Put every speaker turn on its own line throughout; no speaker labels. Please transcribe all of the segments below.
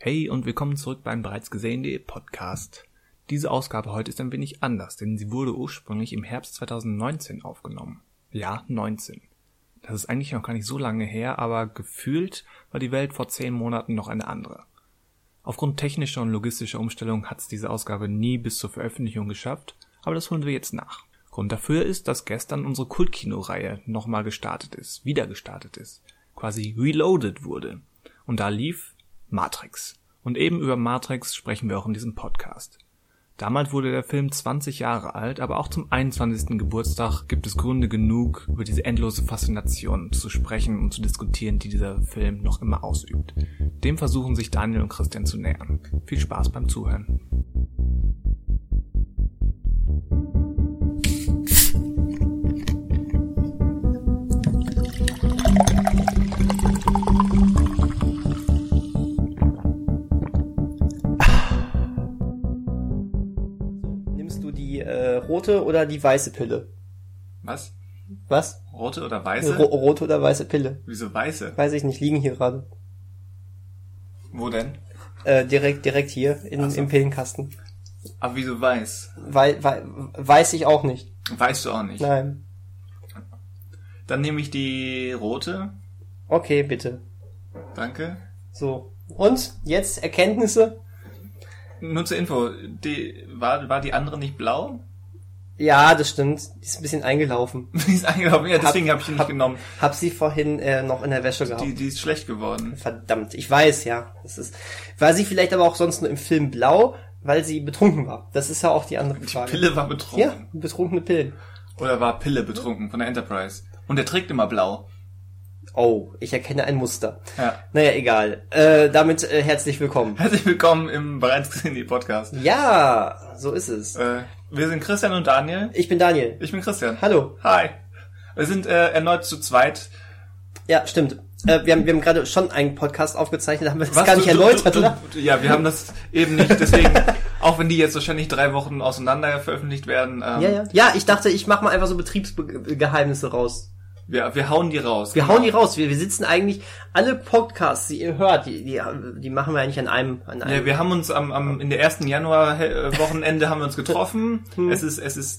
Hey und willkommen zurück beim bereits gesehenen Podcast. Diese Ausgabe heute ist ein wenig anders, denn sie wurde ursprünglich im Herbst 2019 aufgenommen. Ja, 19. Das ist eigentlich noch gar nicht so lange her, aber gefühlt war die Welt vor 10 Monaten noch eine andere. Aufgrund technischer und logistischer Umstellung hat es diese Ausgabe nie bis zur Veröffentlichung geschafft, aber das holen wir jetzt nach. Grund dafür ist, dass gestern unsere Kultkino-Reihe nochmal wieder gestartet ist, quasi reloaded wurde. Und da lief Matrix. Und eben über Matrix sprechen wir auch in diesem Podcast. Damals wurde der Film 20 Jahre alt, aber auch zum 21. Geburtstag gibt es Gründe genug, über diese endlose Faszination zu sprechen und zu diskutieren, die dieser Film noch immer ausübt. Dem versuchen sich Daniel und Christian zu nähern. Viel Spaß beim Zuhören.
Rote oder die weiße Pille?
Was?
Was?
Rote oder weiße?
Rote oder weiße Pille.
Wieso weiße?
Weiß ich nicht, liegen hier gerade.
Wo denn?
Direkt hier im Pillenkasten.
Aber wieso weiß?
Weiß ich auch nicht.
Weißt du auch nicht?
Nein.
Dann nehme ich die rote.
Okay, bitte.
Danke.
So. Und? Jetzt Erkenntnisse?
Nur zur Info, war die andere nicht blau?
Ja, das stimmt. Die ist ein bisschen eingelaufen.
Die ist eingelaufen, ja, deswegen habe ich ihn nicht genommen.
Hab sie vorhin noch in der Wäsche gehabt.
Die ist schlecht geworden.
Verdammt, ich weiß, ja. War sie vielleicht aber auch sonst nur im Film blau, weil sie betrunken war. Das ist ja auch die andere Frage.
Die Pille war betrunken.
Ja, betrunkene Pillen.
Oder war Pille betrunken von der Enterprise. Und der trägt immer blau.
Oh, ich erkenne ein Muster.
Ja.
Naja, egal. Damit herzlich willkommen.
Herzlich willkommen im bereits gesehenen Podcast.
Ja, so ist es.
Wir sind Christian und Daniel.
Ich bin Daniel.
Ich bin Christian.
Hallo.
Hi. Wir sind erneut zu zweit.
Ja, stimmt. Wir haben gerade schon einen Podcast aufgezeichnet, haben wir das gar nicht erläutert, oder?
Ja, wir haben das eben nicht, deswegen, auch wenn die jetzt wahrscheinlich 3 Wochen auseinander veröffentlicht werden.
Ja, ich dachte, ich mache mal einfach so Betriebsgeheimnisse raus.
Wir hauen die raus.
Wir hauen die raus. Wir sitzen eigentlich, alle Podcasts, die ihr hört, die machen wir eigentlich an einem.
Ja, wir haben uns in der ersten Januar-Wochenende haben wir uns getroffen. Es ist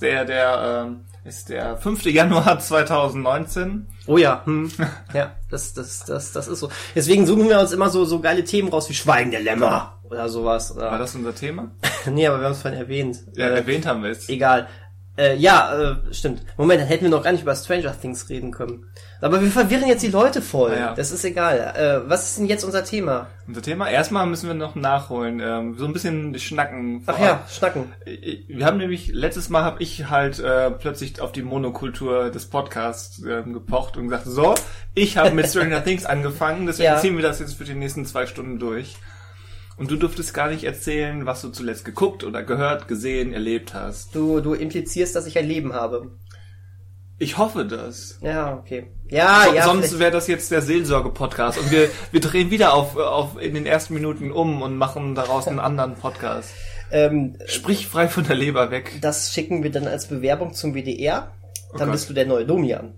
der 5. Januar 2019.
Oh ja, ja, das ist so. Deswegen suchen wir uns immer so geile Themen raus wie Schweigen der Lämmer oder sowas. Oder.
War das unser Thema?
Nee, aber wir haben es vorhin erwähnt.
Ja, erwähnt haben wir es.
Egal. Stimmt. Moment, dann hätten wir noch gar nicht über Stranger Things reden können. Aber wir verwirren jetzt die Leute voll. Ja. Das ist egal. Was ist denn jetzt unser Thema?
Unser Thema? Erstmal müssen wir noch nachholen. So ein bisschen schnacken.
Ach ja, schnacken.
Wir haben nämlich, letztes Mal habe ich halt plötzlich auf die Monokultur des Podcasts gepocht und gesagt, so, ich habe mit Stranger Things angefangen, deswegen ziehen wir das jetzt für die nächsten 2 Stunden durch. Und du durftest gar nicht erzählen, was du zuletzt geguckt oder gehört, gesehen, erlebt hast.
Du implizierst, dass ich ein Leben habe.
Ich hoffe das.
Ja, okay. Ja.
Sonst wäre das jetzt der Seelsorge-Podcast und wir drehen wieder auf in den ersten Minuten um und machen daraus einen anderen Podcast. Sprich frei von der Leber weg.
Das schicken wir dann als Bewerbung zum WDR. Dann bist du der neue Domian.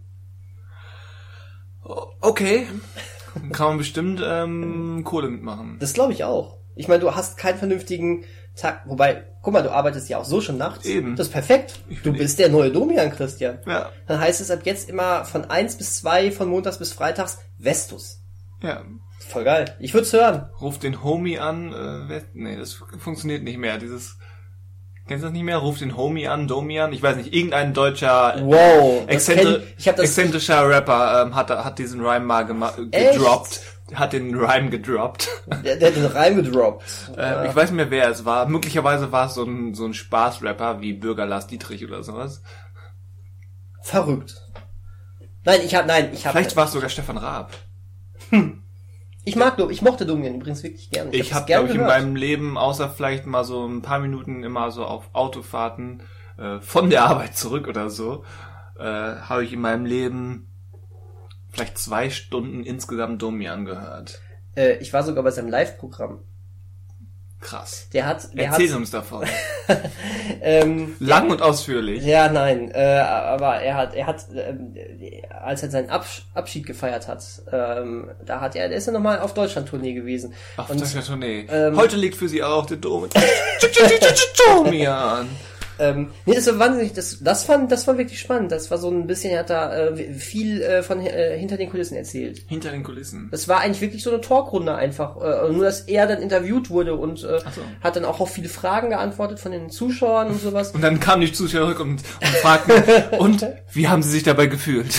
Okay. Kann man bestimmt Kohle mitmachen.
Das glaube ich auch. Ich meine, du hast keinen vernünftigen Tag. Wobei, guck mal, du arbeitest ja auch so schon nachts.
Eben.
Das ist perfekt. Du bist der neue Domian, Christian.
Ja.
Dann heißt es ab jetzt immer von 1 bis 2, von montags bis freitags, Vestus.
Ja.
Voll geil. Ich würde es hören.
Ruf den Homie an. Nee, das funktioniert nicht mehr. Kennst du das nicht mehr? Ruf den Homie an, Domian. Ich weiß nicht, irgendein deutscher exzentrischer Rapper hat diesen Rhyme mal gedroppt. Hat den Rhyme gedroppt.
Der hat den Rhyme gedroppt.
Ich weiß nicht mehr, wer es war. Möglicherweise war es so ein Spaßrapper wie Bürger Lars Dietrich oder sowas.
Verrückt. Nein, ich habe.
Vielleicht war es sogar Stefan Raab.
Ich mochte Domian übrigens wirklich gerne.
Ich habe, glaube ich, in meinem Leben, außer vielleicht mal so ein paar Minuten immer so auf Autofahrten von der Arbeit zurück oder so, habe ich in meinem Leben vielleicht 2 Stunden insgesamt Domian gehört.
Ich war sogar bei seinem Live-Programm.
Krass.
Erzähl
uns davon. Lang und ausführlich.
Ja, nein, aber er hat, als er seinen Abschied gefeiert hat, der ist ja nochmal auf Deutschland-Tournee gewesen.
Auf Deutschland-Tournee. Heute liegt für sie auch der Dom. Domian.
Nee, das war wahnsinnig, das war wirklich spannend. Das war so ein bisschen, er hat da viel von hinter den Kulissen erzählt.
Hinter den Kulissen?
Das war eigentlich wirklich so eine Talkrunde einfach. Nur, dass er dann interviewt wurde und hat dann auch auf viele Fragen geantwortet von den Zuschauern und sowas.
Und dann kamen die Zuschauer zurück und fragten, und wie haben sie sich dabei gefühlt?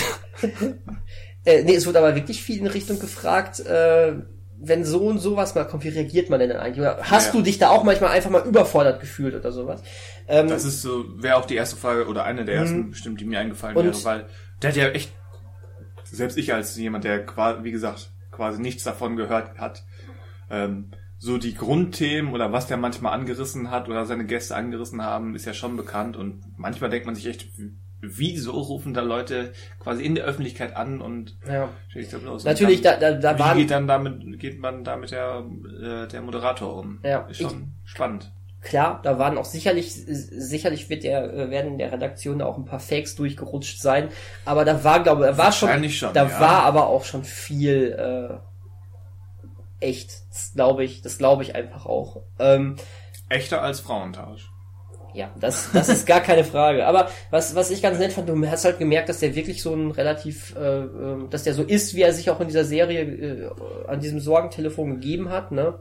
Nee, es wurde aber wirklich viel in Richtung gefragt, wenn so und sowas mal kommt, wie reagiert man denn dann eigentlich? Oder hast du dich da auch manchmal einfach mal überfordert gefühlt oder sowas?
Das ist so, wäre auch die erste Frage oder eine der ersten bestimmt, die mir eingefallen wäre, weil der hat ja echt, selbst ich als jemand, der wie gesagt, quasi nichts davon gehört hat, so die Grundthemen oder was der manchmal angerissen hat oder seine Gäste angerissen haben, ist ja schon bekannt und manchmal denkt man sich echt, wieso rufen da Leute quasi in der Öffentlichkeit an und stell ich da bloß.
Natürlich,
wie geht man da mit der Moderator um?
Ja,
ist schon spannend.
Klar, da waren auch sicherlich werden in der Redaktion auch ein paar Fakes durchgerutscht sein, aber da war, war aber auch schon viel echt. Das glaube ich einfach auch.
Echter als Frauentausch.
Ja, das ist gar keine Frage. Aber was ich ganz nett fand, du hast halt gemerkt, dass der wirklich so ein relativ, dass der so ist, wie er sich auch in dieser Serie an diesem Sorgentelefon gegeben hat, ne?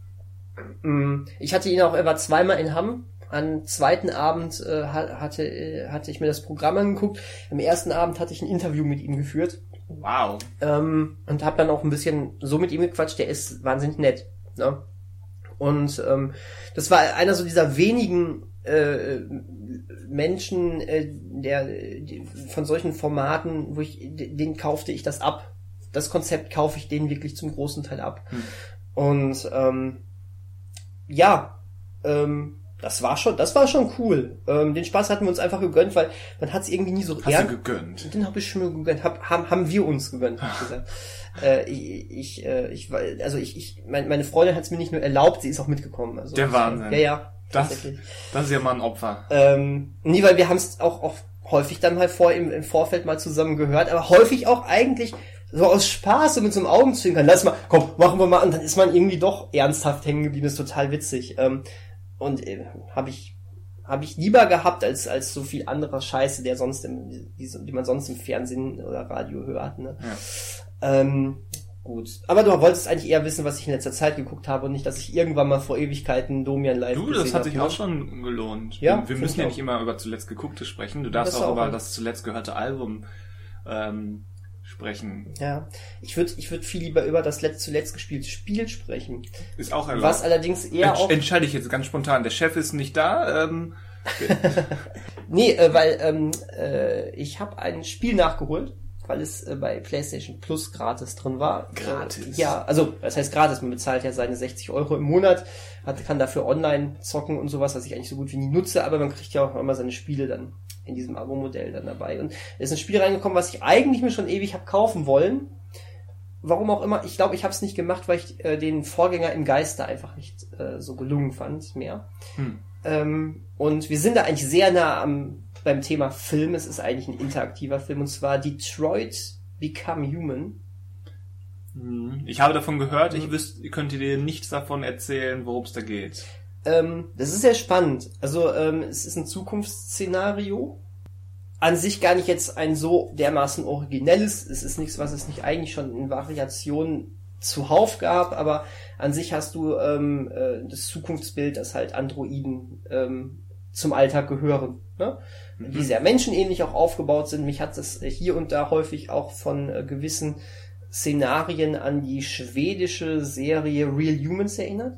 Ich hatte ihn auch, er war zweimal in Hamm. Am zweiten Abend hatte ich mir das Programm angeguckt. Am ersten Abend hatte ich ein Interview mit ihm geführt.
Wow.
Und habe dann auch ein bisschen so mit ihm gequatscht. Der ist wahnsinnig nett, ne? Und das war einer so dieser wenigen Menschen, von solchen Formaten, den kaufte ich das ab. Das Konzept kaufe ich denen wirklich zum großen Teil ab. Und das war schon cool. Den Spaß hatten wir uns einfach gegönnt, weil man hat es irgendwie nie so
Hast du gegönnt?
Den habe ich schon mal gegönnt. Haben wir uns gegönnt, hab ich gesagt. Meine Freundin hat es mir nicht nur erlaubt, sie ist auch mitgekommen. Also,
der Wahnsinn.
Ja.
Das ist ja mal ein Opfer.
Nee, weil wir haben es auch häufig dann halt im Vorfeld mal zusammen gehört, aber häufig auch eigentlich so aus Spaß und mit so einem Augenzwinkern. Lass mal, komm, machen wir mal. Und dann ist man irgendwie doch ernsthaft hängen geblieben. Das ist total witzig. Habe ich lieber gehabt als so viel anderer Scheiße, die man sonst im Fernsehen oder Radio hört. Ne? Ja. Gut. Aber du wolltest eigentlich eher wissen, was ich in letzter Zeit geguckt habe und nicht, dass ich irgendwann mal vor Ewigkeiten Domian live gesehen habe.
Das hat sich auch schon gelohnt.
Ja,
wir müssen ja nicht immer über zuletzt Geguckte sprechen. Du darfst auch über das zuletzt gehörte Album sprechen.
Ja, ich würd viel lieber über das zuletzt gespielte Spiel sprechen.
Ist auch erlaubt.
Was allerdings eher auch...
Entscheide ich jetzt ganz spontan. Der Chef ist nicht da.
Nee, weil ich habe ein Spiel nachgeholt, weil es bei PlayStation Plus gratis drin war.
Gratis?
Ja, also das heißt gratis, man bezahlt ja seine 60 € im Monat, kann dafür online zocken und sowas, was ich eigentlich so gut wie nie nutze, aber man kriegt ja auch immer seine Spiele dann in diesem Abo-Modell dann dabei. Und es ist ein Spiel reingekommen, was ich eigentlich mir schon ewig habe kaufen wollen. Warum auch immer, ich glaube, ich habe es nicht gemacht, weil ich den Vorgänger im Geiste einfach nicht so gelungen fand mehr. Und wir sind da eigentlich sehr nah beim Thema Film. Es ist eigentlich ein interaktiver Film, und zwar Detroit Become Human.
Ich habe davon gehört, ich könnte dir nichts davon erzählen, worum es da geht.
Das ist sehr spannend. Also es ist ein Zukunftsszenario. An sich gar nicht jetzt ein so dermaßen originelles. Es ist nichts, was es nicht eigentlich schon in Variationen zuhauf gab, aber an sich hast du das Zukunftsbild, dass halt Androiden zum Alltag gehören, ne? Die sehr menschenähnlich auch aufgebaut sind. Mich hat das hier und da häufig auch von gewissen Szenarien an die schwedische Serie Real Humans erinnert.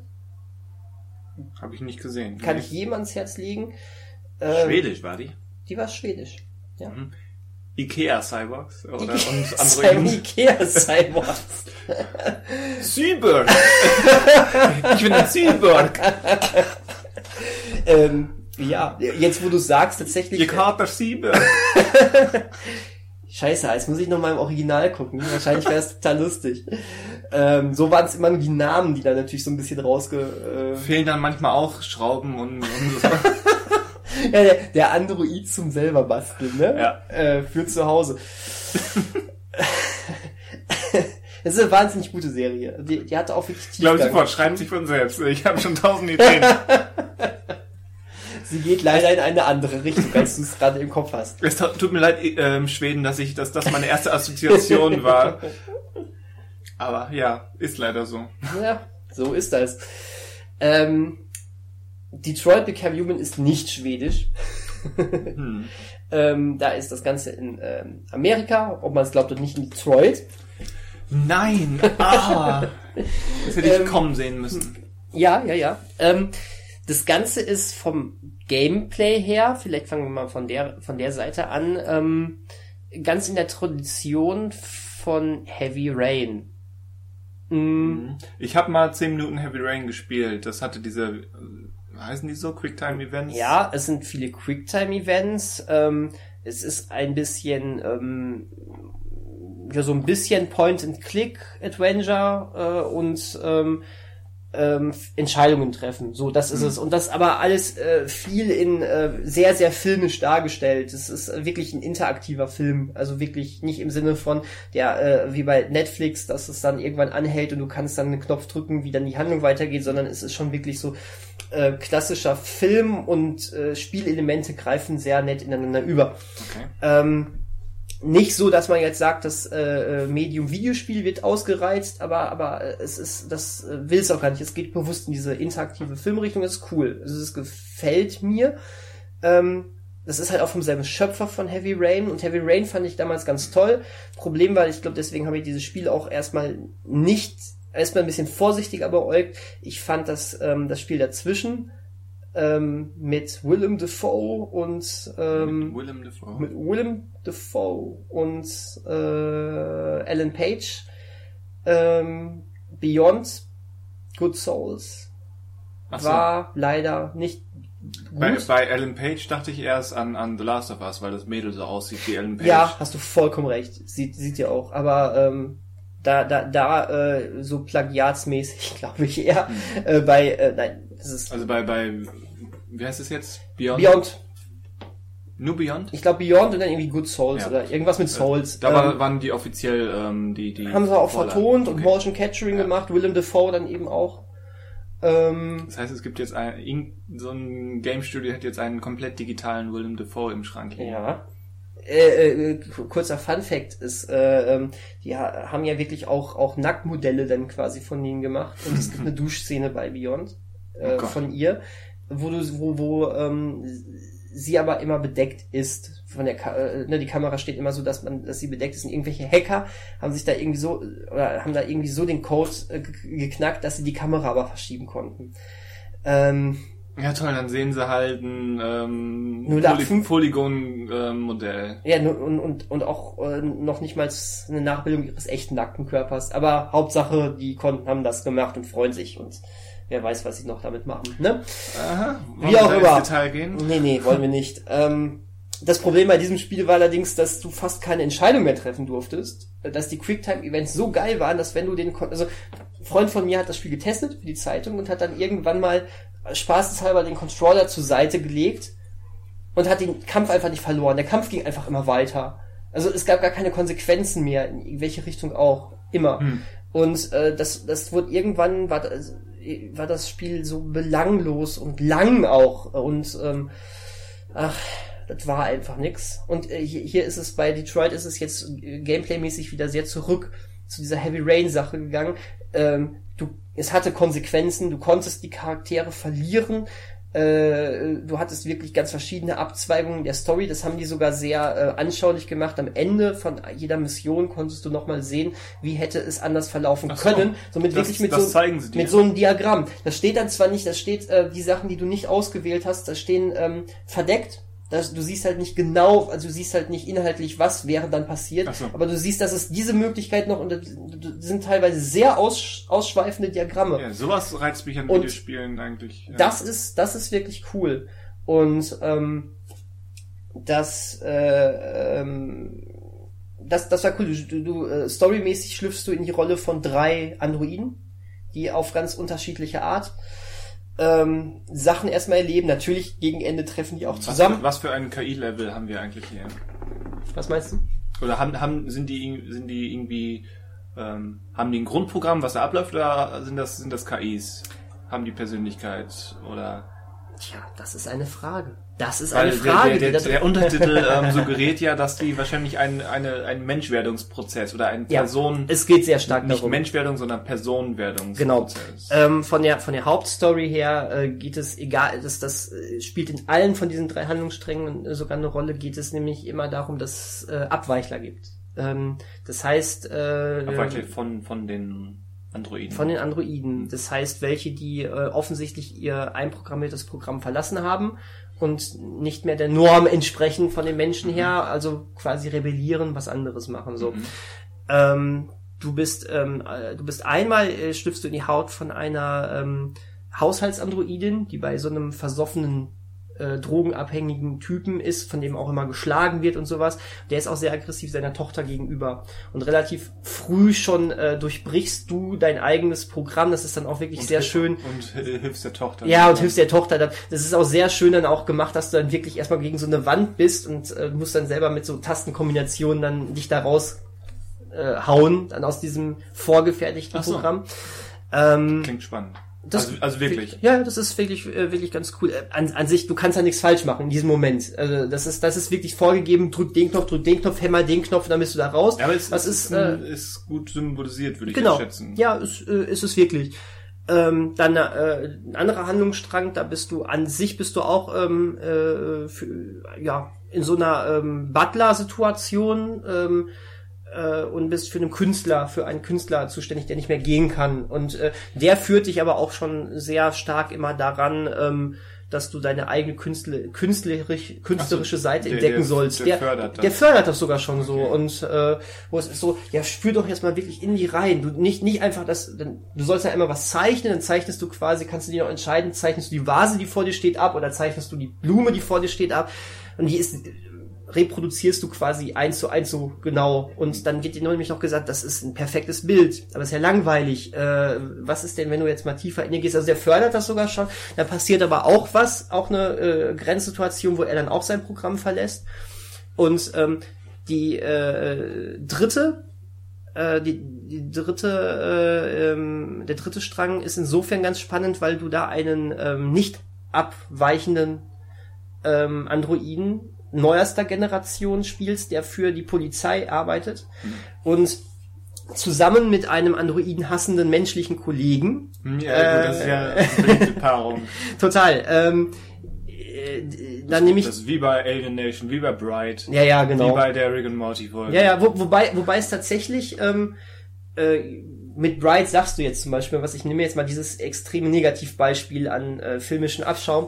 Habe ich nicht gesehen.
Kann ich jedem ans Herz legen.
Schwedisch war die?
Die war schwedisch, ja.
Ikea Cyborgs oder und Androiden.
Ikea Cyborgs.
Cyborg. Ich bin ein Cyborg.
Ja, jetzt wo du sagst, tatsächlich.
Ihr Kater Cyborg.
Scheiße, jetzt muss ich noch mal im Original gucken. Wahrscheinlich wäre es total lustig. So waren es immer nur die Namen, die dann natürlich so ein bisschen
fehlen dann manchmal auch Schrauben und so.
Ja, der Android zum selber basteln, ne?
Ja.
Für zu Hause. Das ist eine wahnsinnig gute Serie. Die hatte auch wirklich
Tiefgang. Glaube ich sofort, schreibt sich von selbst. Ich habe schon 1000 Ideen.
Sie geht leider in eine andere Richtung, als du es gerade im Kopf hast.
Es tut mir leid, Schweden, dass das meine erste Assoziation war. Aber ja, ist leider so.
Ja, so ist das. Detroit Become Human ist nicht schwedisch. Da ist das Ganze in Amerika, ob man es glaubt oder nicht, in Detroit.
Nein! Das hätte ich kommen sehen müssen.
Ja. Das Ganze ist vom Gameplay her, vielleicht fangen wir mal von der Seite an, ganz in der Tradition von Heavy Rain.
Ich habe mal 10 Minuten Heavy Rain gespielt. Das hatte diese, heißen die so, Quicktime-Events?
Ja, es sind viele Quicktime-Events. Es ist ein bisschen, so ein bisschen Point-and-Click-Adventure und Entscheidungen treffen. So, das ist es. Und das aber alles viel in sehr, sehr filmisch dargestellt. Es ist wirklich ein interaktiver Film. Also wirklich nicht im Sinne von der wie bei Netflix, dass es dann irgendwann anhält und du kannst dann einen Knopf drücken, wie dann die Handlung weitergeht, sondern es ist schon wirklich so klassischer Film und Spielelemente greifen sehr nett ineinander über.
Okay.
Nicht so, dass man jetzt sagt, das Medium Videospiel wird ausgereizt, aber es ist, das will es auch gar nicht. Es geht bewusst in diese interaktive Filmrichtung. Das ist cool. Also es gefällt mir. Das ist halt auch vom selben Schöpfer von Heavy Rain. Und Heavy Rain fand ich damals ganz toll. Problem war, ich glaube, deswegen habe ich dieses Spiel auch erstmal ein bisschen vorsichtiger beäugt. Ich fand das Spiel dazwischen mit Willem Dafoe und mit Willem Dafoe und Ellen Page, Beyond Good Souls war leider nicht gut.
Bei Ellen Page dachte ich erst an The Last of Us, weil das Mädel so aussieht wie Ellen Page.
Ja, hast du vollkommen recht. Sieht ihr auch. Aber so plagiatsmäßig, glaube ich eher. Nein, das ist...
Also bei wie heißt es jetzt?
Beyond.
Nur Beyond?
Ich glaube Beyond und dann irgendwie Good Souls oder irgendwas mit Souls.
Da waren die offiziell die
haben sie auch vertont und Motion Capturing gemacht. Willem Dafoe dann eben auch.
Das heißt, es gibt jetzt so ein Game Studio hat jetzt einen komplett digitalen Willem Dafoe im Schrank liegen.
Ja. Kurzer Fun Fact ist, die haben ja wirklich auch Nacktmodelle dann quasi von ihnen gemacht und es gibt eine Duschszene bei Beyond von ihr, wo sie aber immer bedeckt ist von der die Kamera steht immer so, dass sie bedeckt ist und irgendwelche Hacker haben sich da irgendwie so oder haben da irgendwie so den Code geknackt, dass sie die Kamera aber verschieben konnten.
Ja toll, dann sehen sie halt ein Polygon-Modell.
Ja, und auch noch nicht mal eine Nachbildung ihres echten nackten Körpers. Aber Hauptsache, die haben das gemacht und freuen sich und wer weiß, was sie noch damit machen. Ne?
Aha.
Wie auch immer.
Ins Detail gehen?
Nee, wollen wir nicht. Das Problem bei diesem Spiel war allerdings, dass du fast keine Entscheidung mehr treffen durftest. Dass die Quicktime-Events so geil waren, dass wenn du ein Freund von mir hat das Spiel getestet für die Zeitung und hat dann irgendwann mal spaßeshalber den Controller zur Seite gelegt und hat den Kampf einfach nicht verloren. Der Kampf ging einfach immer weiter. Also es gab gar keine Konsequenzen mehr, in welche Richtung auch. Immer. Und das wurde irgendwann, war das Spiel so belanglos und lang auch. Und das war einfach nix. Und hier ist es bei Detroit, ist es jetzt gameplaymäßig wieder sehr zurück zu dieser Heavy Rain Sache gegangen. Es hatte Konsequenzen, du konntest die Charaktere verlieren, du hattest wirklich ganz verschiedene Abzweigungen der Story, das haben die sogar sehr anschaulich gemacht. Am Ende von jeder Mission konntest du nochmal sehen, wie hätte es anders verlaufen können. Somit wirklich mit so einem Diagramm. Das steht dann zwar nicht, die Sachen, die du nicht ausgewählt hast, da stehen verdeckt. Du siehst halt nicht genau, also du siehst halt nicht inhaltlich, was wäre dann passiert, aber du siehst, dass es diese Möglichkeit noch, und das sind teilweise sehr ausschweifende Diagramme.
Ja, sowas reizt mich an Videospielen eigentlich. Ja.
Das ist wirklich cool. Und das das war cool. Du storymäßig schlüpfst du in die Rolle von 3 Androiden, die auf ganz unterschiedliche Art Sachen erstmal erleben. Natürlich gegen Ende treffen die auch zusammen.
Was für ein KI-Level haben wir eigentlich hier?
Was meinst du?
Oder sind die irgendwie haben die ein Grundprogramm, was da abläuft, oder sind das KIs? Haben die Persönlichkeit oder?
Tja, das ist eine Frage.
Der Untertitel suggeriert ja, dass die wahrscheinlich einen Menschwerdungsprozess oder einen Person...
Es geht sehr stark
nicht
darum.
Nicht Menschwerdung, sondern Personenwerdungsprozess.
Genau. Von der Hauptstory her geht es, egal, das spielt in allen von diesen 3 Handlungssträngen sogar eine Rolle, geht es nämlich immer darum, dass es Abweichler gibt. Das heißt...
Abweichler von den Androiden.
Von den Androiden. Das heißt, welche, die offensichtlich ihr einprogrammiertes Programm verlassen haben und nicht mehr der Norm entsprechen von den Menschen her, also quasi rebellieren, was anderes machen. So. Du bist einmal, schlüpfst du in die Haut von einer Haushaltsandroidin, die bei so einem versoffenen drogenabhängigen Typen ist, von dem auch immer geschlagen wird und sowas. Der ist auch sehr aggressiv seiner Tochter gegenüber. Und relativ früh schon durchbrichst du dein eigenes Programm. Das ist dann auch wirklich sehr schön.
Und hilfst der Tochter.
Ja, und hilfst der Tochter. Das ist auch sehr schön dann auch gemacht, dass du dann wirklich erstmal gegen so eine Wand bist und musst dann selber mit so Tastenkombinationen dann dich da raus hauen, dann aus diesem vorgefertigten Programm.
Klingt spannend. Also wirklich.
Ja, das ist wirklich ganz cool. An sich, du kannst ja nichts falsch machen in diesem Moment. Also das ist wirklich vorgegeben, drück den Knopf, hämmer den Knopf, dann bist du da raus.
Ja, aber es ist gut symbolisiert, würde ich schätzen.
Ja, ist es wirklich. Dann ein anderer Handlungsstrang, da bist du auch in so einer Butler-Situation und bist für einen Künstler zuständig, der nicht mehr gehen kann. Und der führt dich aber auch schon sehr stark immer daran, dass du deine eigene künstlerische Seite entdecken sollst. Der fördert das sogar schon so. Und wo es ist so, ja, spür doch jetzt mal wirklich in die Reihen. Du nicht einfach du sollst ja immer was zeichnen, dann zeichnest du quasi, kannst du dir noch entscheiden, zeichnest du die Vase, die vor dir steht, ab, oder zeichnest du die Blume, die vor dir steht, ab. Und reproduzierst du quasi 1:1 so genau, und dann wird dir nämlich noch gesagt, das ist ein perfektes Bild, aber es ist ja langweilig. Was ist denn, wenn du jetzt mal tiefer in dir gehst? Also der fördert das sogar schon. Da passiert aber auch eine Grenzsituation, wo er dann auch sein Programm verlässt. Und der dritte Strang ist insofern ganz spannend, weil du da einen nicht abweichenden Androiden neuester Generation spielst, der für die Polizei arbeitet und zusammen mit einem Androiden hassenden menschlichen Kollegen.
Ja, gut, das ist ja eine beliebte Paarung.
Total. Dann nämlich
das ist wie bei Alien Nation, wie bei Bright.
Ja, genau.
Wie bei der Rick and Morty Folge.
Ja, wobei es tatsächlich mit Bright sagst du jetzt zum Beispiel, ich nehme jetzt mal dieses extreme Negativbeispiel an filmischen Abschaum.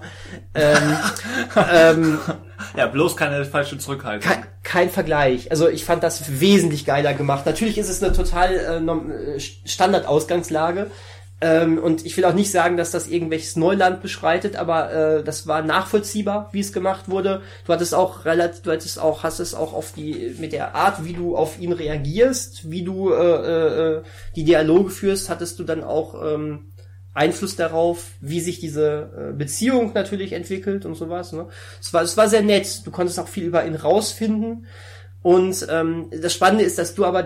Ja, bloß keine falsche Zurückhaltung.
Kein Vergleich. Also ich fand das wesentlich geiler gemacht. Natürlich ist es eine total Standardausgangslage. Und ich will auch nicht sagen, dass das irgendwelches Neuland beschreitet, aber das war nachvollziehbar, wie es gemacht wurde. Du hattest auch mit der Art, wie du auf ihn reagierst, wie du die Dialoge führst, hattest du dann auch Einfluss darauf, wie sich diese Beziehung natürlich entwickelt und sowas. Ne? Es war sehr nett. Du konntest auch viel über ihn rausfinden. Und das Spannende ist, dass du aber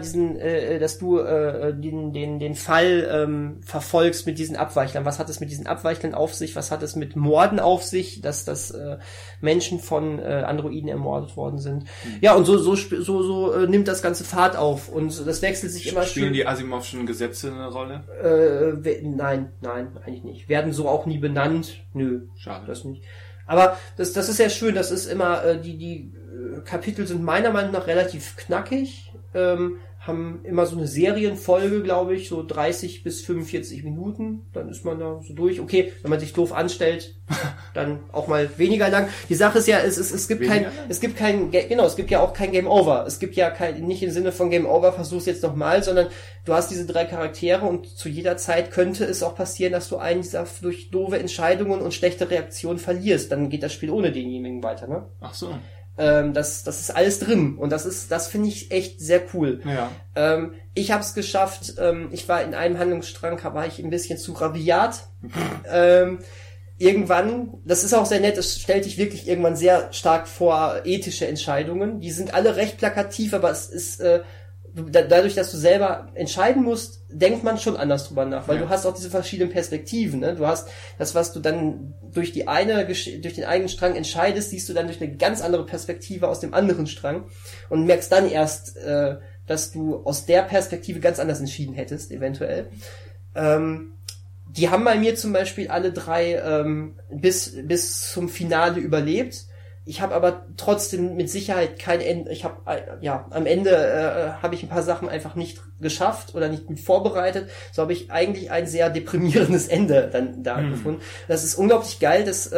den Fall verfolgst mit diesen Abweichlern. Was hat es mit diesen Abweichlern auf sich? Was hat es mit Morden auf sich, dass Menschen von Androiden ermordet worden sind? Ja, und so nimmt das ganze Fahrt auf, und das wechselt sich immer schön.
Spielen die Asimovschen Gesetze eine Rolle?
Nein, eigentlich nicht. Werden so auch nie benannt. Nö,
schade.
Das nicht. Aber das ist sehr schön. Das ist immer die Kapitel sind meiner Meinung nach relativ knackig, haben immer so eine Serienfolge, glaube ich, so 30 bis 45 Minuten, dann ist man da so durch. Okay, wenn man sich doof anstellt, dann auch mal weniger lang. Die Sache ist ja, es gibt ja auch kein Game Over. Es gibt ja nicht im Sinne von Game Over, versuch's jetzt nochmal, sondern du hast diese 3 Charaktere, und zu jeder Zeit könnte es auch passieren, dass du einen durch doofe Entscheidungen und schlechte Reaktionen verlierst. Dann geht das Spiel ohne denjenigen weiter, ne?
Ach so.
Das ist alles drin und das finde ich echt sehr cool.
Ja.
Ich habe es geschafft. Ich war in einem Handlungsstrang, war ich ein bisschen zu rabiat. Irgendwann, das ist auch sehr nett, es stellt dich wirklich irgendwann sehr stark vor ethische Entscheidungen. Die sind alle recht plakativ, aber es ist dadurch, dass du selber entscheiden musst, denkt man schon anders drüber nach, weil du hast auch diese verschiedenen Perspektiven, ne? Du hast das, was du dann durch den eigenen Strang entscheidest, siehst du dann durch eine ganz andere Perspektive aus dem anderen Strang und merkst dann erst, dass du aus der Perspektive ganz anders entschieden hättest, eventuell. Die haben bei mir zum Beispiel alle 3 bis zum Finale überlebt. Ich habe aber trotzdem mit Sicherheit kein Ende. Ich habe am Ende habe ich ein paar Sachen einfach nicht geschafft oder nicht gut vorbereitet. So habe ich eigentlich ein sehr deprimierendes Ende dann da gefunden. Das ist unglaublich geil, dass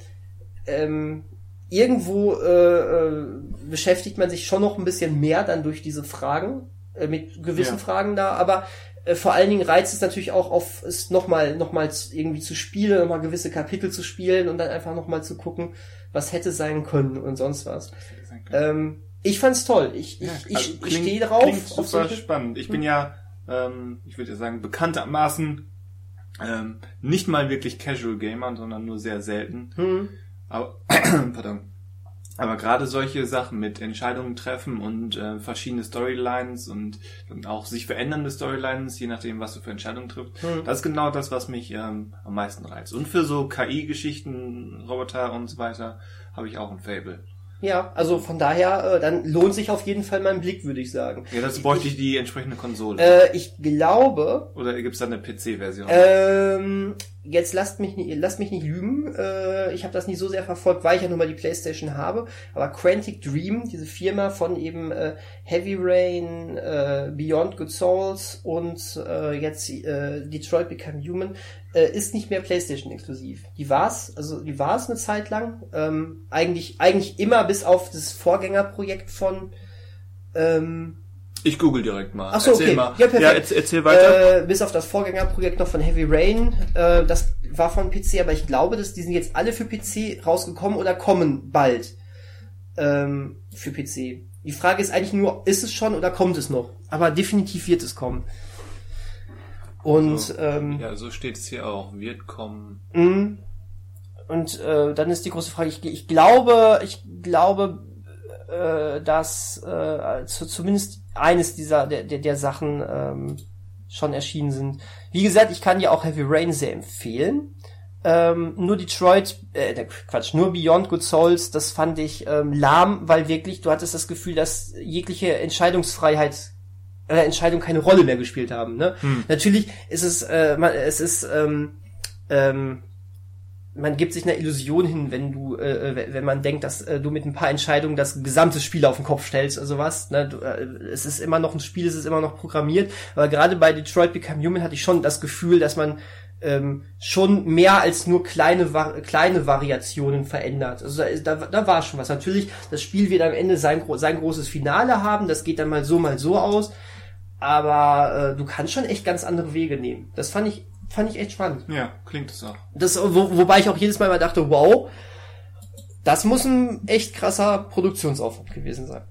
irgendwo beschäftigt man sich schon noch ein bisschen mehr dann durch diese Fragen mit gewissen Fragen da, aber vor allen Dingen reizt es natürlich auch auf, es nochmal irgendwie zu spielen, nochmal gewisse Kapitel zu spielen und dann einfach nochmal zu gucken, was hätte sein können und sonst was. Ich fand's toll. Ich stehe drauf.
Klingt super spannend. Ich bin ja, ich würde ja sagen, bekanntermaßen nicht mal wirklich Casual Gamer, sondern nur sehr selten. Aber, pardon. Aber gerade solche Sachen mit Entscheidungen treffen und verschiedene Storylines und auch sich verändernde Storylines, je nachdem, was du für Entscheidungen triffst, das ist genau das, was mich am meisten reizt. Und für so KI-Geschichten, Roboter und so weiter, habe ich auch ein Faible.
Ja, also von daher, dann lohnt sich auf jeden Fall mein Blick, würde ich sagen.
Ja, das bräuchte ich die entsprechende Konsole.
Ich glaube...
Oder gibt's da eine PC-Version?
Jetzt lasst mich nicht lügen. Ich habe das nicht so sehr verfolgt, weil ich ja nun mal die PlayStation habe. Aber Quantic Dream, diese Firma von eben Heavy Rain, Beyond Good Souls und jetzt Detroit Become Human, ist nicht mehr PlayStation exklusiv. Die war's eine Zeit lang. Eigentlich immer bis auf das Vorgängerprojekt von
ich google direkt mal.
Ach so,
erzähl
okay.
Mal.
Ja, perfekt.
Ja, erzähl weiter.
Bis auf das Vorgängerprojekt noch von Heavy Rain. Das war von PC, aber ich glaube, dass die sind jetzt alle für PC rausgekommen oder kommen bald für PC. Die Frage ist eigentlich nur, ist es schon oder kommt es noch? Aber definitiv wird es kommen. Und
so, ja, so steht es hier auch. Wird kommen.
Und dann ist die große Frage, ich glaube, dass zumindest eines der Sachen schon erschienen sind. Wie gesagt, ich kann ja auch Heavy Rain sehr empfehlen. Nur nur Beyond Good Souls, das fand ich lahm, weil wirklich, du hattest das Gefühl, dass jegliche Entscheidungsfreiheit Entscheidungen keine Rolle mehr gespielt haben. Ne? Natürlich ist man gibt sich einer Illusion hin, wenn man denkt, dass du mit ein paar Entscheidungen das gesamte Spiel auf den Kopf stellst oder sowas. Ne? Es ist immer noch ein Spiel, es ist immer noch programmiert. Aber gerade bei Detroit Become Human hatte ich schon das Gefühl, dass man schon mehr als nur kleine Variationen verändert. Also da war schon was. Natürlich, das Spiel wird am Ende sein großes Finale haben. Das geht dann mal so aus. Aber du kannst schon echt ganz andere Wege nehmen. Das fand ich echt spannend.
Ja, klingt es auch.
Wobei ich auch jedes Mal dachte, wow, das muss ein echt krasser Produktionsaufwand gewesen sein.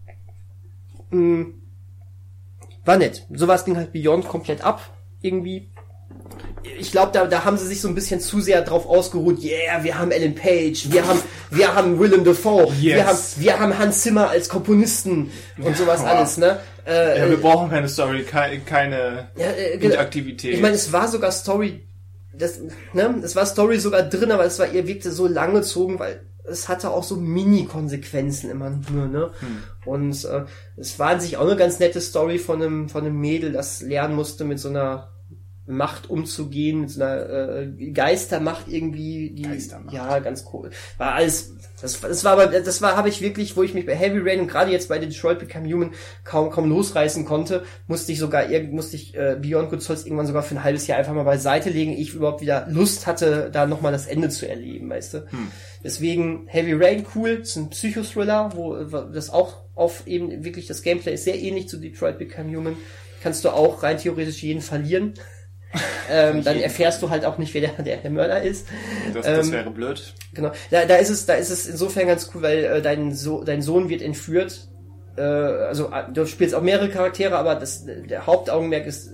War nett. Sowas ging halt Beyond komplett ab, irgendwie. Ich glaube, da haben sie sich so ein bisschen zu sehr drauf ausgeruht. Yeah, wir haben Ellen Page, wir haben Willem Dafoe,
yes.
wir haben Hans Zimmer als Komponisten und sowas alles, ne?
Wir brauchen keine Story, keine Interaktivität.
Ich meine, es war sogar Story, es war Story sogar drin, aber ihr wirkte so langgezogen, weil es hatte auch so Mini-Konsequenzen immer nur, ne? Und es war an sich auch eine ganz nette Story von einem Mädel, das lernen musste, mit so einer Macht umzugehen, mit so einer Geistermacht irgendwie, Geistermacht. Ja, ganz cool. War alles, das habe ich wirklich, wo ich mich bei Heavy Rain und gerade jetzt bei Detroit Become Human kaum losreißen konnte, musste ich Beyond Good Souls irgendwann sogar für ein halbes Jahr einfach mal beiseite legen, ich überhaupt wieder Lust hatte, da nochmal das Ende zu erleben, weißt du. Deswegen Heavy Rain cool, ist ein Psychothriller, wo das auch auf eben wirklich, das Gameplay ist sehr ähnlich zu Detroit Become Human, kannst du auch rein theoretisch jeden verlieren. Dann erfährst du halt auch nicht, wer der Mörder ist.
Das wäre blöd.
Genau. Da ist es insofern ganz cool, weil dein Sohn wird entführt. Also du spielst auch mehrere Charaktere, aber der Hauptaugenmerk ist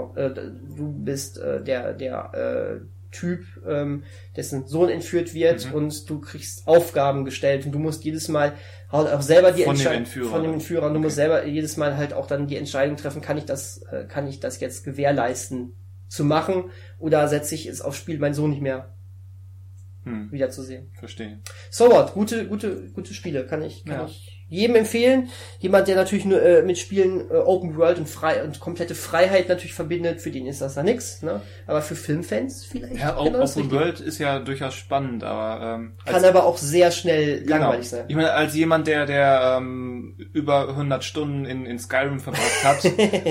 du bist der Typ, dessen Sohn entführt wird, und du kriegst Aufgaben gestellt und du musst jedes Mal halt auch selber die Entscheidung von dem Entführer, und du musst selber jedes Mal halt auch dann die Entscheidung treffen, kann ich das jetzt gewährleisten zu machen, oder setze ich es aufs Spiel, meinen Sohn nicht mehr wiederzusehen.
Verstehe.
Sword, gute Spiele, kann ich jedem empfehlen. Jemand, der natürlich nur mit Spielen Open World und komplette Freiheit natürlich verbindet, für den ist das da nix, ne? Aber für Filmfans vielleicht.
Ja, Open World ist ja durchaus spannend, aber
kann aber auch sehr schnell langweilig sein.
Ich meine, als jemand, der über 100 Stunden in Skyrim verbracht hat,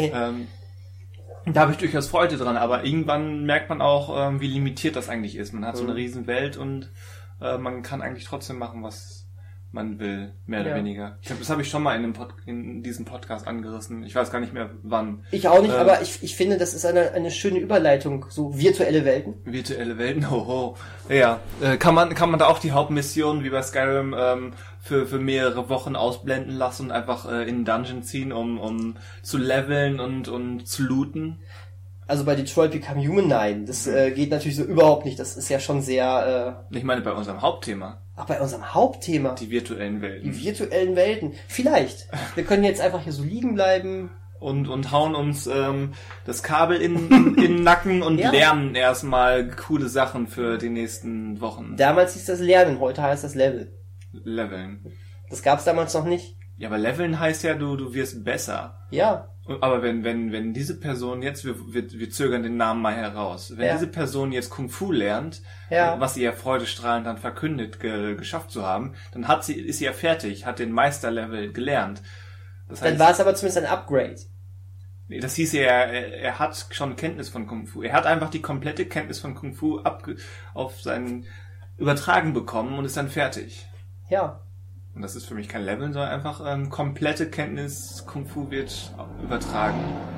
da habe ich durchaus Freude dran, aber irgendwann merkt man auch, wie limitiert das eigentlich ist. Man hat so eine riesen Welt und man kann eigentlich trotzdem machen, was man will, mehr oder weniger. Ich glaube, das habe ich schon mal in diesem Podcast angerissen. Ich weiß gar nicht mehr wann.
Ich auch nicht, aber ich finde, das ist eine schöne Überleitung, so virtuelle Welten.
Virtuelle Welten, hoho. Ja, kann man da auch die Hauptmission wie bei Skyrim für mehrere Wochen ausblenden lassen und einfach in einen Dungeon ziehen, um zu leveln und zu looten?
Also bei Detroit Become Human, nein. Das geht natürlich so überhaupt nicht. Das ist ja schon sehr...
Ich meine bei unserem Hauptthema.
Ach, bei unserem Hauptthema?
Die virtuellen Welten.
Die virtuellen Welten. Vielleicht. Wir können jetzt einfach hier so liegen bleiben.
Und hauen uns das Kabel in den Nacken und lernen erstmal coole Sachen für die nächsten Wochen.
Damals hieß das Lernen, heute heißt das Level.
Leveln.
Das gab's damals noch nicht.
Ja, aber Leveln heißt ja, du wirst besser.
Ja.
Aber wenn diese Person jetzt, wir zögern den Namen mal heraus, wenn diese Person jetzt Kung Fu lernt, was sie ja freudestrahlend dann verkündet, geschafft zu haben, dann ist sie ja fertig, hat den Meisterlevel gelernt. Das heißt,
dann war es aber zumindest ein Upgrade.
Nee, das hieß ja, er hat schon Kenntnis von Kung Fu. Er hat einfach die komplette Kenntnis von Kung Fu auf seinen übertragen bekommen und ist dann fertig.
Ja.
Und das ist für mich kein Leveln, sondern einfach komplette Kenntnis Kung Fu wird übertragen.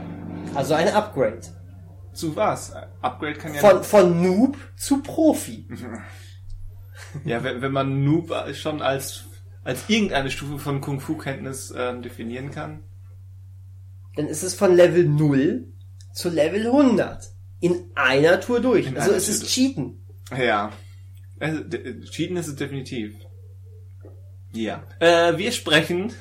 Also ein Upgrade.
Zu was? Upgrade kann ja...
Von Noob zu Profi.
Ja, wenn man Noob schon als irgendeine Stufe von Kung Fu Kenntnis definieren kann.
Dann ist es von Level 0 zu Level 100. In einer Tour durch. Also es ist Cheaten.
Ja. Also, Cheaten ist es definitiv. Ja. Wir sprechen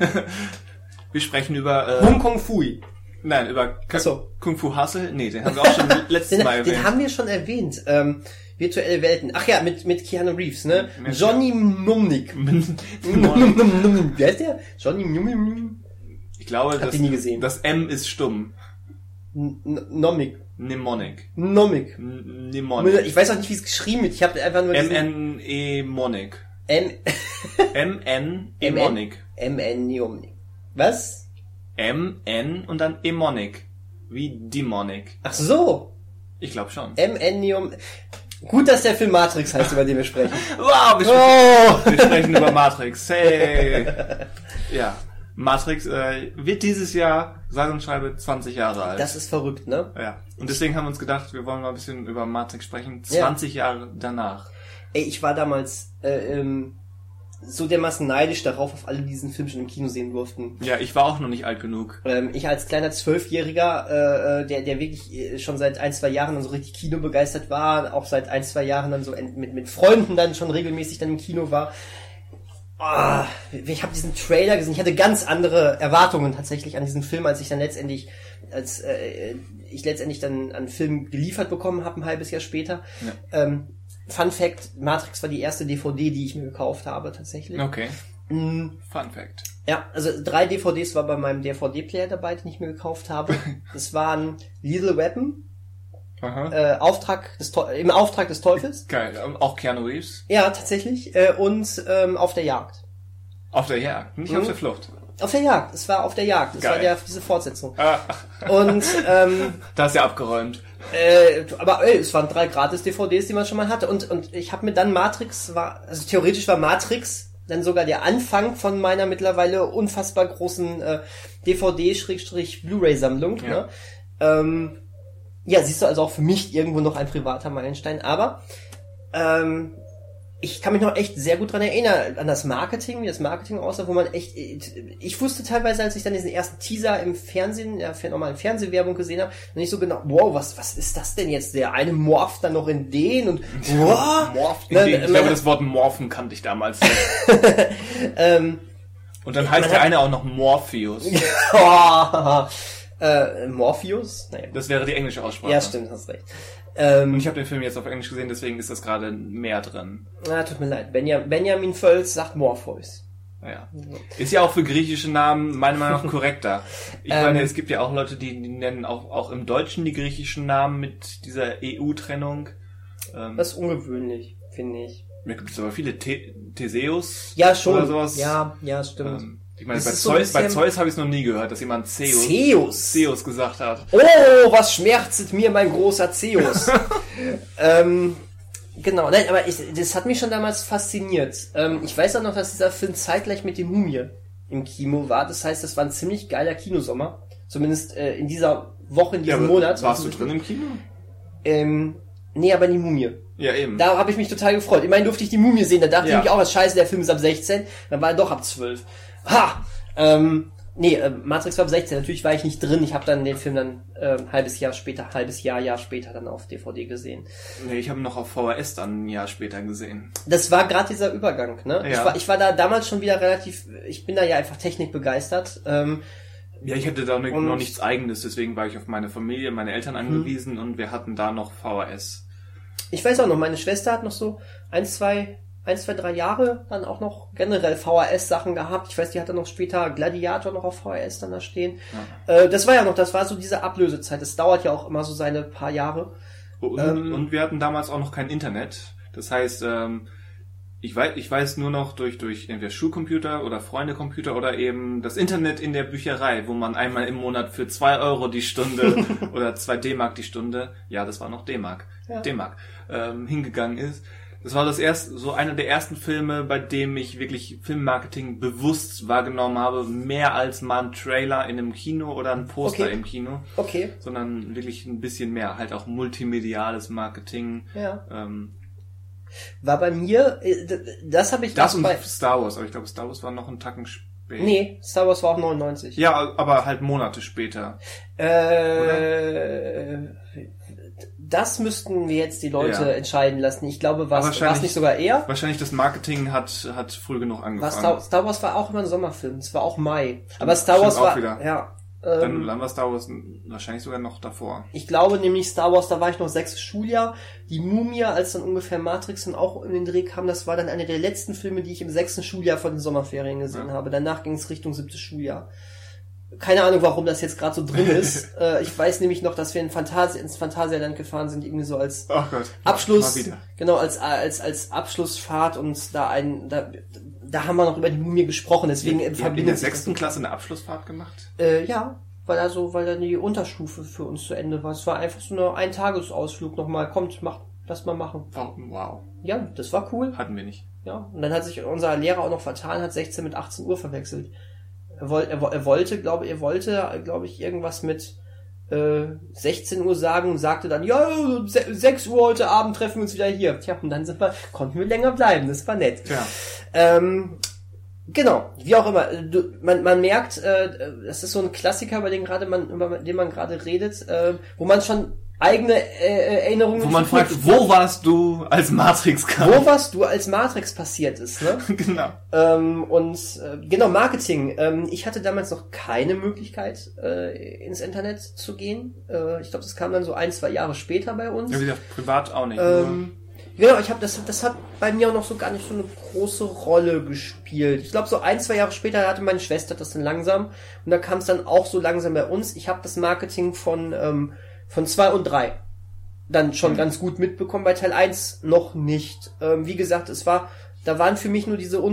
über...
Hong Kong Fui.
Nein, über Kung Fu Hustle. Nee, den haben wir auch schon letztes Mal erwähnt.
Den haben wir schon erwähnt. Virtuelle Welten. Ach ja, mit Keanu Reeves, ne? Johnny Mnemonic. Wie heißt der? Johnny Mnemonic?
Ich glaube, das M ist stumm.
Mnemonic.
Mnemonic.
Ich weiß auch nicht, wie es geschrieben wird. Ich habe einfach nur
M-N-E-Monic. M-N-E-Monic.
M-N-Mnemonic. Was?
M-N und dann Emonic. Wie Demonic.
Ach so.
Ich glaube schon.
M-N-Mnemonic. Gut, dass der Film Matrix heißt, über den wir sprechen.
Wow, wir sprechen über Matrix. Hey. Ja. Matrix wird dieses Jahr, sage und schreibe, 20 Jahre alt.
Das ist verrückt, ne?
Ja. Und deswegen haben wir uns gedacht, wir wollen mal ein bisschen über Matrix sprechen. 20 Jahre danach.
Ey, ich war damals so dermaßen neidisch darauf, auf alle, die diesen Film schon im Kino sehen durften.
Ja, ich war auch noch nicht alt genug.
Ich als kleiner 12-Jähriger, der wirklich schon seit 1-2 Jahren dann so richtig kinobegeistert war, auch seit 1-2 Jahren dann so mit Freunden dann schon regelmäßig dann im Kino war. Ich habe diesen Trailer gesehen, ich hatte ganz andere Erwartungen tatsächlich an diesen Film, als ich dann letztendlich dann einen Film geliefert bekommen habe, ein halbes Jahr später. Ja. Fun Fact, Matrix war die erste DVD, die ich mir gekauft habe, tatsächlich.
Okay. Fun Fact.
Ja, also 3 DVDs war bei meinem DVD-Player dabei, den ich mir gekauft habe. Das waren Lethal Weapon, im Auftrag des Teufels.
Geil, auch Keanu Reeves?
Ja, tatsächlich. Und Auf der Jagd.
Auf der Jagd, nicht auf der Flucht.
Auf der Jagd, es war Auf der Jagd, es war diese Fortsetzung. Und
da ist ja abgeräumt.
Aber es waren 3 gratis DVDs, die man schon mal hatte. Und ich habe mir dann theoretisch war Matrix dann sogar der Anfang von meiner mittlerweile unfassbar großen DVD-Blu-ray-Sammlung. Ja. Ne? Ja, siehst du, also auch für mich irgendwo noch ein privater Meilenstein, aber ich kann mich noch echt sehr gut dran erinnern, an das Marketing, wie das Marketing aussah, wo man echt, ich wusste teilweise, als ich dann diesen ersten Teaser im Fernsehen, normalen Fernsehwerbung gesehen habe, nicht so genau, wow, was ist das denn jetzt? Der eine morpht dann noch in den und, wow.
Morpht in den. Ich glaube, das Wort morphen kannte ich damals. Und dann heißt der eine auch noch Morpheus.
Morpheus? Naja.
Das wäre die englische Aussprache.
Ja, stimmt, hast recht.
Und ich habe den Film jetzt auf Englisch gesehen, deswegen ist das gerade mehr drin.
Tut mir leid. Benjamin Völz sagt Morpheus.
Naja. Ist ja auch für griechische Namen meiner Meinung nach korrekter. Ich meine, es gibt ja auch Leute, die nennen auch im Deutschen die griechischen Namen mit dieser EU-Trennung.
Das ist ungewöhnlich, finde ich.
Da gibt es aber viele Theseus.
Ja, schon.
Oder sowas.
Ja, stimmt.
Ich meine, bei Zeus habe ich es noch nie gehört, dass jemand Zeus gesagt hat.
Oh, was schmerzet mir mein großer Zeus. Genau, nein, aber das hat mich schon damals fasziniert. Ich weiß auch noch, dass dieser Film zeitgleich mit dem Mumie im Kino war. Das heißt, das war ein ziemlich geiler Kinosommer. Zumindest in dieser Woche, in diesem Monat.
Warst du drin im Kino?
Nee, aber die Mumie.
Ja, eben.
Da habe ich mich total gefreut. Immerhin durfte ich die Mumie sehen. Da dachte ich mich auch, was scheiße, der Film ist ab 16. Dann war er doch ab 12. Ha! Matrix war ab 16. Natürlich war ich nicht drin. Ich habe dann den Film dann Jahr später dann auf DVD gesehen.
Nee, ich habe ihn noch auf VHS dann ein Jahr später gesehen.
Das war gerade dieser Übergang, ne?
Ja.
Ich war da damals schon wieder ich bin da ja einfach technikbegeistert.
Ja, ich hatte da noch nichts Eigenes, deswegen war ich auf meine Familie, meine Eltern angewiesen und wir hatten da noch VHS.
Ich weiß auch noch, meine Schwester hat noch so 1, 2, 3 Jahre dann auch noch generell VHS-Sachen gehabt. Ich weiß, die hatte noch später Gladiator noch auf VHS dann da stehen. Ja. Das war so diese Ablösezeit. Das dauert ja auch immer so seine paar Jahre.
Und wir hatten damals auch noch kein Internet. Das heißt, ich weiß nur noch durch entweder Schulcomputer oder Freundecomputer oder eben das Internet in der Bücherei, wo man einmal im Monat für 2 Euro die Stunde oder 2 D-Mark die Stunde, ja, das war noch D-Mark, hingegangen ist. Das war so einer der ersten Filme, bei dem ich wirklich Filmmarketing bewusst wahrgenommen habe, mehr als mal ein Trailer in einem Kino oder ein Poster im Kino.
Okay.
Sondern wirklich ein bisschen mehr, halt auch multimediales Marketing.
Ja. War bei mir, das habe ich...
Das und Star Wars, aber ich glaube Star Wars war noch einen Tacken später.
Nee, Star Wars war auch 99.
Ja, aber halt Monate später.
Das müssten wir jetzt die Leute entscheiden lassen. Ich glaube, war es nicht sogar eher?
Wahrscheinlich das Marketing hat früh genug angefangen.
Star Wars war auch immer ein Sommerfilm. Es war auch Mai. Aber Star Wars war...
Wieder.
Ja.
Dann war Star Wars wahrscheinlich sogar noch davor.
Ich glaube nämlich Star Wars, da war ich noch 6. Schuljahr. Die Mumie, als dann ungefähr Matrix dann auch in den Dreh kam, das war dann einer der letzten Filme, die ich im 6. Schuljahr von den Sommerferien gesehen habe. Danach ging es Richtung 7. Schuljahr. Keine Ahnung, warum das jetzt gerade so drin ist. Ich weiß nämlich noch, dass wir ins Phantasialand gefahren sind, irgendwie so als Abschluss, genau, als Abschlussfahrt und da haben wir noch über die Mumie gesprochen, deswegen
in der 6. Klasse eine Abschlussfahrt gemacht?
Ja, weil dann die Unterstufe für uns zu Ende war. Es war einfach so eine Eintagesausflug nochmal. Kommt, lass mal machen.
Wow.
Ja, das war cool.
Hatten wir nicht.
Ja, und dann hat sich unser Lehrer auch noch vertan, hat 16 mit 18 Uhr verwechselt. Er wollte, glaube ich, irgendwas mit 16 Uhr sagen und sagte dann, ja, 6 Uhr heute Abend treffen wir uns wieder hier. Tja, und dann konnten wir länger bleiben, das war nett.
Ja.
Genau, wie auch immer. Man merkt, das ist so ein Klassiker, über den man gerade redet, wo man schon eigene Erinnerungen...
Wo man fragt, wo warst du, als Matrix kam?
Wo warst du, als Matrix passiert ist, ne?
Genau.
Genau, Marketing. Ich hatte damals noch keine Möglichkeit, ins Internet zu gehen. Ich glaube, das kam dann so 1, 2 Jahre später bei uns.
Ja, wie gesagt, privat auch nicht.
Genau, das hat bei mir auch noch so gar nicht so eine große Rolle gespielt. Ich glaube, so 1, 2 Jahre später hatte meine Schwester das dann langsam. Und da kam es dann auch so langsam bei uns. Ich habe das Marketing von 2 und 3 dann schon ganz gut mitbekommen, bei Teil 1 noch nicht. Wie gesagt, da waren für mich nur diese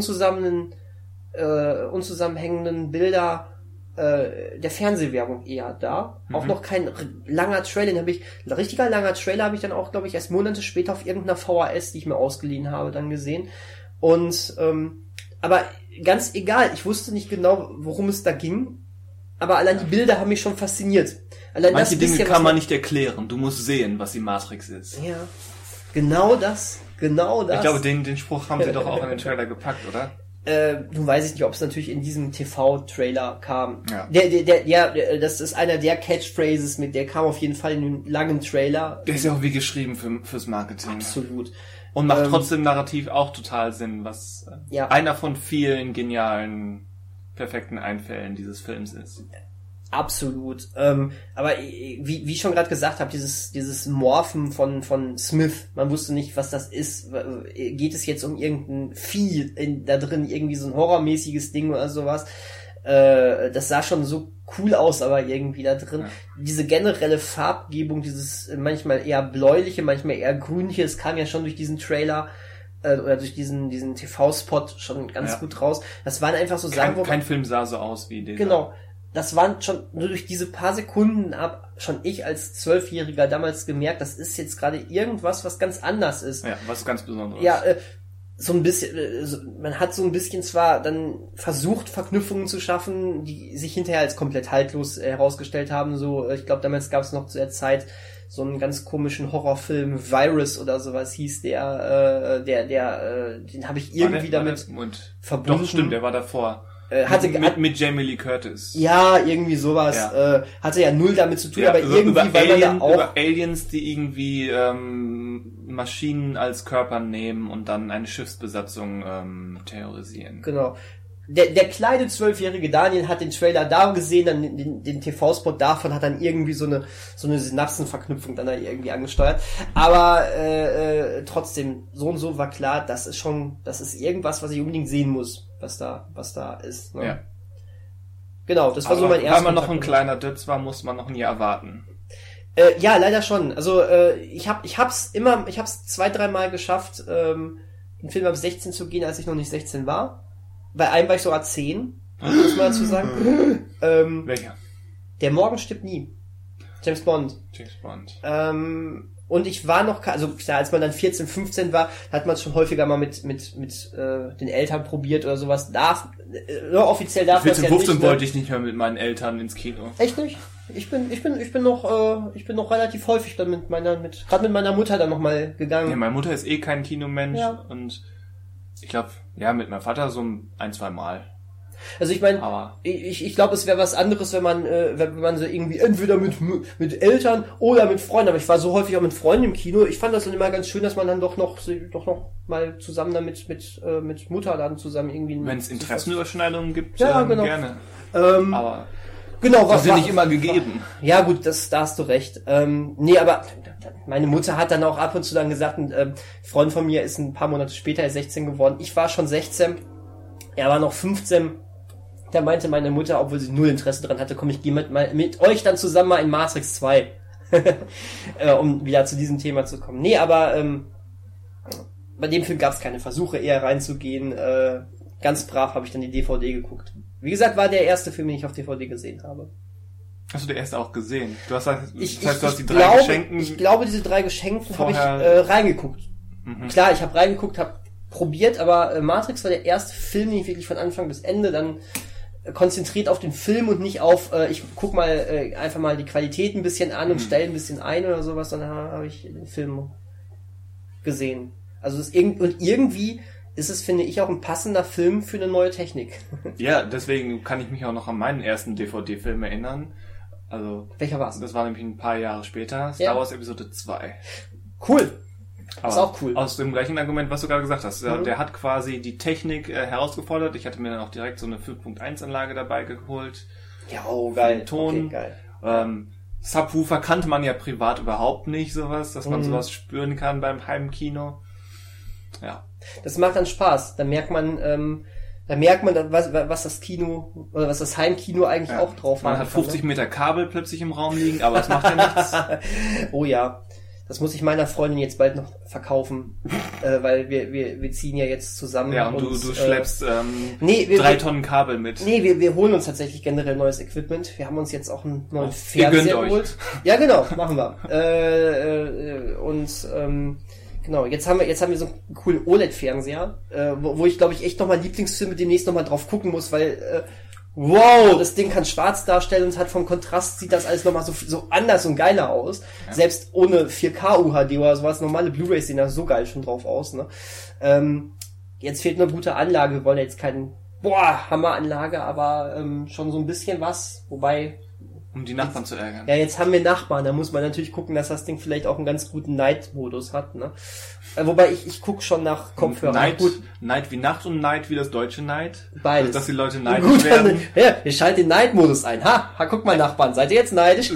unzusammenhängenden Bilder der Fernsehwerbung eher da. Auch noch kein langer Trailer. Richtiger langer Trailer habe ich dann auch, glaube ich, erst Monate später auf irgendeiner VHS, die ich mir ausgeliehen habe, dann gesehen. Und aber ganz egal, ich wusste nicht genau, worum es da ging. aber allein die Bilder haben mich schon fasziniert. Allein
manche
das
Dinge kann man nicht erklären. Du musst sehen, was die Matrix ist.
Ja, genau das.
Ich glaube, den Spruch haben sie doch auch in den Trailer gepackt, oder?
Du weiß ich nicht, ob es natürlich in diesem TV-Trailer kam.
Ja.
Das ist einer der Catchphrases, der kam auf jeden Fall in einem langen Trailer.
Der ist ja auch wie geschrieben fürs Marketing.
Absolut.
Und macht trotzdem narrativ auch total Sinn, was einer von vielen genialen, perfekten Einfällen dieses Films ist.
Absolut. Aber wie ich schon gerade gesagt habe, dieses Morphen von Smith, man wusste nicht, was das ist. Geht es jetzt um irgendein Vieh da drin, irgendwie so ein horrormäßiges Ding oder sowas? Das sah schon so cool aus, aber irgendwie da drin. Ja. Diese generelle Farbgebung, dieses manchmal eher bläuliche, manchmal eher grünliche, es kam ja schon durch diesen Trailer oder durch diesen TV-Spot schon ganz gut raus. Das waren einfach so Sachen,
kein Film sah so aus wie dieser.
Genau. Das waren schon nur durch diese paar Sekunden schon ich als 12-Jähriger damals gemerkt, das ist jetzt gerade irgendwas, was ganz anders ist.
Ja, was ganz Besonderes.
Ja, so ein bisschen, man hat so ein bisschen zwar dann versucht, Verknüpfungen zu schaffen, die sich hinterher als komplett haltlos herausgestellt haben. So, ich glaube, damals gab es noch zu der Zeit so einen ganz komischen Horrorfilm, Virus oder sowas hieß den habe ich irgendwie damit verbunden.
Doch, stimmt, der war davor. Mit Jamie Lee Curtis.
Ja, irgendwie sowas. Ja. Hatte ja null damit zu tun, aber irgendwie, weil man da auch...
Über Aliens, die irgendwie Maschinen als Körper nehmen und dann eine Schiffsbesatzung terrorisieren.
Genau. Der kleine 12-jährige Daniel hat den Trailer da gesehen, dann den TV-Spot davon, hat dann irgendwie so eine Synapsenverknüpfung dann da irgendwie angesteuert. Aber trotzdem, so und so war klar, das ist irgendwas, was ich unbedingt sehen muss, was da ist. Ne?
Ja.
Genau, das war so mein erster.
Weil man noch ein kleiner Dütz war, muss man noch nie erwarten.
Ja, leider schon. Also ich hab's 2-3 Mal geschafft, den Film ab 16 zu gehen, als ich noch nicht 16 war. Bei einem war ich sogar 10, muss man dazu sagen.
Welcher?
Der Morgen stirbt nie. James Bond. Und ich war noch, also klar, als man dann 14, 15 war, hat man es schon häufiger mal mit den Eltern probiert oder sowas. Offiziell darf man es ja nicht.
15 wollte ich nicht mehr mit meinen Eltern ins Kino.
Echt nicht? Ich bin noch relativ häufig dann gerade mit meiner Mutter dann noch mal gegangen.
Ja, meine Mutter ist kein Kinomensch und ich glaube, ja, mit meinem Vater so 1-2 Mal.
Also ich meine, ich glaube, es wäre was anderes, wenn man so irgendwie entweder mit Eltern oder mit Freunden, aber ich war so häufig auch mit Freunden im Kino. Ich fand das dann immer ganz schön, dass man dann doch noch mal zusammen damit mit Mutter dann zusammen irgendwie.
Wenn es Interessenüberschneidungen gibt,
ja, genau.
Gerne.
Aber genau,
das ist ja nicht immer gegeben.
Ja gut, da hast du recht. Nee, aber meine Mutter hat dann auch ab und zu dann gesagt, ein Freund von mir ist ein paar Monate später 16 geworden. Ich war schon 16, er war noch 15. Da meinte meine Mutter, obwohl sie null Interesse dran hatte, komm, ich gehe mit euch dann zusammen mal in Matrix 2. Um wieder zu diesem Thema zu kommen. Nee, aber bei dem Film gab es keine Versuche, eher reinzugehen. Ganz brav habe ich dann die DVD geguckt. Wie gesagt, war der erste Film, den ich auf DVD gesehen habe.
Hast du den erst auch gesehen? Du hast die
3 Geschenken... Ich glaube, diese 3 Geschenken habe ich reingeguckt. Mhm. Klar, ich habe reingeguckt, habe probiert, aber Matrix war der erste Film, den ich wirklich von Anfang bis Ende dann konzentriert auf den Film und nicht auf, ich guck mal einfach mal die Qualität ein bisschen an und stelle ein bisschen ein oder sowas, dann habe ich den Film gesehen. Also irgendwie ist es, finde ich, auch ein passender Film für eine neue Technik.
Ja, deswegen kann ich mich auch noch an meinen ersten DVD-Film erinnern. Also,
welcher war's?
Das war nämlich ein paar Jahre später, Star Wars Episode 2.
Cool.
Aber ist auch cool. Aus dem gleichen Argument, was du gerade gesagt hast. Mhm. Der hat quasi die Technik herausgefordert. Ich hatte mir dann auch direkt so eine 5.1 Anlage dabei geholt.
Ja, geil.
Ton.
Okay, geil.
Subwoofer kannte man ja privat überhaupt nicht, sowas, dass man sowas spüren kann beim Heimkino. Ja.
Das macht dann Spaß. Da merkt man, was das Kino oder was das Heimkino eigentlich auch drauf hat.
Man hat 50 Meter Kabel plötzlich im Raum liegen, aber das macht ja nichts.
Oh ja. Das muss ich meiner Freundin jetzt bald noch verkaufen, weil wir ziehen ja jetzt zusammen.
Ja, und du schleppst 3 Tonnen Kabel mit.
Nee, wir holen uns tatsächlich generell neues Equipment. Wir haben uns jetzt auch einen neuen Fernseher geholt. Ja, genau, machen wir. Genau, jetzt haben wir so einen coolen OLED-Fernseher, wo ich, glaube ich, echt nochmal Lieblingsfilme demnächst nochmal drauf gucken muss, weil wow, das Ding kann schwarz darstellen und hat vom Kontrast sieht das alles nochmal so anders und geiler aus. Ja. Selbst ohne 4K UHD oder sowas, normale Blu-rays sehen da so geil schon drauf aus, ne? Jetzt fehlt eine gute Anlage, wir wollen jetzt keinen Hammeranlage, aber schon so ein bisschen was, wobei...
Um die Nachbarn zu ärgern.
Ja, jetzt haben wir Nachbarn, da muss man natürlich gucken, dass das Ding vielleicht auch einen ganz guten Night-Modus hat, ne? Wobei ich gucke schon nach Kopfhörern.
Night wie Nacht und Night wie das deutsche Night?
Beides.
Also, dass die Leute neidisch werden.
Ja, ihr schaltet den Night-Modus ein. Guck mal Nachbarn, seid ihr jetzt neidisch?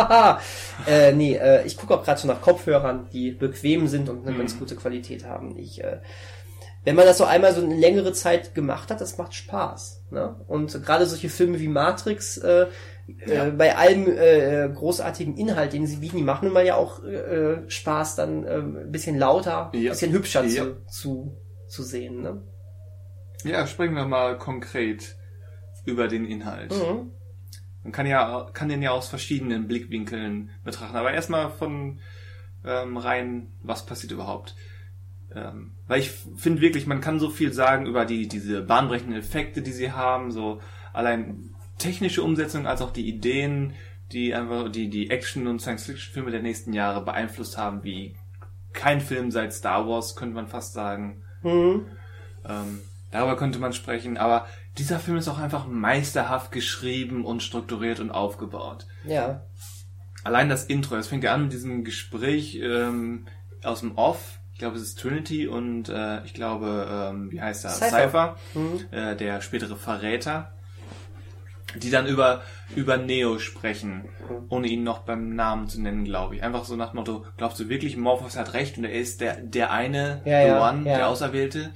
Ich gucke auch gerade schon nach Kopfhörern, die bequem sind und eine ganz gute Qualität haben. Wenn man das so einmal so eine längere Zeit gemacht hat, das macht Spaß, ne? Und gerade solche Filme wie Matrix, bei allem großartigen Inhalt, den sie bieten, die machen nun mal ja auch Spaß, dann ein bisschen lauter, ein bisschen hübscher zu sehen, ne?
Ja, sprechen wir mal konkret über den Inhalt. Mhm. Man kann den ja aus verschiedenen Blickwinkeln betrachten, aber erstmal von rein, was passiert überhaupt. Weil ich finde wirklich, man kann so viel sagen über diese bahnbrechenden Effekte, die sie haben, so allein technische Umsetzung als auch die Ideen, die einfach die Action- und Science-Fiction-Filme der nächsten Jahre beeinflusst haben, wie kein Film seit Star Wars, könnte man fast sagen. Mhm. Darüber könnte man sprechen, aber dieser Film ist auch einfach meisterhaft geschrieben und strukturiert und aufgebaut.
Ja.
Allein das Intro, es fängt ja an mit diesem Gespräch aus dem Off. Ich glaube, es ist Trinity und ich glaube, wie heißt er? Cypher, der spätere Verräter, die dann über Neo sprechen, ohne ihn noch beim Namen zu nennen, glaube ich. Einfach so nach dem Motto, glaubst du wirklich, Morpheus hat recht und er ist der eine, der Auserwählte?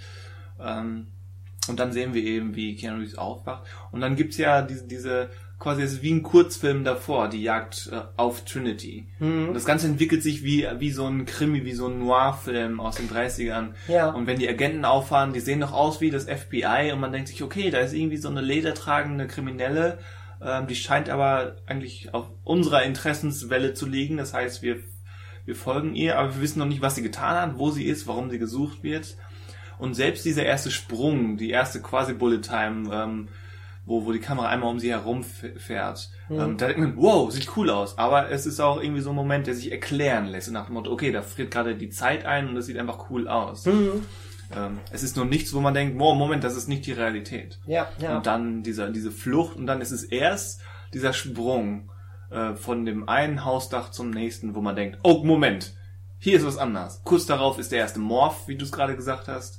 Und dann sehen wir eben, wie Keanu Reeves aufwacht. Und dann gibt's ja diese quasi, es ist wie ein Kurzfilm davor, die Jagd auf Trinity. Mhm. Und das Ganze entwickelt sich wie so ein Krimi, wie so ein Noir-Film aus den 30ern. Ja. Und wenn die Agenten auffahren, die sehen doch aus wie das FBI und man denkt sich, okay, da ist irgendwie so eine ledertragende Kriminelle, die scheint aber eigentlich auf unserer Interessenswelle zu liegen. Das heißt, wir folgen ihr, aber wir wissen noch nicht, was sie getan hat, wo sie ist, warum sie gesucht wird. Und selbst dieser erste Sprung, die erste quasi Bullet Time, wo die Kamera einmal um sie herum fährt, da denkt man, wow, sieht cool aus. Aber es ist auch irgendwie so ein Moment, der sich erklären lässt. Nach dem Motto, okay, da friert gerade die Zeit ein und es sieht einfach cool aus. Mhm. Es ist nur nichts, wo man denkt, wow, Moment, das ist nicht die Realität.
Ja.
Und dann diese Flucht und dann ist es erst dieser Sprung von dem einen Hausdach zum nächsten, wo man denkt, oh, Moment, hier ist was anders. Kurz darauf ist der erste Morph, wie du es gerade gesagt hast.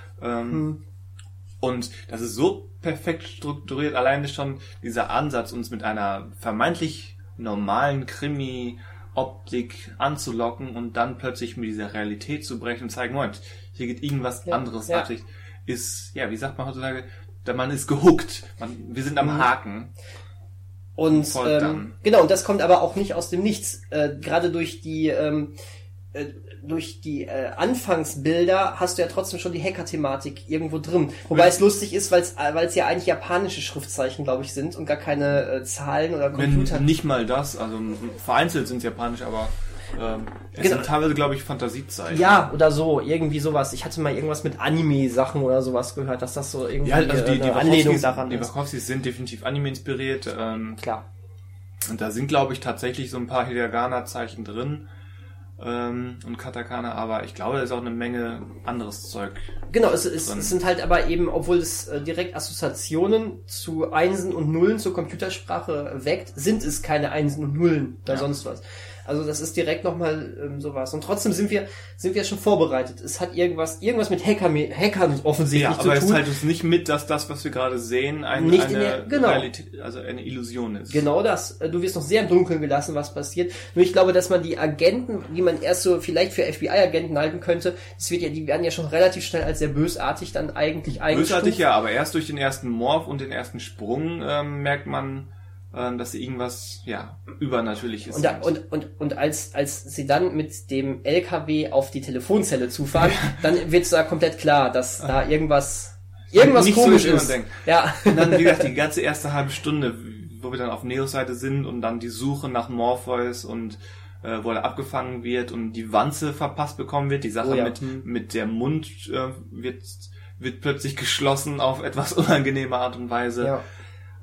Und das ist so perfekt strukturiert, alleine schon dieser Ansatz, uns mit einer vermeintlich normalen Krimi-Optik anzulocken und dann plötzlich mit dieser Realität zu brechen und zeigen, Moment, hier geht irgendwas anderes ab. Ist, wie sagt man heutzutage, man ist gehuckt, wir sind am Haken.
Und genau, und das kommt aber auch nicht aus dem Nichts. Gerade durch die Anfangsbilder hast du ja trotzdem schon die Hacker-Thematik irgendwo drin. Wobei es lustig ist, weil es ja eigentlich japanische Schriftzeichen, glaube ich, sind und gar keine Zahlen oder Computer.
Wenn nicht mal das, also vereinzelt sind es japanisch, aber es sind teilweise, glaube ich, Fantasiezeichen.
Ja, oder so, irgendwie sowas. Ich hatte mal irgendwas mit Anime-Sachen oder sowas gehört, dass das so irgendwie
die
Anlehnung daran
ist. Die Wachowskis sind definitiv Anime inspiriert.
Klar.
Und da sind, glaube ich, tatsächlich so ein paar Hiragana-Zeichen drin. Und Katakana, aber ich glaube, da ist auch eine Menge anderes Zeug.
Genau, es sind halt aber eben, obwohl es direkt Assoziationen zu Einsen und Nullen zur Computersprache weckt, sind es keine Einsen und Nullen oder sonst was. Also das ist direkt nochmal sowas. Und trotzdem sind wir schon vorbereitet. Es hat irgendwas mit Hackern offensichtlich zu tun.
Aber es teilt uns nicht mit, dass das, was wir gerade sehen, eine Realität, also eine Illusion ist.
Genau das. Du wirst noch sehr im Dunkeln gelassen, was passiert. Nur ich glaube, dass man die Agenten, die man erst so vielleicht für FBI-Agenten halten könnte, die werden ja schon relativ schnell als sehr bösartig dann eigentlich eingestuft.
Bösartig ja, aber erst durch den ersten Morph und den ersten Sprung merkt man, dass sie irgendwas, Übernatürliches
sind. Und als sie dann mit dem LKW auf die Telefonzelle zufahren, dann wird's da komplett klar, dass da irgendwas komisch so ist.
Ja. Und dann, wie gesagt, die ganze erste halbe Stunde, wo wir dann auf Neos Seite sind und dann die Suche nach Morpheus und wo er abgefangen wird und die Wanze verpasst bekommen wird, die Sache mit der Mund wird plötzlich geschlossen auf etwas unangenehme Art und Weise. Ja.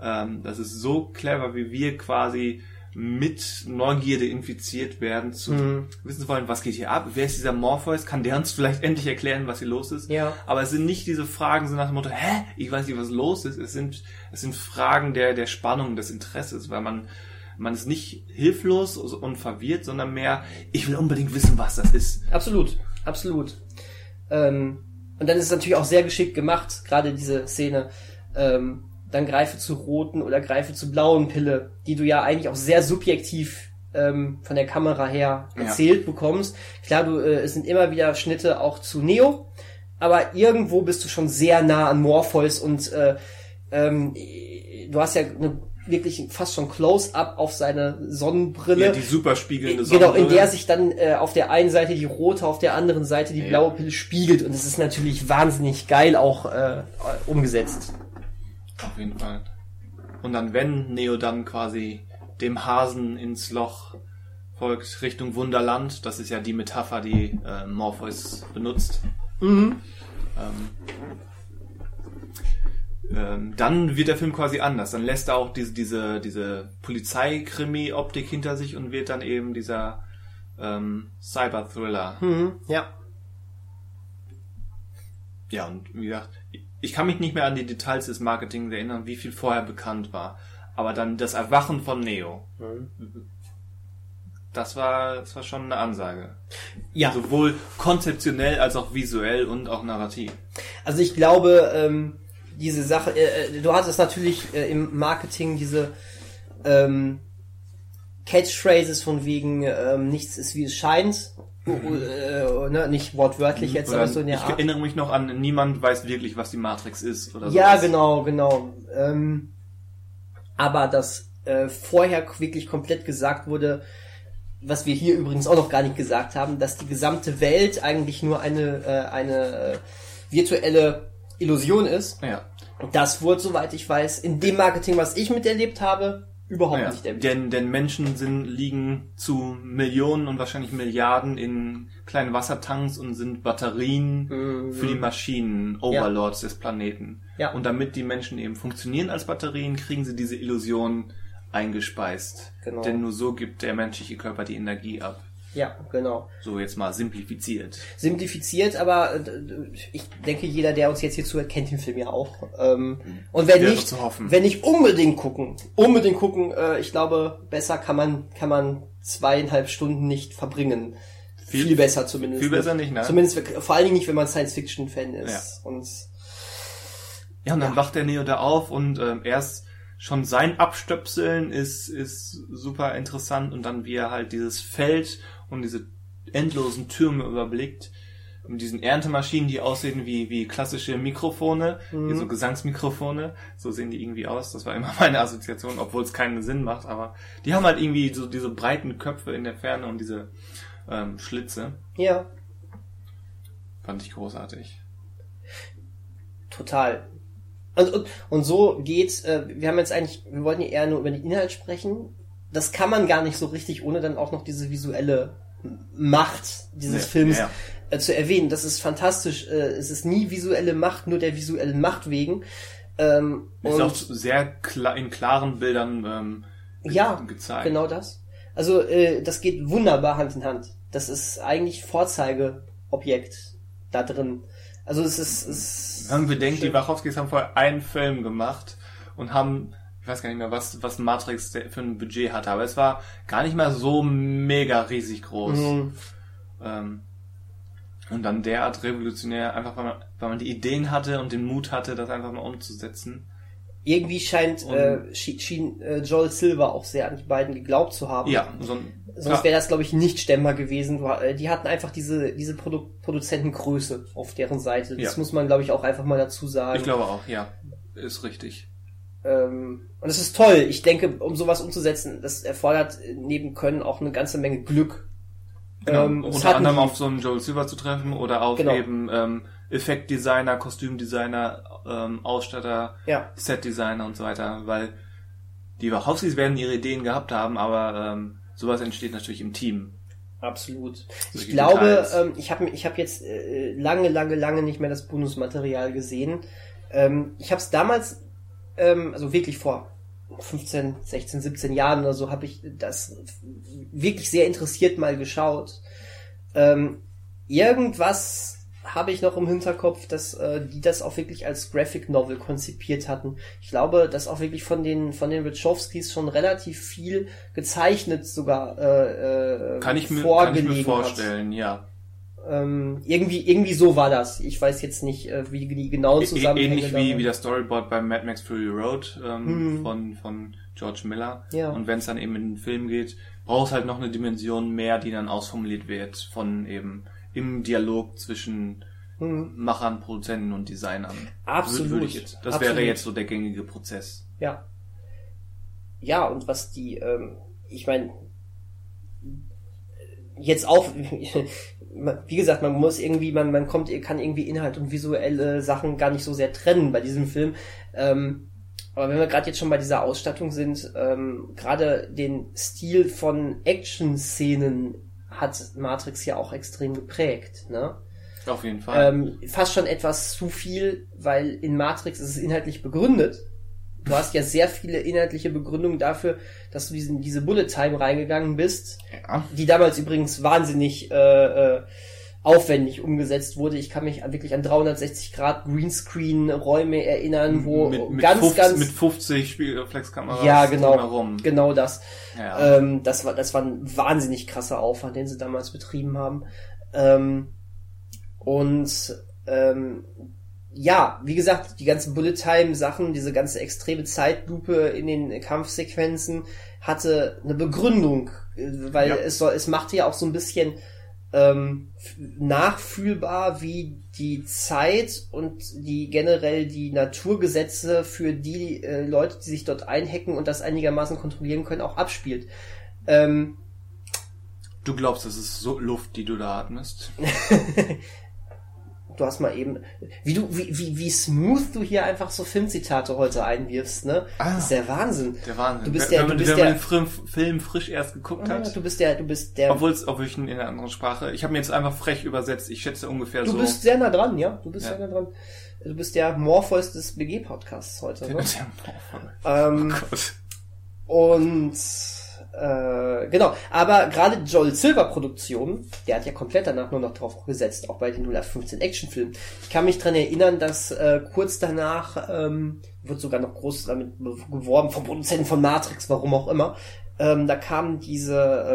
Das ist so clever, wie wir quasi mit Neugierde infiziert werden, zu wissen wollen, was geht hier ab, wer ist dieser Morpheus, kann der uns vielleicht endlich erklären, was hier los ist.
Ja.
Aber es sind nicht diese Fragen, so nach dem Motto, ich weiß nicht, was los ist. Es sind Fragen der Spannung, des Interesses, weil man ist nicht hilflos und verwirrt, sondern mehr, ich will unbedingt wissen, was das ist.
Absolut. Und dann ist es natürlich auch sehr geschickt gemacht, gerade diese Szene, dann greife zur roten oder greife zur blauen Pille, die du ja eigentlich auch sehr subjektiv von der Kamera her erzählt bekommst. Klar, es sind immer wieder Schnitte auch zu Neo, aber irgendwo bist du schon sehr nah an Morpheus und du hast ja wirklich fast schon Close-up auf seine Sonnenbrille.
Ja, die super spiegelnde Sonnenbrille.
Genau, in der sich dann auf der einen Seite die rote, auf der anderen Seite die blaue Pille spiegelt und es ist natürlich wahnsinnig geil auch umgesetzt.
Auf jeden Fall. Und dann, wenn Neo dann quasi dem Hasen ins Loch folgt, Richtung Wunderland, das ist ja die Metapher, die Morpheus benutzt. Dann wird der Film quasi anders. Dann lässt er auch diese Polizeikrimi-Optik hinter sich und wird dann eben dieser Cyber-Thriller.
Ja.
Ja, und wie gesagt, ich kann mich nicht mehr an die Details des Marketings erinnern, wie viel vorher bekannt war. Aber dann das Erwachen von Neo. Das war schon eine Ansage.
Ja.
Sowohl konzeptionell als auch visuell und auch narrativ.
Also ich glaube, diese Sache, du hattest natürlich im Marketing diese Catchphrases von wegen nichts ist wie es scheint. Nicht wortwörtlich jetzt, aber so in der Art.
Ich erinnere mich noch an, niemand weiß wirklich, was die Matrix ist oder so.
Ja, genau. Aber dass vorher wirklich komplett gesagt wurde, was wir hier übrigens auch noch gar nicht gesagt haben, dass die gesamte Welt eigentlich nur eine virtuelle Illusion ist.
Ja.
Das wurde, soweit ich weiß, in dem Marketing, was ich miterlebt habe, überhaupt nicht erwähnt.
Denn Menschen liegen zu Millionen und wahrscheinlich Milliarden in kleinen Wassertanks und sind Batterien für die Maschinen, Overlords des Planeten.
Ja.
Und damit die Menschen eben funktionieren als Batterien, kriegen sie diese Illusion eingespeist.
Genau.
Denn nur so gibt der menschliche Körper die Energie ab.
Ja, genau.
So jetzt mal simplifiziert.
Aber ich denke, jeder, der uns jetzt hier zuhört, kennt den Film ja auch. Und wenn nicht, unbedingt gucken. Ich glaube, besser kann man 2,5 Stunden nicht verbringen. Viel besser zumindest.
Viel besser nicht, ne?
Zumindest, vor allen Dingen nicht, wenn man Science-Fiction-Fan ist.
Ja. Und dann wacht der Neo da auf und erst schon sein Abstöpseln ist super interessant und dann wie er halt dieses Feld und diese endlosen Türme überblickt mit diesen Erntemaschinen, die aussehen wie klassische Mikrofone, wie so Gesangsmikrofone, so sehen die irgendwie aus. Das war immer meine Assoziation, obwohl es keinen Sinn macht, aber die haben halt irgendwie so diese breiten Köpfe in der Ferne und diese Schlitze.
Ja.
Fand ich großartig.
Total. Und so geht's, wir wollten ja eher nur über den Inhalt sprechen. Das kann man gar nicht so richtig, ohne dann auch noch diese visuelle Macht dieses Films zu erwähnen. Das ist fantastisch. Es ist nie visuelle Macht, nur der visuellen Macht wegen.
Ist auch sehr in klaren Bildern gezeigt.
Genau das. Also das geht wunderbar Hand in Hand. Das ist eigentlich Vorzeigeobjekt da drin. Also es ist
wenn man bedenkt, die Wachowskis haben vorher einen Film gemacht und haben, ich weiß gar nicht mehr, was Matrix für ein Budget hatte, aber es war gar nicht mal so mega riesig groß. Und dann derart revolutionär, einfach weil man die Ideen hatte und den Mut hatte, das einfach mal umzusetzen.
Irgendwie schien Joel Silver auch sehr an die beiden geglaubt zu haben.
Ja,
sonst wäre das, glaube ich, nicht stemmbar gewesen. Die hatten einfach diese Produzentengröße auf deren Seite. Das muss man, glaube ich, auch einfach mal dazu sagen.
Ich glaube auch, ja. Ist richtig.
Und es ist toll. Ich denke, um sowas umzusetzen, das erfordert neben Können auch eine ganze Menge Glück.
Genau. Unter anderem auf so einen Joel Silver zu treffen oder auf eben Effektdesigner, Kostümdesigner, Ausstatter, Setdesigner und so weiter, weil die Wachowskis werden ihre Ideen gehabt haben, aber sowas entsteht natürlich im Team.
Absolut. Ich glaube, ich habe jetzt lange nicht mehr das Bonusmaterial gesehen. Ich habe es damals, also wirklich vor 15, 16, 17 Jahren oder so habe ich das wirklich sehr interessiert mal geschaut. Irgendwas habe ich noch im Hinterkopf, dass die das auch wirklich als Graphic Novel konzipiert hatten. Ich glaube, dass auch wirklich von den Wachowskis schon relativ viel gezeichnet sogar
kann ich mir vorstellen,
hat.
Ja.
Irgendwie so war das. Ich weiß jetzt nicht, wie die genauen Zusammenhänge
ähnlich wie das Storyboard bei Mad Max Fury Road von George Miller.
Ja.
Und wenn es dann eben in den Film geht, braucht es halt noch eine Dimension mehr, die dann ausformuliert wird von eben im Dialog zwischen Machern, Produzenten und Designern.
Absolut.
Das wäre jetzt so der gängige Prozess.
Ja. Ja, und was die, ich meine, jetzt auch, wie gesagt, man muss irgendwie, kann irgendwie Inhalt und visuelle Sachen gar nicht so sehr trennen bei diesem Film. Aber wenn wir gerade jetzt schon bei dieser Ausstattung sind, gerade den Stil von Action-Szenen hat Matrix ja auch extrem geprägt, ne?
Auf jeden Fall.
Fast schon etwas zu viel, weil in Matrix ist es inhaltlich begründet. Du hast ja sehr viele inhaltliche Begründungen dafür, dass du diese Bullet Time reingegangen bist, die damals übrigens wahnsinnig aufwendig umgesetzt wurde. Ich kann mich wirklich an 360 Grad Greenscreen-Räume erinnern, wo
mit 50 Spiegelreflexkameras
drumherum. Genau das.
Ja.
Das war ein wahnsinnig krasser Aufwand, den sie damals betrieben haben. Ja, wie gesagt, die ganzen Bullet-Time-Sachen, diese ganze extreme Zeitlupe in den Kampfsequenzen hatte eine Begründung, weil es machte ja auch so ein bisschen nachfühlbar, wie die Zeit und generell die Naturgesetze für die Leute, die sich dort einhacken und das einigermaßen kontrollieren können, auch abspielt.
Du glaubst, das ist so Luft, die du da atmest?
Du hast mal eben, wie smooth du hier einfach so Filmzitate heute einwirfst, ne? Das ist der Wahnsinn.
Der Wahnsinn.
Du bist
wenn man den Film frisch erst geguckt hat.
Du bist der.
Obwohl ich ihn in einer anderen Sprache. Ich habe mir jetzt einfach frech übersetzt. Ich schätze ungefähr so.
Du bist sehr nah dran, ja. Sehr nah dran. Du bist der Morpheus des BG-Podcasts heute, ne?
Der Morpheus.
Und genau, aber gerade Joel Silver Produktionen, der hat ja komplett danach nur noch drauf gesetzt, auch bei den 0815 Actionfilmen. Ich kann mich dran erinnern, dass kurz danach wird sogar noch groß damit geworben vom Produzenten von Matrix, warum auch immer. Da kam diese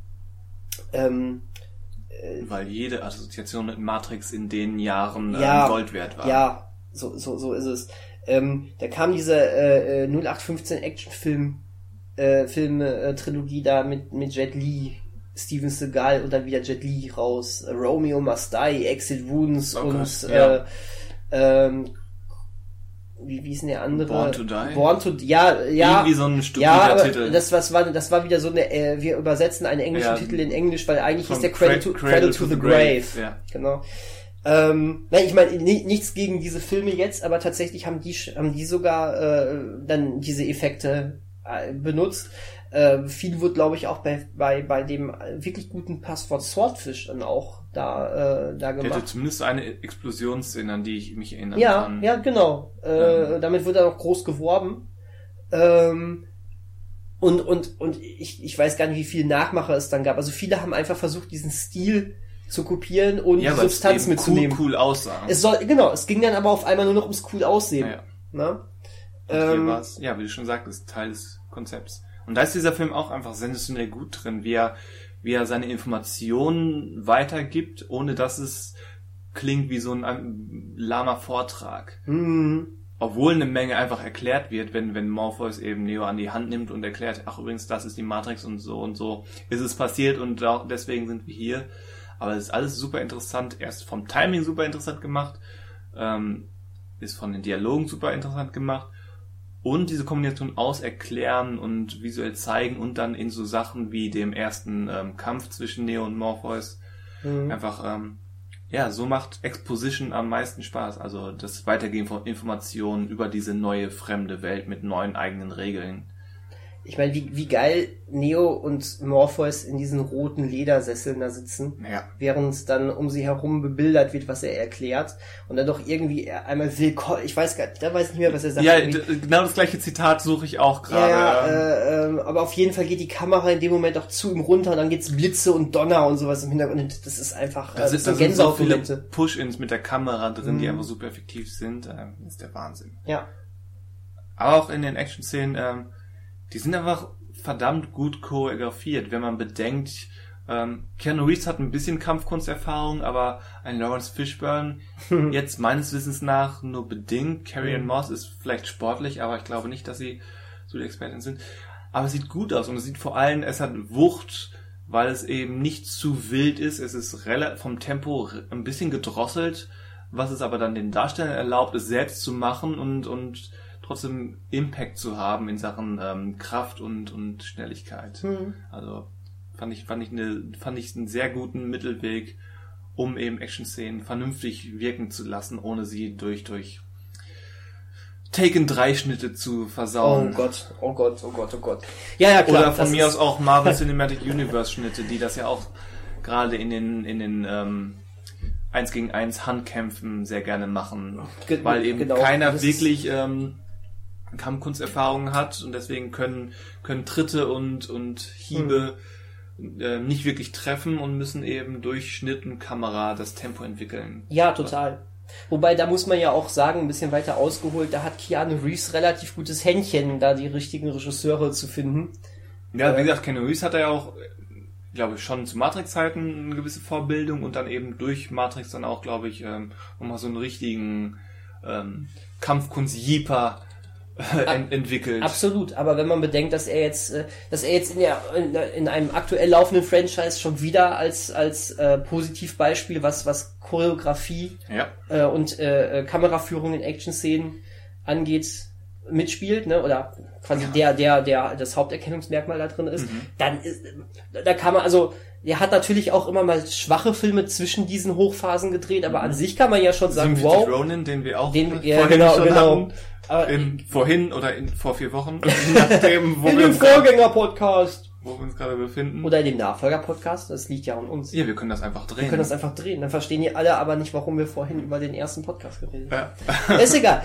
weil jede Assoziation mit Matrix in den Jahren Gold wert war.
Ja, so ist es. Da kam diese 0815 Film-Trilogie da mit Jet Li, Steven Seagal und dann wieder Jet Li raus. Romeo Must Die, Exit Wounds wie ist denn der andere? Born to Die. Ja.
Irgendwie so ein stupider Titel.
Das war wieder so eine, wir übersetzen einen englischen Titel in Englisch, weil eigentlich ist der Cradle to the Grave.
Ja.
Genau. Nein, ich meine, nichts gegen diese Filme jetzt, aber tatsächlich haben die sogar dann diese Effekte benutzt. Viel wird, glaube ich, auch bei dem wirklich guten Passwort Swordfish dann auch da gemacht.
Hätte zumindest eine Explosionsszene, an die ich mich erinnern kann.
Ja, genau. Damit wird dann auch groß geworben. Und ich weiß gar nicht, wie viele Nachmacher es dann gab. Also viele haben einfach versucht, diesen Stil zu kopieren und die Substanz mitzunehmen.
Cool aussah.
Es ging dann aber auf einmal nur noch ums cool aussehen.
Ja.
Na?
Hier war es, wie du schon sagtest, Teil des Konzepts. Und da ist dieser Film auch einfach sensationell gut drin, wie er seine Informationen weitergibt, ohne dass es klingt wie so ein lahmer Vortrag.
Mhm.
Obwohl eine Menge einfach erklärt wird, wenn Morpheus eben Neo an die Hand nimmt und erklärt, ach übrigens, das ist die Matrix und so ist es passiert und auch deswegen sind wir hier. Aber es ist alles super interessant, erst vom Timing super interessant gemacht, ist von den Dialogen super interessant gemacht. Und diese Kombination aus erklären und visuell zeigen und dann in so Sachen wie dem ersten Kampf zwischen Neo und Morpheus einfach, so macht Exposition am meisten Spaß. Also das Weitergeben von Informationen über diese neue fremde Welt mit neuen eigenen Regeln.
ich meine, wie geil Neo und Morpheus in diesen roten Ledersesseln da sitzen, während dann um sie herum bebildert wird, was er erklärt und dann doch irgendwie einmal willkommen, ich weiß nicht mehr, was er sagt.
Ja, genau das gleiche Zitat suche ich auch gerade.
Aber auf jeden Fall geht die Kamera in dem Moment auch zu ihm runter und dann geht's Blitze und Donner und sowas im Hintergrund und das ist einfach
da sind so viele Push-Ins mit der Kamera drin, die einfach super effektiv sind. Das ist der Wahnsinn.
Ja.
Aber auch in den Action-Szenen, die sind einfach verdammt gut choreografiert, wenn man bedenkt, Keanu Reeves hat ein bisschen Kampfkunsterfahrung, aber ein Lawrence Fishburne jetzt meines Wissens nach nur bedingt. Carrie-Anne Moss ist vielleicht sportlich, aber ich glaube nicht, dass sie so die Expertin sind. Aber es sieht gut aus und es sieht vor allem, es hat Wucht, weil es eben nicht zu wild ist. Es ist vom Tempo ein bisschen gedrosselt, was es aber dann den Darstellern erlaubt, es selbst zu machen und trotzdem Impact zu haben in Sachen Kraft und Schnelligkeit. Also fand ich einen sehr guten Mittelweg, um eben Action-Szenen vernünftig wirken zu lassen, ohne sie durch Taken 3 Schnitte zu versauen.
Oh Gott. Ja, klar.
Oder von mir aus auch Marvel Cinematic Universe Schnitte, die das ja auch gerade in den 1 gegen 1 Handkämpfen sehr gerne machen. Weil eben keiner wirklich Kampfkunsterfahrung hat und deswegen können Tritte und Hiebe nicht wirklich treffen und müssen eben durch Schnitt und Kamera das Tempo entwickeln.
Ja, total. Wobei, da muss man ja auch sagen, ein bisschen weiter ausgeholt, da hat Keanu Reeves relativ gutes Händchen, da die richtigen Regisseure zu finden.
Ja, wie gesagt, Keanu Reeves hat ja auch, glaube ich, schon zu Matrix-Zeiten eine gewisse Vorbildung und dann eben durch Matrix dann auch, glaube ich, nochmal so einen richtigen Kampfkunst-Jeeper entwickelt.
Absolut, aber wenn man bedenkt, dass er jetzt in einem aktuell laufenden Franchise schon wieder als Positivbeispiel, was Choreografie und Kameraführung in Action-Szenen angeht, mitspielt, ne, oder quasi der das Haupterkennungsmerkmal da drin ist, dann da kann man, also er hat natürlich auch immer mal schwache Filme zwischen diesen Hochphasen gedreht, aber an sich kann man ja schon sagen, wow.
Ronin, den wir auch vorhin hatten. Vor 4 Wochen. Nachdem,
in dem Vorgänger-Podcast.
Wo wir uns gerade befinden.
Oder in dem Nachfolger-Podcast. Das liegt ja an uns.
Ja, wir können das einfach drehen.
Dann verstehen die alle aber nicht, warum wir vorhin über den ersten Podcast geredet haben.
Ja.
Ist egal.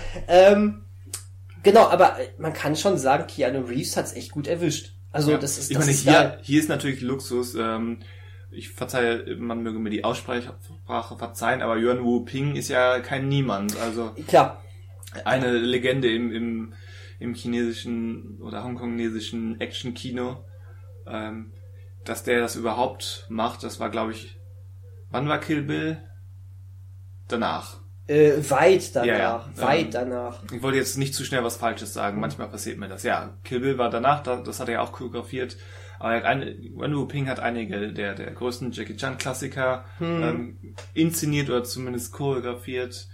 Genau, aber man kann schon sagen, Keanu Reeves hat's echt gut erwischt. Also das ist
hier ist natürlich Luxus. Ich verzeihe, man möge mir die Aussprache verzeihen, aber Yuan Wu Ping ist ja kein Niemand. Also
klar.
Eine Legende im chinesischen oder hongkonesischen Action-Kino. Dass der das überhaupt macht, das war, glaube ich, wann war Kill Bill? Danach.
Weit danach.
Ich wollte jetzt nicht zu schnell was Falsches sagen, manchmal passiert mir das. Ja, Kill Bill war danach, das hat er ja auch choreografiert. Aber Yuan Wu Ping hat einige der größten Jackie Chan Klassiker inszeniert oder zumindest choreografiert.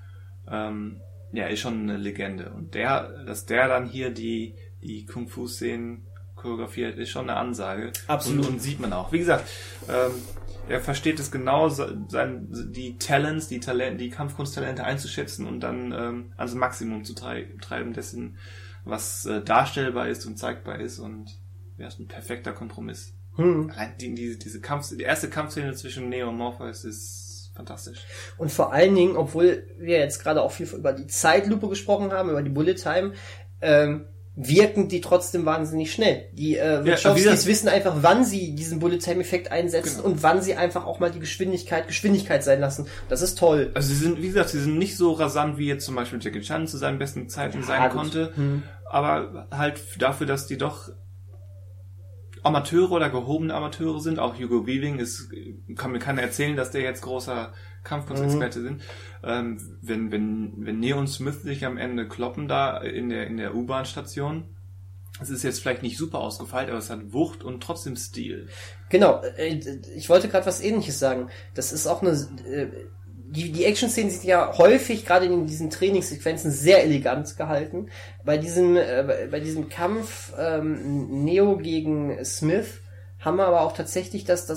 Ist schon eine Legende. Und dass der dann hier die Kung-Fu-Szenen choreografiert, ist schon eine Ansage.
Absolut.
Und sieht man auch. Wie gesagt, er versteht es genau, die Kampfkunsttalente einzuschätzen und dann ans Maximum zu treiben dessen, was darstellbar ist und zeigbar ist, und er ist ein perfekter Kompromiss. Allein die erste Kampfszene zwischen Neo und Morpheus ist fantastisch.
Und vor allen Dingen, obwohl wir jetzt gerade auch viel über die Zeitlupe gesprochen haben, über die Bullet Time, wirken die trotzdem wahnsinnig schnell. Die Wachowskis wissen einfach, wann sie diesen Bullet-Time-Effekt einsetzen und wann sie einfach auch mal die Geschwindigkeit sein lassen. Das ist toll.
Also sie sind nicht so rasant, wie jetzt zum Beispiel Jackie Chan zu seinen besten Zeiten sein konnte, aber halt dafür, dass die doch Amateure oder gehobene Amateure sind. Auch Hugo Weaving kann mir keiner erzählen, dass der jetzt großer Kampfkunstexperte sind. Wenn Neo und Smith sich am Ende kloppen da in der U-Bahn-Station, es ist jetzt vielleicht nicht super ausgefeilt, aber es hat Wucht und trotzdem Stil.
Genau, ich wollte gerade was Ähnliches sagen. Das ist auch eine die Action-Szenen sind ja häufig, gerade in diesen Trainingssequenzen, sehr elegant gehalten. Bei diesem Kampf Neo gegen Smith haben wir aber auch tatsächlich das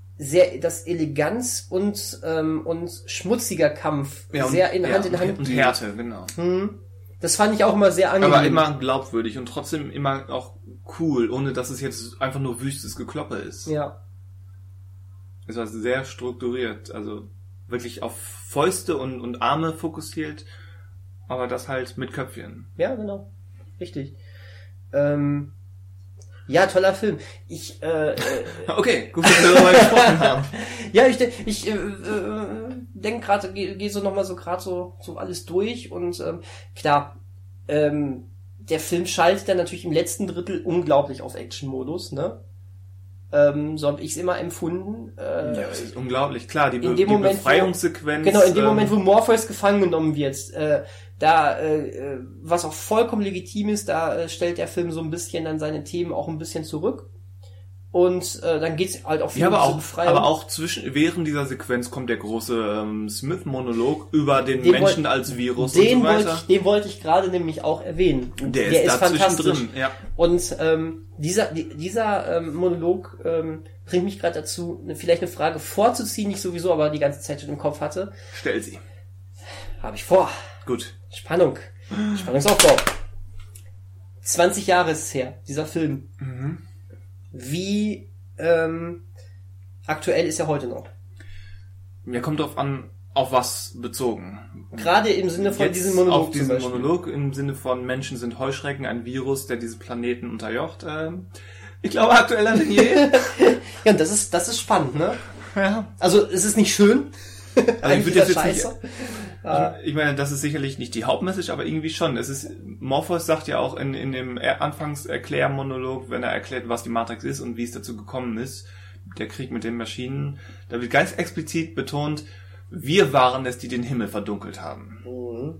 Eleganz und schmutziger Kampf
ja,
sehr Hand in Hand
und Härte, genau.
Das fand ich auch immer sehr angenehm.
Aber immer glaubwürdig und trotzdem immer auch cool, ohne dass es jetzt einfach nur wüstes Gekloppe ist.
Ja.
Es war sehr strukturiert, also wirklich auf Fäuste und Arme fokussiert, aber das halt mit Köpfchen.
Ja, genau. Richtig. Ja, toller Film.
Okay, gut, dass wir darüber gesprochen haben.
Ja, ich denke gerade, gehe so nochmal so gerade so alles durch und klar, der Film schaltet dann natürlich im letzten Drittel unglaublich auf Action-Modus, ne? So habe ich es immer empfunden.
Ja, das ist unglaublich. Klar, die
Moment,
Befreiungssequenz.
Genau, in dem Moment, wo Morpheus gefangen genommen wird, was auch vollkommen legitim ist, da stellt der Film so ein bisschen dann seine Themen auch ein bisschen zurück. Und dann geht's halt auch viel
um
diese Befreiung.
Aber auch während dieser Sequenz kommt der große Smith-Monolog über den Menschen als Virus und so weiter.
Den wollte ich gerade nämlich auch erwähnen.
Der ist
fantastisch.
Drin, ja.
Und dieser Monolog bringt mich gerade dazu, vielleicht eine Frage vorzuziehen, die ich sowieso aber die ganze Zeit schon im Kopf hatte.
Stell sie.
Habe ich vor.
Gut.
Spannungsaufbau. 20 Jahre ist es her, dieser Film.
Mhm.
Wie aktuell ist er heute noch?
Mir kommt drauf an, auf was bezogen.
Gerade im Sinne von
Jetzt
diesem Monolog.
Auf diesen Monolog im Sinne von Menschen sind Heuschrecken, ein Virus, der diese Planeten unterjocht. Ich glaube aktueller denn je.
Ja, und das ist spannend, ne?
Ja.
Also es ist nicht schön.
Also ich würde jetzt
Scheiße.
nicht, ich meine, das ist sicherlich nicht die Hauptmessage, aber irgendwie schon. Morpheus sagt ja auch in dem Anfangserklärmonolog, wenn er erklärt, was die Matrix ist und wie es dazu gekommen ist, der Krieg mit den Maschinen, da wird ganz explizit betont, wir waren es, die den Himmel verdunkelt haben.
Mhm.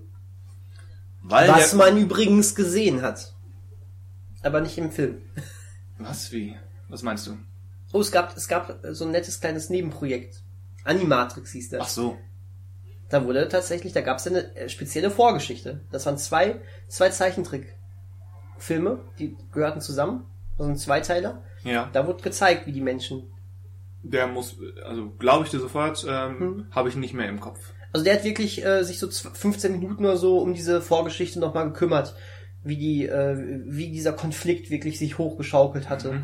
Was
man übrigens gesehen hat. Aber nicht im Film.
Was? Wie? Was meinst du?
Oh, es gab so ein nettes kleines Nebenprojekt. Animatrix hieß das.
Ach so.
Da gab es eine spezielle Vorgeschichte. Das waren zwei Zeichentrickfilme, die gehörten zusammen. Das sind Zweiteiler.
Ja.
Da wurde gezeigt, wie die Menschen.
Glaube ich dir sofort, habe ich nicht mehr im Kopf.
Also der hat wirklich sich so 15 Minuten oder so um diese Vorgeschichte nochmal gekümmert, wie dieser Konflikt wirklich sich hochgeschaukelt hatte.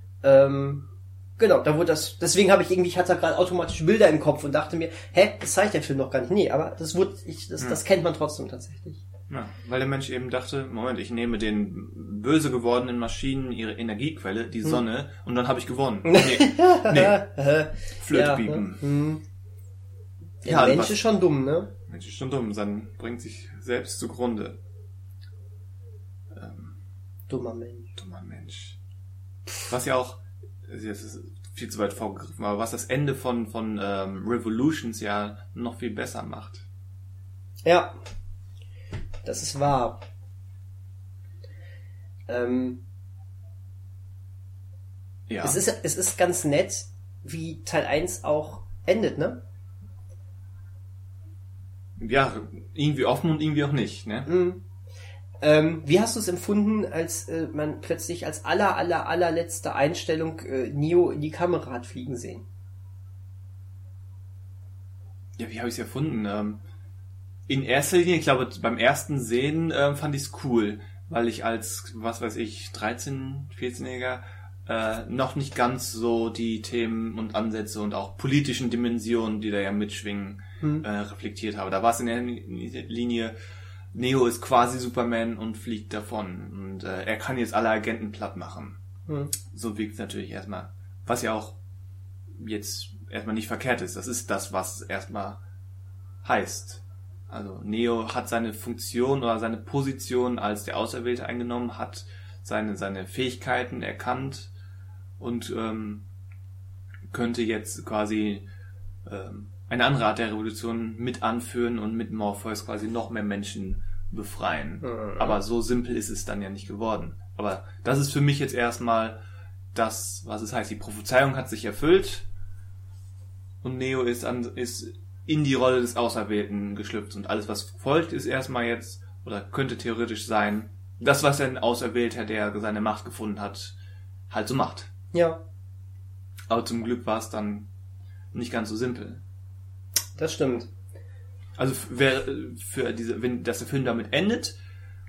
Genau, da wurde deswegen ich hatte gerade automatisch Bilder im Kopf und dachte mir, das zeigt der Film noch gar nicht. Nee, aber das kennt man trotzdem tatsächlich.
Ja, weil der Mensch eben dachte, Moment, ich nehme den böse gewordenen Maschinen ihre Energiequelle, die Sonne, und dann habe ich gewonnen. Nee. Flötepiepen.
Ja, ne? Der Mensch ist schon dumm, ne?
Mensch ist schon dumm, dann bringt sich selbst zugrunde.
Dummer Mensch.
Was ja auch, jetzt ist viel zu weit vorgegriffen, aber was das Ende von Revolutions ja noch viel besser macht.
Ja. Das ist wahr.
Ja.
Es ist ganz nett, wie Teil 1 auch endet, ne?
Ja, irgendwie offen und irgendwie auch nicht, ne?
Mhm. Wie hast du es empfunden, als man plötzlich als allerletzte Einstellung Neo in die Kamera hat fliegen sehen?
Ja, wie habe ich es erfunden? In erster Linie, ich glaube, beim ersten Sehen fand ich es cool, weil ich als, 13-, 14-Jähriger noch nicht ganz so die Themen und Ansätze und auch politischen Dimensionen, die da ja mitschwingen, reflektiert habe. Da war es in der Linie, Neo ist quasi Superman und fliegt davon und er kann jetzt alle Agenten platt machen. So wirkt es natürlich erstmal, was ja auch jetzt erstmal nicht verkehrt ist. Das ist das, was es erstmal heißt. Also Neo hat seine Funktion oder seine Position als der Auserwählte eingenommen, hat seine Fähigkeiten erkannt und könnte jetzt quasi eine andere Art der Revolution mit anführen und mit Morpheus quasi noch mehr Menschen befreien. Aber so simpel ist es dann ja nicht geworden. Aber das ist für mich jetzt erstmal das, was es heißt. Die Prophezeiung hat sich erfüllt und Neo ist in die Rolle des Auserwählten geschlüpft und alles, was folgt, ist erstmal jetzt, oder könnte theoretisch sein, das, was ein Auserwählter, der seine Macht gefunden hat, halt so macht.
Ja.
Aber zum Glück war es dann nicht ganz so simpel.
Das stimmt.
Also wenn der Film damit endet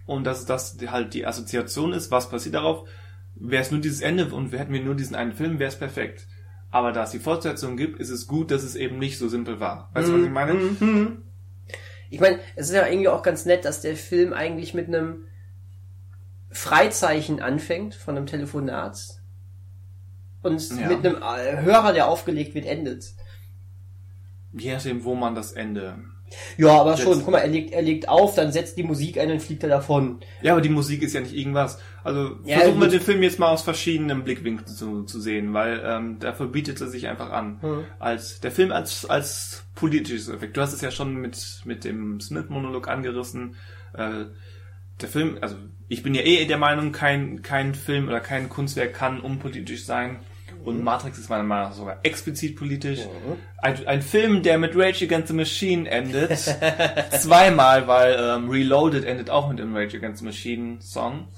und dass das halt die Assoziation ist, was passiert darauf. Wäre es nur dieses Ende und hätten wir nur diesen einen Film, wäre es perfekt. Aber da es die Fortsetzung gibt, ist es gut, dass es eben nicht so simpel war. Weißt du, was ich meine?
Ich meine, es ist ja irgendwie auch ganz nett, dass der Film eigentlich mit einem Freizeichen anfängt, von einem Telefonat, und mit einem Hörer, der aufgelegt wird, endet.
Je nachdem, wo man das Ende...
Ja, aber schon, guck mal, er legt auf, dann setzt die Musik ein und fliegt er davon.
Ja, aber die Musik ist ja nicht irgendwas. Also
Ja,
versuchen wir
gut.
den Film jetzt mal aus verschiedenen Blickwinkeln zu sehen, weil dafür bietet er sich einfach an. Der Film als politisches Effekt. Du hast es ja schon mit dem Smith-Monolog angerissen. Der Film, also ich bin ja der Meinung, kein Film oder kein Kunstwerk kann unpolitisch sein. Und Matrix ist meiner Meinung nach sogar explizit politisch. Ein Film, der mit Rage Against the Machine endet, zweimal, weil Reloaded endet auch mit dem Rage Against the Machine Song.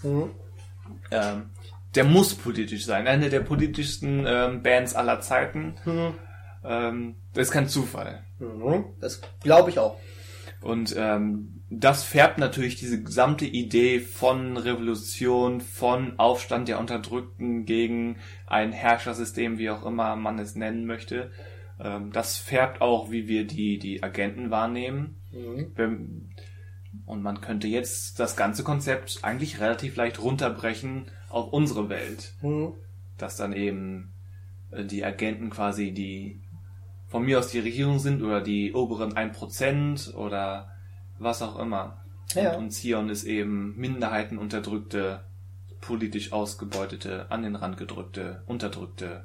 Der muss politisch sein. Eine der politischsten Bands aller Zeiten. Das ist kein Zufall.
Das glaube ich auch.
Und das färbt natürlich diese gesamte Idee von Revolution, von Aufstand der Unterdrückten gegen ein Herrschersystem, wie auch immer man es nennen möchte. Das färbt auch, wie wir die Agenten wahrnehmen. Und man könnte jetzt das ganze Konzept eigentlich relativ leicht runterbrechen auf unsere Welt. Dass dann eben die Agenten quasi die von mir aus die Regierung sind oder die oberen 1% oder was auch immer.
Ja.
Und Zion ist eben Minderheiten unterdrückte, politisch ausgebeutete, an den Rand gedrückte, unterdrückte.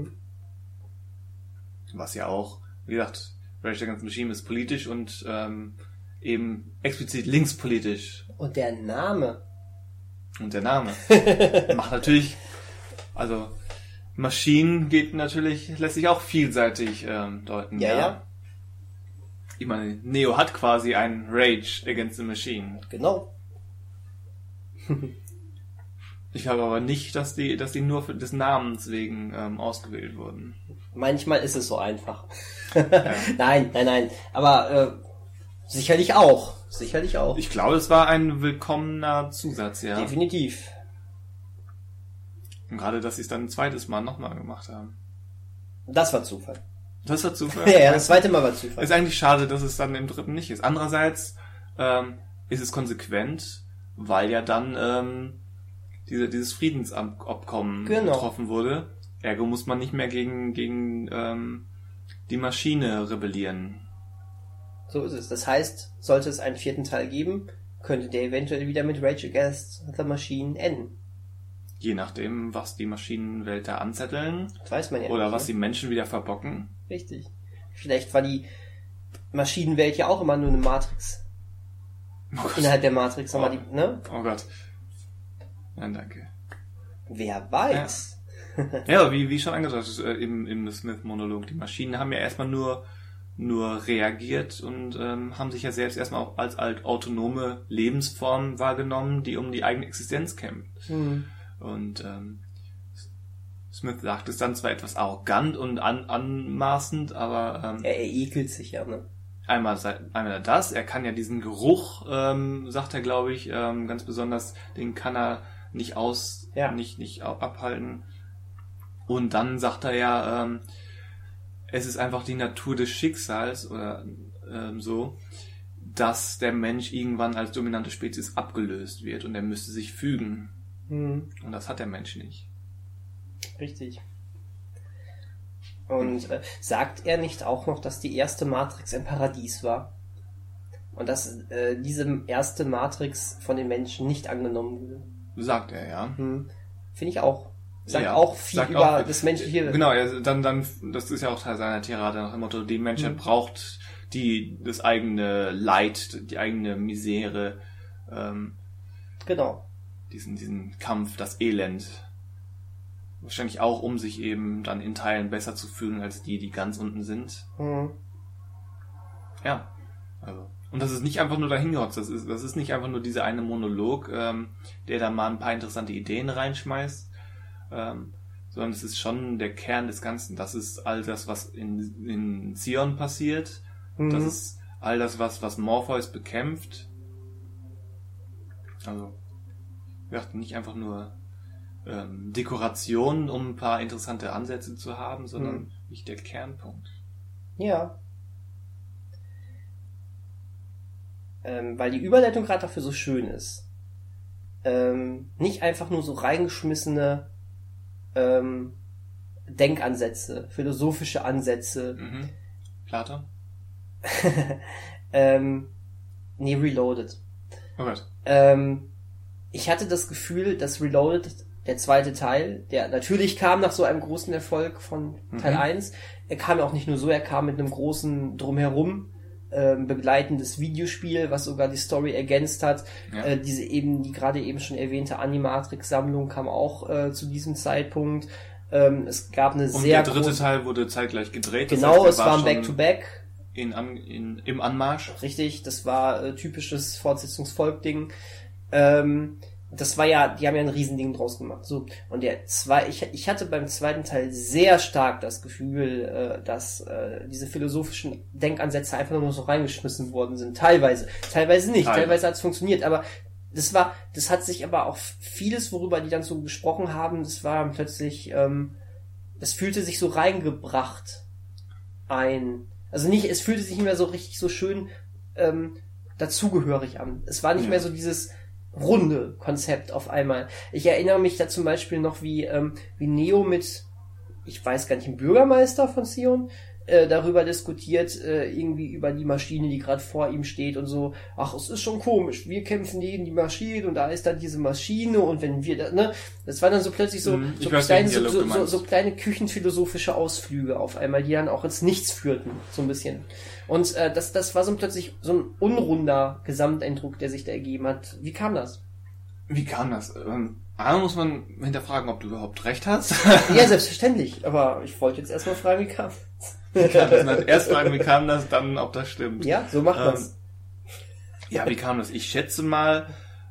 Was ja auch, wie gesagt, Rage Against the Machine ist politisch und eben explizit linkspolitisch.
Und der Name.
Und der Name macht natürlich, also Maschinen lässt sich auch vielseitig deuten.
Ja.
Ich meine, Neo hat quasi einen Rage Against the Machine.
Genau.
Ich glaube aber nicht, dass die nur des Namens wegen ausgewählt wurden.
Manchmal ist es so einfach. Nein. Aber sicherlich auch.
Ich glaube, es war ein willkommener Zusatz, ja.
Definitiv.
Und gerade, dass sie es dann ein zweites Mal nochmal gemacht haben.
Das war Zufall.
Das war Zufall.
Ja, das zweite Mal war Zufall.
Ist eigentlich schade, dass es dann im dritten nicht ist. Andererseits ist es konsequent, weil ja dann dieses Friedensabkommen getroffen wurde. Ergo muss man nicht mehr gegen die Maschine rebellieren.
So ist es. Das heißt, sollte es einen vierten Teil geben, könnte der eventuell wieder mit Rage Against the Machine enden.
Je nachdem, was die Maschinenwelt da anzetteln.
Das weiß man ja
oder
nicht,
was die Menschen wieder verbocken.
Richtig. Vielleicht war die Maschinenwelt ja auch immer nur eine Matrix. Innerhalb der Matrix nochmal die, ne?
Oh Gott. Nein, danke.
Wer weiß.
Ja, wie schon angedeutet im Smith-Monolog. Die Maschinen haben ja erstmal nur reagiert und haben sich ja selbst erstmal auch als autonome Lebensform wahrgenommen, die um die eigene Existenz kämpft. Und Smith sagt es dann zwar etwas arrogant und anmaßend, aber
Er ekelt sich ja, ne?
Einmal das, er kann ja diesen Geruch, sagt er, glaube ich, ganz besonders, den kann er nicht nicht abhalten. Und dann sagt er ja, es ist einfach die Natur des Schicksals oder so, dass der Mensch irgendwann als dominante Spezies abgelöst wird und er müsste sich fügen. Und das hat der Mensch nicht.
Richtig. Und sagt er nicht auch noch, dass die erste Matrix ein Paradies war? Und dass diese erste Matrix von den Menschen nicht angenommen wurde?
Sagt er, ja.
Finde ich auch. Sagt auch viel über das menschliche...
Genau, dann das ist ja auch Teil seiner Tirade nach dem Motto, die Menschheit braucht das eigene Leid, die eigene Misere,
genau.
Diesen Kampf, das Elend. Wahrscheinlich auch, um sich eben dann in Teilen besser zu fühlen als die ganz unten sind. Ja, also. Und das ist nicht einfach nur dahingerotzt, das ist nicht einfach nur dieser eine Monolog, der da mal ein paar interessante Ideen reinschmeißt, sondern es ist schon der Kern des Ganzen. Das ist all das, was in Zion passiert. Das ist all das, was Morpheus bekämpft. Also, ja, nicht einfach nur Dekoration, um ein paar interessante Ansätze zu haben, sondern nicht der Kernpunkt.
Ja. Weil die Überleitung gerade dafür so schön ist. Nicht einfach nur so reingeschmissene Denkansätze, philosophische Ansätze.
Platon?
Nee, Reloaded.
Oh Gott.
Ich hatte das Gefühl, dass Reloaded, der zweite Teil, der natürlich kam nach so einem großen Erfolg von Teil 1, er kam auch nicht nur so, er kam mit einem großen Drumherum, begleitendes Videospiel, was sogar die Story ergänzt hat.
Ja.
Die gerade eben schon erwähnte Animatrix-Sammlung kam auch zu diesem Zeitpunkt. Es gab eine
Und
sehr
der dritte Teil wurde zeitgleich gedreht.
Genau,
das heißt,
es war ein Back-to-Back.
Im Anmarsch.
Richtig, das war typisches Fortsetzungsfolg-Ding. Das war ja, die haben ja ein Riesending draus gemacht. So, und ich hatte beim zweiten Teil sehr stark das Gefühl, dass diese philosophischen Denkansätze einfach nur so reingeschmissen worden sind. Teilweise nicht, teilweise hat es funktioniert, aber das hat sich aber auch vieles, worüber die dann so gesprochen haben, das war plötzlich, das fühlte sich so reingebracht ein. Also es fühlte sich nicht mehr so richtig so schön dazugehörig an. Es war nicht mehr so dieses runde Konzept auf einmal. Ich erinnere mich da zum Beispiel noch, wie Neo mit, ich weiß gar nicht, dem Bürgermeister von Sion darüber diskutiert, irgendwie über die Maschine, die gerade vor ihm steht und so, ach, es ist schon komisch, wir kämpfen gegen die Maschine und da ist dann diese Maschine und wenn wir da, ne, das war dann so plötzlich so kleine küchenphilosophische Ausflüge auf einmal, die dann auch ins Nichts führten, so ein bisschen. Und das war so plötzlich so ein unrunder Gesamteindruck, der sich da ergeben hat. Wie kam das?
Einmal muss man hinterfragen, ob du überhaupt recht hast.
Ja, selbstverständlich, aber ich wollte jetzt erstmal fragen, wie kam
Erst fragen, wie kam das, dann, ob das stimmt.
Ja, so macht man's.
Ja, wie kam das? Ich schätze mal,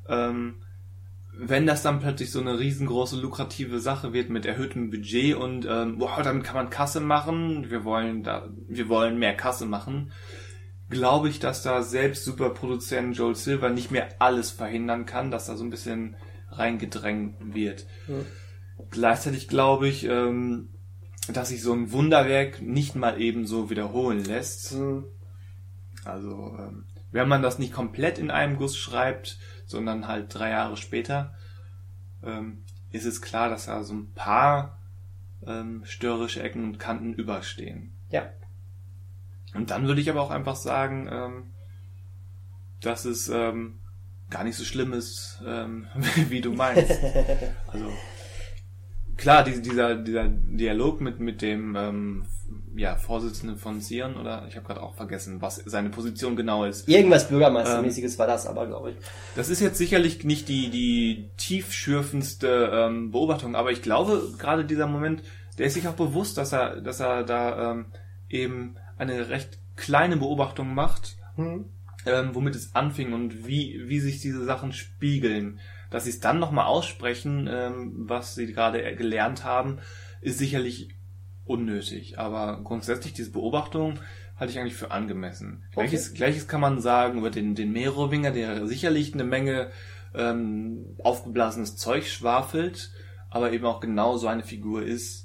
wenn das dann plötzlich so eine riesengroße, lukrative Sache wird mit erhöhtem Budget und damit kann man Kasse machen, wir wollen mehr Kasse machen, glaube ich, dass da selbst Superproduzent Joel Silver nicht mehr alles verhindern kann, dass da so ein bisschen reingedrängt wird. Gleichzeitig glaube ich, dass sich so ein Wunderwerk nicht mal eben so wiederholen lässt. Also, wenn man das nicht komplett in einem Guss schreibt, sondern halt 3 Jahre später, ist es klar, dass da so ein paar störrische Ecken und Kanten überstehen.
Ja.
Und dann würde ich aber auch einfach sagen, dass es gar nicht so schlimm ist, wie du meinst. Also klar, dieser Dialog mit dem Vorsitzenden von Sion, oder ich habe gerade auch vergessen, was seine Position genau ist.
Irgendwas Bürgermeistermäßiges war das aber, glaube ich.
Das ist jetzt sicherlich nicht die tiefschürfendste Beobachtung, aber ich glaube, gerade dieser Moment, der ist sich auch bewusst, dass er da eben eine recht kleine Beobachtung macht, womit es anfing und wie sich diese Sachen spiegeln. Dass sie es dann nochmal aussprechen, was sie gerade gelernt haben, ist sicherlich unnötig. Aber grundsätzlich diese Beobachtung halte ich eigentlich für angemessen. Okay. Gleiches kann man sagen über den Merowinger, der sicherlich eine Menge aufgeblasenes Zeug schwafelt, aber eben auch genau so eine Figur ist.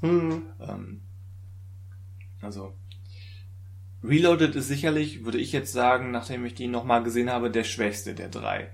Also Reloaded ist sicherlich, würde ich jetzt sagen, nachdem ich die nochmal gesehen habe, der schwächste der 3.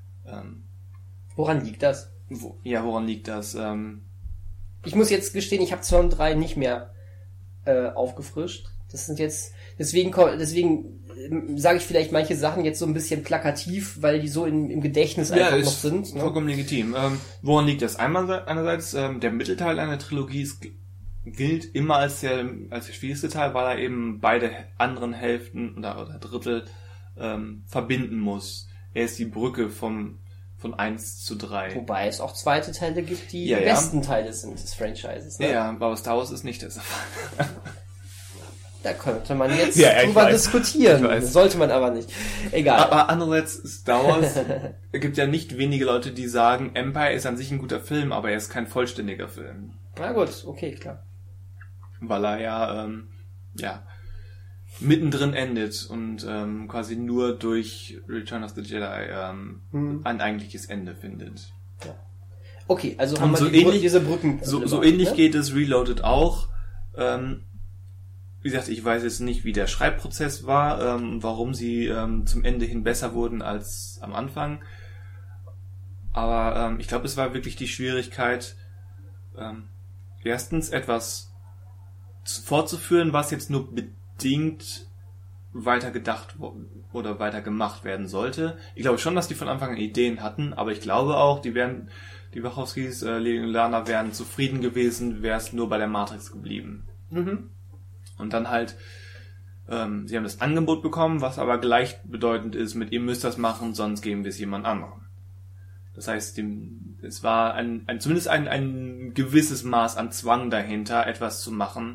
Woran liegt das?
Woran liegt das?
Ich muss jetzt gestehen, ich habe 2 und 3 nicht mehr aufgefrischt. Das sind jetzt, deswegen sage ich vielleicht manche Sachen jetzt so ein bisschen plakativ, weil die so im Gedächtnis einfach noch sind.
Ne? Vollkommen legitim. Woran liegt das? Einerseits, der Mittelteil einer Trilogie gilt immer als der schwierigste Teil, weil er eben beide anderen Hälften oder Drittel verbinden muss. Er ist die Brücke von 1 zu 3.
Wobei es auch zweite Teile gibt, die die besten Teile sind des Franchises. Ne?
Ja, aber Star Wars ist nicht das Fall.
Da könnte man jetzt drüber diskutieren. Sollte man aber nicht. Egal.
Aber andererseits, Star Wars gibt ja nicht wenige Leute, die sagen, Empire ist an sich ein guter Film, aber er ist kein vollständiger Film.
Na gut, okay, klar.
Weil er mittendrin endet und quasi nur durch Return of the Jedi ein eigentliches Ende findet.
Ja. Okay, also
und
haben
so
wir diese Brücken.
So ähnlich geht es Reloaded auch. Wie gesagt, ich weiß jetzt nicht, wie der Schreibprozess war, warum sie zum Ende hin besser wurden als am Anfang. Aber ich glaube, es war wirklich die Schwierigkeit, erstens etwas fortzuführen, was jetzt nur bedingt weiter gedacht oder weiter gemacht werden sollte. Ich glaube schon, dass die von Anfang an Ideen hatten, aber ich glaube auch, die Wachowskis, Lily und Lana wären zufrieden gewesen, wäre es nur bei der Matrix geblieben.
Mhm.
Und dann halt, sie haben das Angebot bekommen, was aber gleichbedeutend ist mit, ihr müsst das machen, sonst geben wir es jemand anderem. Das heißt, es war zumindest ein gewisses Maß an Zwang dahinter, etwas zu machen,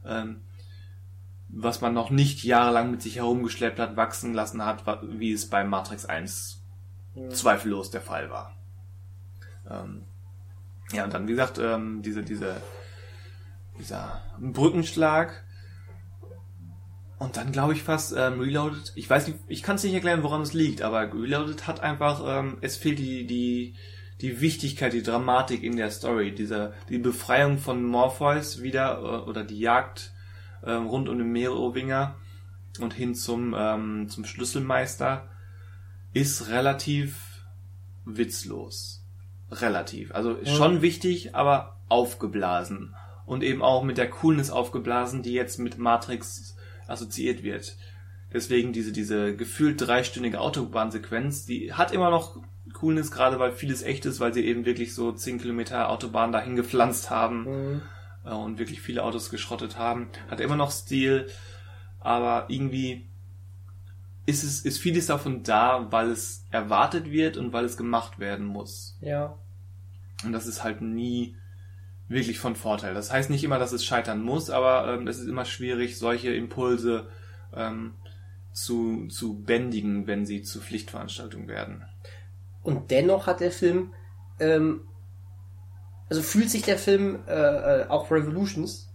was man noch nicht jahrelang mit sich herumgeschleppt hat, wachsen lassen hat, wie es bei Matrix 1 zweifellos der Fall war. Ja, und dann, wie gesagt, dieser Brückenschlag. Und dann glaube ich fast Reloaded, ich weiß nicht, ich kann es nicht erklären, woran es liegt, aber Reloaded hat einfach, es fehlt die Wichtigkeit, die Dramatik in der Story, die Befreiung von Morpheus wieder, oder die Jagd rund um den Merowinger und hin zum Schlüsselmeister ist relativ witzlos. Relativ. Also schon wichtig, aber aufgeblasen. Und eben auch mit der Coolness aufgeblasen, die jetzt mit Matrix assoziiert wird. Deswegen diese gefühlt 3-stündige Autobahnsequenz, die hat immer noch Coolness, gerade weil vieles echt ist, weil sie eben wirklich so 10 Kilometer Autobahn dahin gepflanzt haben und wirklich viele Autos geschrottet haben. Hat immer noch Stil, aber irgendwie ist vieles davon da, weil es erwartet wird und weil es gemacht werden muss.
Ja.
Und das ist halt nie wirklich von Vorteil. Das heißt nicht immer, dass es scheitern muss, aber es ist immer schwierig, solche Impulse zu bändigen, wenn sie zu Pflichtveranstaltungen werden.
Und dennoch hat der Film, also fühlt sich der Film, auch Revolutions,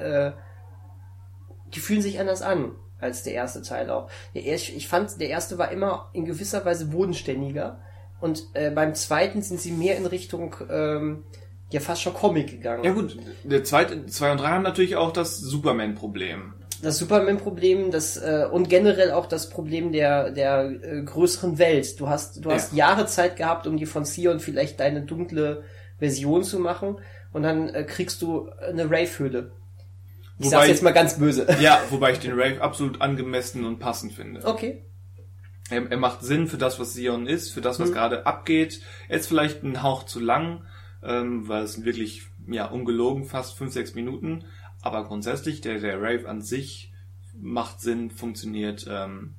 die fühlen sich anders an als der erste Teil auch. Ich fand, der erste war immer in gewisser Weise bodenständiger und beim zweiten sind sie mehr in Richtung ja fast schon Comic gegangen.
Ja gut, der zweite, 2 und 3 haben natürlich auch das Superman-Problem.
Das Superman-Problem, und generell auch das Problem der größeren Welt. Du hast Jahre Zeit gehabt, um dir von Sion vielleicht deine dunkle Version zu machen und dann kriegst du eine Rave-Höhle. Ich sag's jetzt mal ganz böse.
Ja, wobei ich den Rave absolut angemessen und passend finde.
Okay.
Er macht Sinn für das, was Sion ist, für das, was gerade abgeht. Er ist vielleicht ein Hauch zu lang, weil es sind wirklich, ungelogen fast 5-6 Minuten. Aber grundsätzlich, der Rave an sich macht Sinn, funktioniert,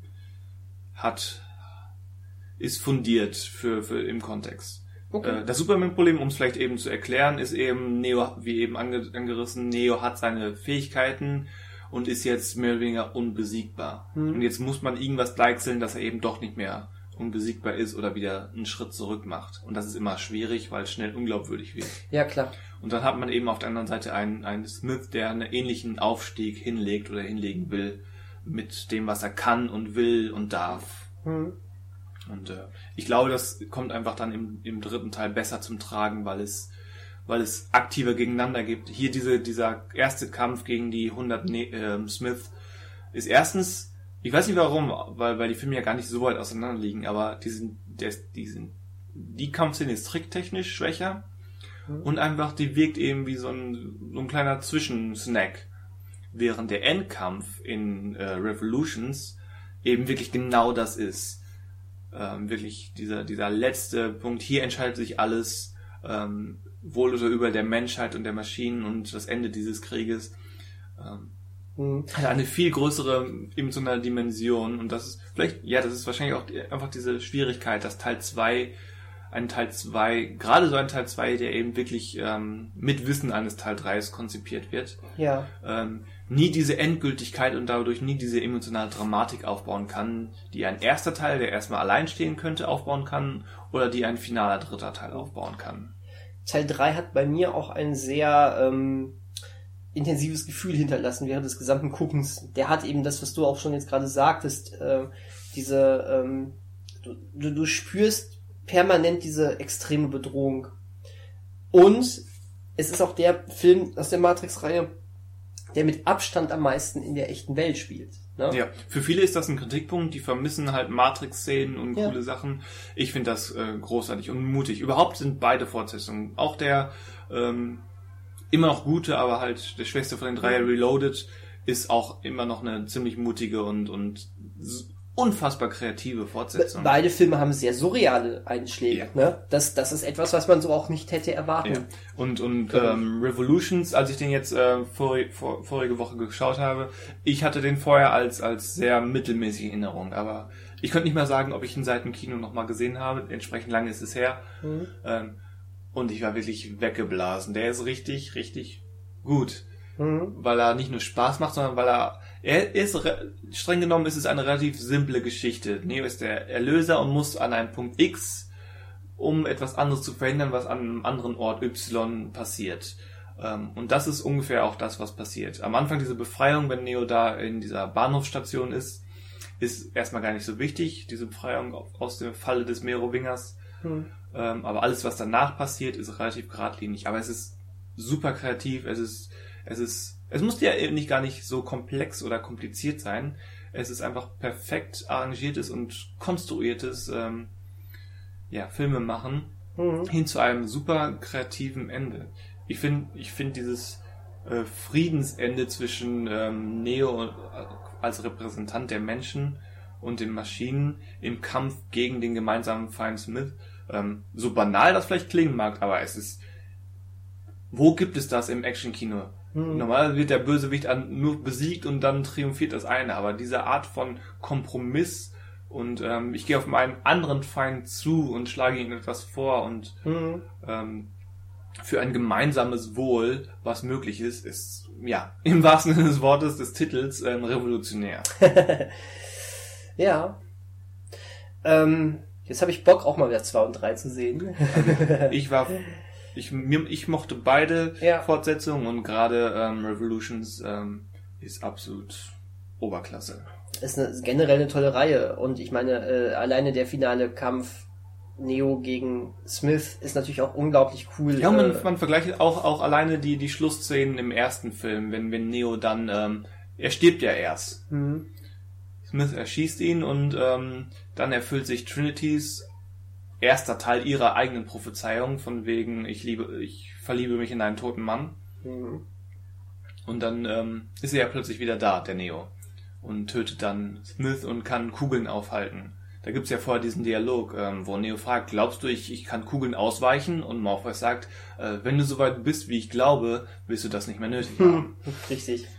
ist fundiert für im Kontext.
Okay.
Das Superman-Problem, um es vielleicht eben zu erklären, ist eben, Neo, wie eben angerissen, Neo hat seine Fähigkeiten und ist jetzt mehr oder weniger unbesiegbar. Und jetzt muss man irgendwas deichseln, dass er eben doch nicht mehr unbesiegbar ist oder wieder einen Schritt zurück macht. Und das ist immer schwierig, weil es schnell unglaubwürdig wird.
Ja, klar.
Und dann hat man eben auf der anderen Seite einen Smith, der einen ähnlichen Aufstieg hinlegt oder hinlegen will mit dem, was er kann und will und darf. Und ich glaube, das kommt einfach dann im dritten Teil besser zum Tragen, weil es aktiver gegeneinander gibt. Hier dieser erste Kampf gegen die 100 Smith ist erstens, ich weiß nicht warum, weil die Filme ja gar nicht so weit auseinander liegen, aber die Kampfszene ist tricktechnisch schwächer und einfach die wirkt eben wie so ein kleiner Zwischensnack, während der Endkampf in Revolutions eben wirklich genau das ist. Wirklich dieser letzte Punkt, hier entscheidet sich alles, wohl oder übel der Menschheit und der Maschinen und das Ende dieses Krieges. Hat eine viel größere emotionale Dimension und das ist vielleicht, das ist wahrscheinlich auch einfach diese Schwierigkeit, dass gerade so ein Teil 2, der eben wirklich mit Wissen eines Teil 3 konzipiert wird, nie diese Endgültigkeit und dadurch nie diese emotionale Dramatik aufbauen kann, die ein erster Teil, der erstmal allein stehen könnte, aufbauen kann oder die ein finaler dritter Teil aufbauen kann.
Teil 3 hat bei mir auch einen sehr intensives Gefühl hinterlassen während des gesamten Guckens. Der hat eben das, was du auch schon jetzt gerade sagtest, du spürst permanent diese extreme Bedrohung. Und es ist auch der Film aus der Matrix-Reihe, der mit Abstand am meisten in der echten Welt spielt. Ne?
Ja, für viele ist das ein Kritikpunkt, die vermissen halt Matrix-Szenen und coole Sachen. Ich finde das großartig und mutig. Überhaupt sind beide Fortsetzungen, auch der immer noch gute, aber halt der schwächste von den drei, Reloaded, ist auch immer noch eine ziemlich mutige und unfassbar kreative Fortsetzung.
Beide Filme haben sehr surreale Einschläge. Ja. Ne? Das ist etwas, was man so auch nicht hätte erwarten.
Ja. Und Revolutions, als ich den jetzt vorige Woche geschaut habe, ich hatte den vorher als sehr mittelmäßige Erinnerung, aber ich könnte nicht mehr sagen, ob ich ihn seit dem Kino nochmal gesehen habe. Entsprechend lange ist es her. Und ich war wirklich weggeblasen. Der ist richtig, richtig gut. Weil er nicht nur Spaß macht, sondern weil er ist, streng genommen ist es eine relativ simple Geschichte. Neo ist der Erlöser und muss an einem Punkt X, um etwas anderes zu verhindern, was an einem anderen Ort Y passiert. Und das ist ungefähr auch das, was passiert. Am Anfang diese Befreiung, wenn Neo da in dieser Bahnhofsstation ist erstmal gar nicht so wichtig, diese Befreiung aus der Falle des Merowingers. Aber alles, was danach passiert, ist relativ geradlinig. Aber es ist super kreativ, es muss ja eben gar nicht so komplex oder kompliziert sein. Es ist einfach perfekt arrangiertes und konstruiertes Filme machen hin zu einem super kreativen Ende. Ich finde dieses Friedensende zwischen Neo als Repräsentant der Menschen und den Maschinen im Kampf gegen den gemeinsamen Feind Smith, so banal das vielleicht klingen mag, aber wo gibt es das im Actionkino? Normalerweise wird der Bösewicht nur besiegt und dann triumphiert das eine, aber diese Art von Kompromiss und ich gehe auf meinen anderen Feind zu und schlage ihm etwas vor und für ein gemeinsames Wohl, was möglich ist ja, im wahrsten Sinne des Wortes des Titels revolutionär.
Ja. Jetzt habe ich Bock, auch mal wieder 2 und 3 zu sehen.
Ich mochte beide Fortsetzungen und gerade Revolutions ist absolut Oberklasse.
Ist generell eine tolle Reihe und ich meine, alleine der finale Kampf Neo gegen Smith ist natürlich auch unglaublich cool.
Ja, man vergleicht auch alleine die Schlussszenen im ersten Film, wenn Neo dann, er stirbt ja erst. Smith erschießt ihn und dann erfüllt sich Trinitys erster Teil ihrer eigenen Prophezeiung, von wegen, ich verliebe mich in einen toten Mann. Und dann ist er ja plötzlich wieder da, der Neo. Und tötet dann Smith und kann Kugeln aufhalten. Da gibt's ja vorher diesen Dialog, wo Neo fragt, glaubst du, ich kann Kugeln ausweichen? Und Morpheus sagt, wenn du so weit bist, wie ich glaube, wirst du das nicht mehr nötig haben.
Richtig.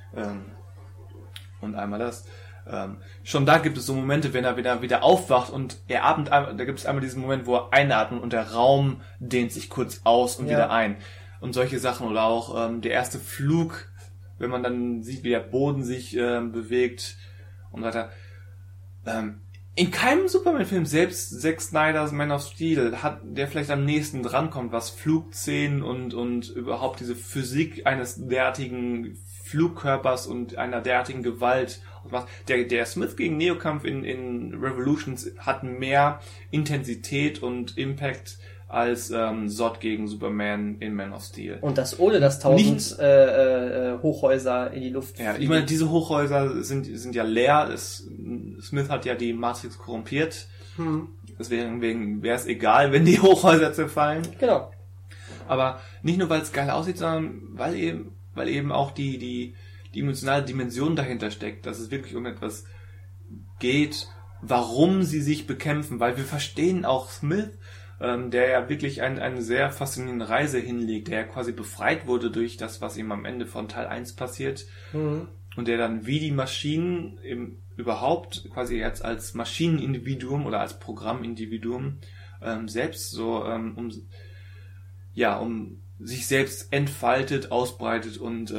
Und einmal das. Schon da gibt es so Momente, wenn er wieder aufwacht und da gibt es einmal diesen Moment, wo er einatmet und der Raum dehnt sich kurz aus und wieder ein. Und solche Sachen oder auch der erste Flug, wenn man dann sieht, wie der Boden sich bewegt und so weiter. In keinem Superman-Film, selbst Zack Snyders Man of Steel, der vielleicht am nächsten drankommt, was Flugszenen und überhaupt diese Physik eines derartigen Flugkörpers und einer derartigen Gewalt. Der Smith gegen Neo-Kampf in Revolutions hat mehr Intensität und Impact als Zod gegen Superman in Man of Steel.
Und das ohne das 1000 Hochhäuser in die Luft
fliegen. Ja, ich meine, diese Hochhäuser sind ja leer. Smith hat ja die Matrix korrumpiert. Deswegen wäre es egal, wenn die Hochhäuser zerfallen.
Genau.
Aber nicht nur, weil es geil aussieht, sondern weil eben auch die emotionale Dimension dahinter steckt, dass es wirklich um etwas geht, warum sie sich bekämpfen, weil wir verstehen auch Smith, der ja wirklich eine sehr faszinierende Reise hinlegt, der ja quasi befreit wurde durch das, was ihm am Ende von Teil 1 passiert und der dann wie die Maschinen überhaupt quasi jetzt als Maschinenindividuum oder als Programmindividuum selbst so um sich selbst entfaltet, ausbreitet und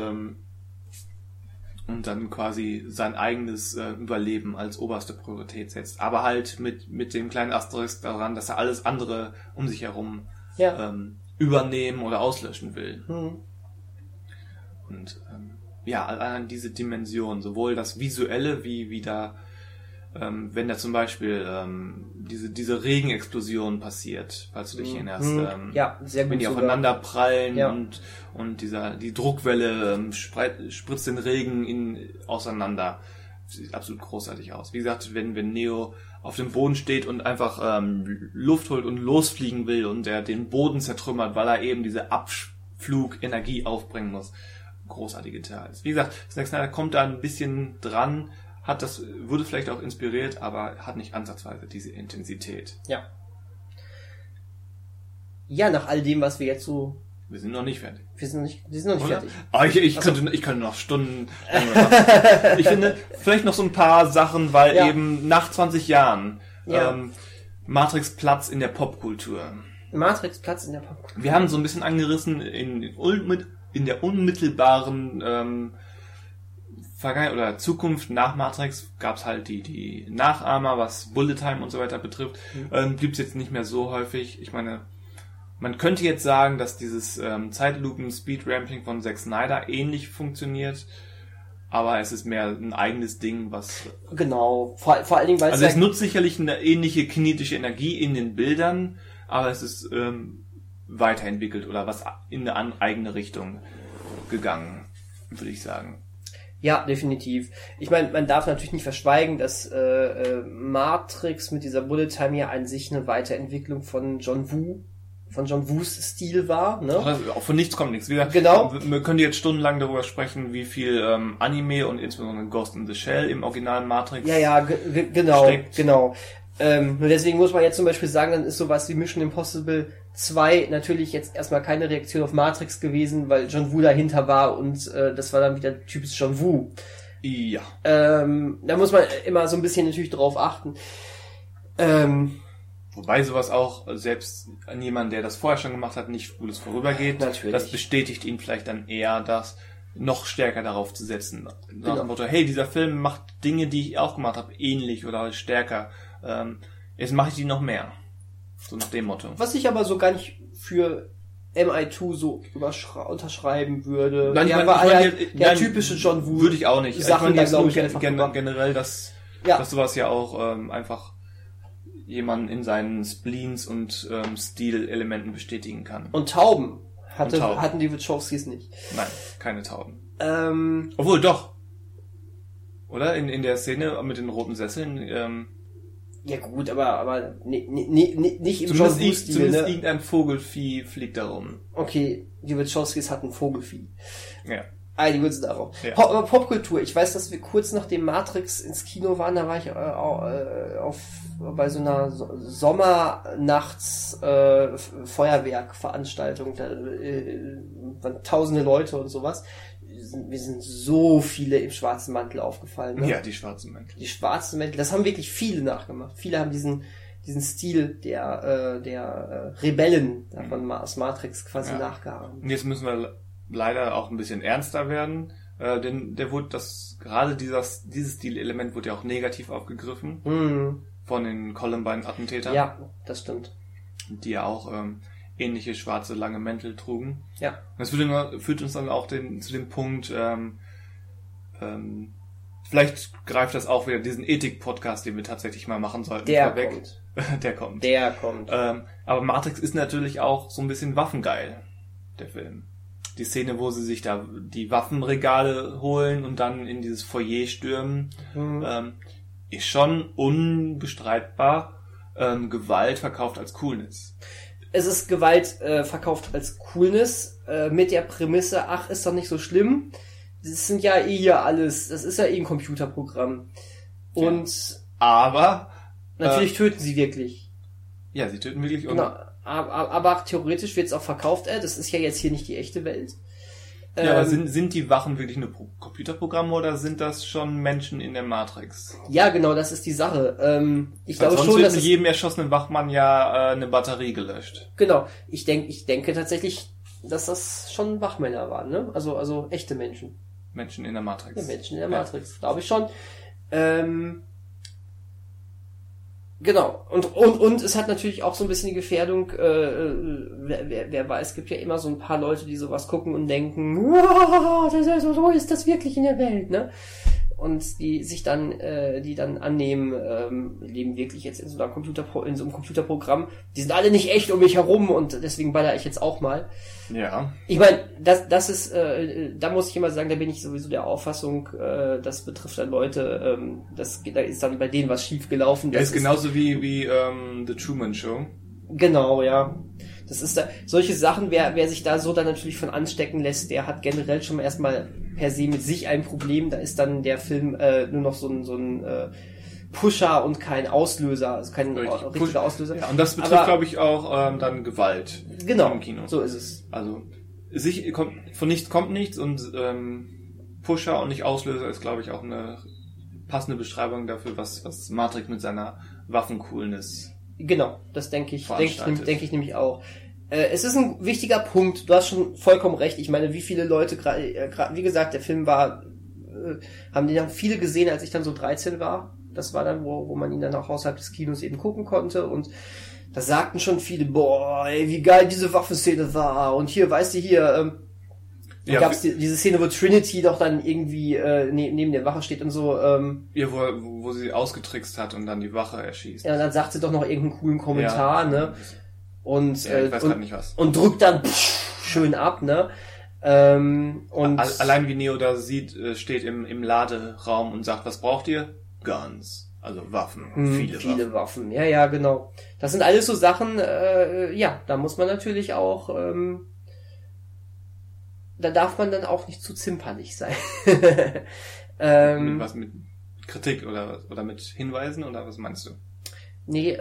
dann quasi sein eigenes Überleben als oberste Priorität setzt. Aber halt mit dem kleinen Asterisk daran, dass er alles andere um sich herum übernehmen oder auslöschen will. Und allein diese Dimension, sowohl das Visuelle wie da, wenn da zum Beispiel diese Regenexplosion passiert, falls du dich erinnerst.
Sehr gut.
Wenn die aufeinander prallen und die Druckwelle spritzt den Regen auseinander. Sieht absolut großartig aus. Wie gesagt, wenn Neo auf dem Boden steht und einfach Luft holt und losfliegen will und er den Boden zertrümmert, weil er eben diese Abflugenergie aufbringen muss. Großartige Details. Wie gesagt, Zack Snyder kommt da ein bisschen dran, wurde vielleicht auch inspiriert, aber hat nicht ansatzweise diese Intensität.
Ja. Ja, nach all dem, was wir jetzt so...
Wir sind noch nicht fertig.
Wir sind noch nicht fertig.
Aber ich könnte noch Stunden... Ich finde, vielleicht noch so ein paar Sachen, weil eben nach 20 Jahren Matrix Platz in der Popkultur. Wir haben so ein bisschen angerissen in der unmittelbaren Vergangenheit oder Zukunft nach Matrix gab es halt die Nachahmer, was Bullet Time und so weiter betrifft. Gibt's jetzt nicht mehr so häufig. Ich meine, man könnte jetzt sagen, dass dieses Zeitlupen-Speed-Ramping von Zack Snyder ähnlich funktioniert, aber es ist mehr ein eigenes Ding, was...
Genau, vor allen Dingen, weil
also es nutzt sicherlich eine ähnliche kinetische Energie in den Bildern, aber es ist weiterentwickelt oder was in eine eigene Richtung gegangen, würde ich sagen.
Ja, definitiv. Ich meine, man darf natürlich nicht verschweigen, dass Matrix mit dieser Bullet Time ja an sich eine Weiterentwicklung von John Woos Stil war. Ne?
Also auch von nichts kommt nichts. Wie gesagt,
genau.
Wir können jetzt stundenlang darüber sprechen, wie viel Anime und insbesondere Ghost in the Shell im originalen Matrix steckt.
Genau. Nur deswegen muss man jetzt zum Beispiel sagen, dann ist sowas wie Mission Impossible 2 natürlich jetzt erstmal keine Reaktion auf Matrix gewesen, weil John Woo dahinter war und das war dann wieder typisch John Woo.
Ja.
Da muss man immer so ein bisschen natürlich drauf achten.
Wobei sowas auch selbst an jemanden, der das vorher schon gemacht hat, nicht spurlos vorübergeht.
Natürlich.
Das bestätigt ihn vielleicht dann eher, das noch stärker darauf zu setzen. Nach dem Motto, hey, dieser Film macht Dinge, die ich auch gemacht habe, ähnlich oder stärker. Jetzt mache ich die noch mehr. So nach dem Motto.
Was ich aber so gar nicht für MI2 so unterschreiben würde.
Nein,
der typische John Woo.
Würde ich auch nicht.
Sachen,
ich
glaube ich, einfach
generell, dass sowas ja auch einfach jemanden in seinen Spleens und Stilelementen bestätigen kann.
Und Tauben hatten die Wachowskis nicht.
Nein, keine Tauben. Obwohl, doch. Oder? In der Szene mit den roten Sesseln.
Ja gut, aber nicht im John Woo-Stil.
Zumindest irgendein Vogelvieh fliegt da rum.
Okay, die Wachowskis hatten Vogelvieh.
Ja.
Einigen wir uns darauf. Ja. Popkultur. Ich weiß, dass wir kurz nachdem Matrix ins Kino waren, da war ich bei so einer Sommernachts Feuerwerkveranstaltung. Da waren tausende Leute und sowas. Wir sind so viele im schwarzen Mantel aufgefallen. Ne?
Ja, die schwarzen Mäntel.
Die schwarzen Mäntel, das haben wirklich viele nachgemacht. Viele haben diesen Stil der Rebellen von aus Matrix quasi nachgeahmt.
Und jetzt müssen wir leider auch ein bisschen ernster werden, denn gerade dieses Stilelement wurde ja auch negativ aufgegriffen von den Columbine-Attentätern.
Ja, das stimmt.
Die ja auch ähnliche schwarze lange Mäntel trugen.
Ja.
Das führt uns dann auch zu dem Punkt, vielleicht greift das auch wieder diesen Ethik-Podcast, den wir tatsächlich mal machen sollten.
Der kommt.
Aber Matrix ist natürlich auch so ein bisschen waffengeil, der Film. Die Szene, wo sie sich da die Waffenregale holen und dann in dieses Foyer stürmen, ist schon unbestreitbar Gewalt verkauft als Coolness.
Es ist Gewalt verkauft als Coolness, mit der Prämisse, ach, ist doch nicht so schlimm. Das sind ja hier alles, das ist ja ein Computerprogramm. Und
aber
natürlich töten sie wirklich.
Ja, sie töten wirklich.
Genau. Aber theoretisch wird es auch verkauft, das ist ja jetzt hier nicht die echte Welt.
Ja, aber sind die Wachen wirklich nur Computerprogramme oder sind das schon Menschen in der Matrix?
Ja, genau, das ist die Sache. Ich glaube
sonst
schon,
wird
dass
mit jedem erschossenen Wachmann ja eine Batterie gelöscht.
Genau. Ich denke tatsächlich, dass das schon Wachmänner waren, ne? Also echte Menschen.
Menschen in der Matrix.
Ja, Menschen in der Matrix, glaube ich schon. Genau. Und es hat natürlich auch so ein bisschen die Gefährdung, wer weiß, es gibt ja immer so ein paar Leute, die sowas gucken und denken, so ist das wirklich in der Welt, ne? Und die sich dann, die dann annehmen, leben wirklich jetzt in so einem Computerprogramm. Die sind alle nicht echt um mich herum und deswegen baller ich jetzt auch mal.
Ja.
Ich meine, das ist, da muss ich immer sagen, da bin ich sowieso der Auffassung, das betrifft dann Leute, da ist dann bei denen was schief gelaufen.
Das ist genauso wie The Truman Show.
Genau, ja. Das ist da, solche Sachen, wer sich da so dann natürlich von anstecken lässt, der hat generell schon mal erstmal per se mit sich ein Problem. Da ist dann der Film nur noch so ein Pusher und kein Auslöser, also kein richtiger Auslöser.
Ja, und das betrifft, glaube ich, auch dann Gewalt
genau,
im Kino.
So ist es.
Also von nichts kommt nichts und Pusher und nicht Auslöser ist, glaube ich, auch eine passende Beschreibung dafür, was Matrix mit seiner Waffencoolness.
Genau, das denke ich nämlich auch. Es ist ein wichtiger Punkt, du hast schon vollkommen recht. Ich meine, wie viele Leute, wie gesagt, der Film war, haben viele gesehen, als ich dann so 13 war. Das war dann, wo man ihn dann auch außerhalb des Kinos eben gucken konnte und da sagten schon viele, boah, ey, wie geil diese Waffenszene war und hier, weißt du, gab's diese Szene, wo Trinity doch dann irgendwie neben der Wache steht und so.
Ja, wo sie ausgetrickst hat und dann die Wache erschießt.
Ja, und dann sagt sie doch noch irgendeinen coolen Kommentar, ne? Und,
ich weiß grad nicht was.
Und drückt dann schön ab, ne? Und
allein wie Neo da sieht, steht im Laderaum und sagt, was braucht ihr? Guns. Also Waffen. Viele
Waffen. Ja, genau. Das sind alles so Sachen, da muss man natürlich auch, da darf man dann auch nicht zu zimperlich sein.
Mit Kritik oder mit Hinweisen oder was meinst du?
Nee,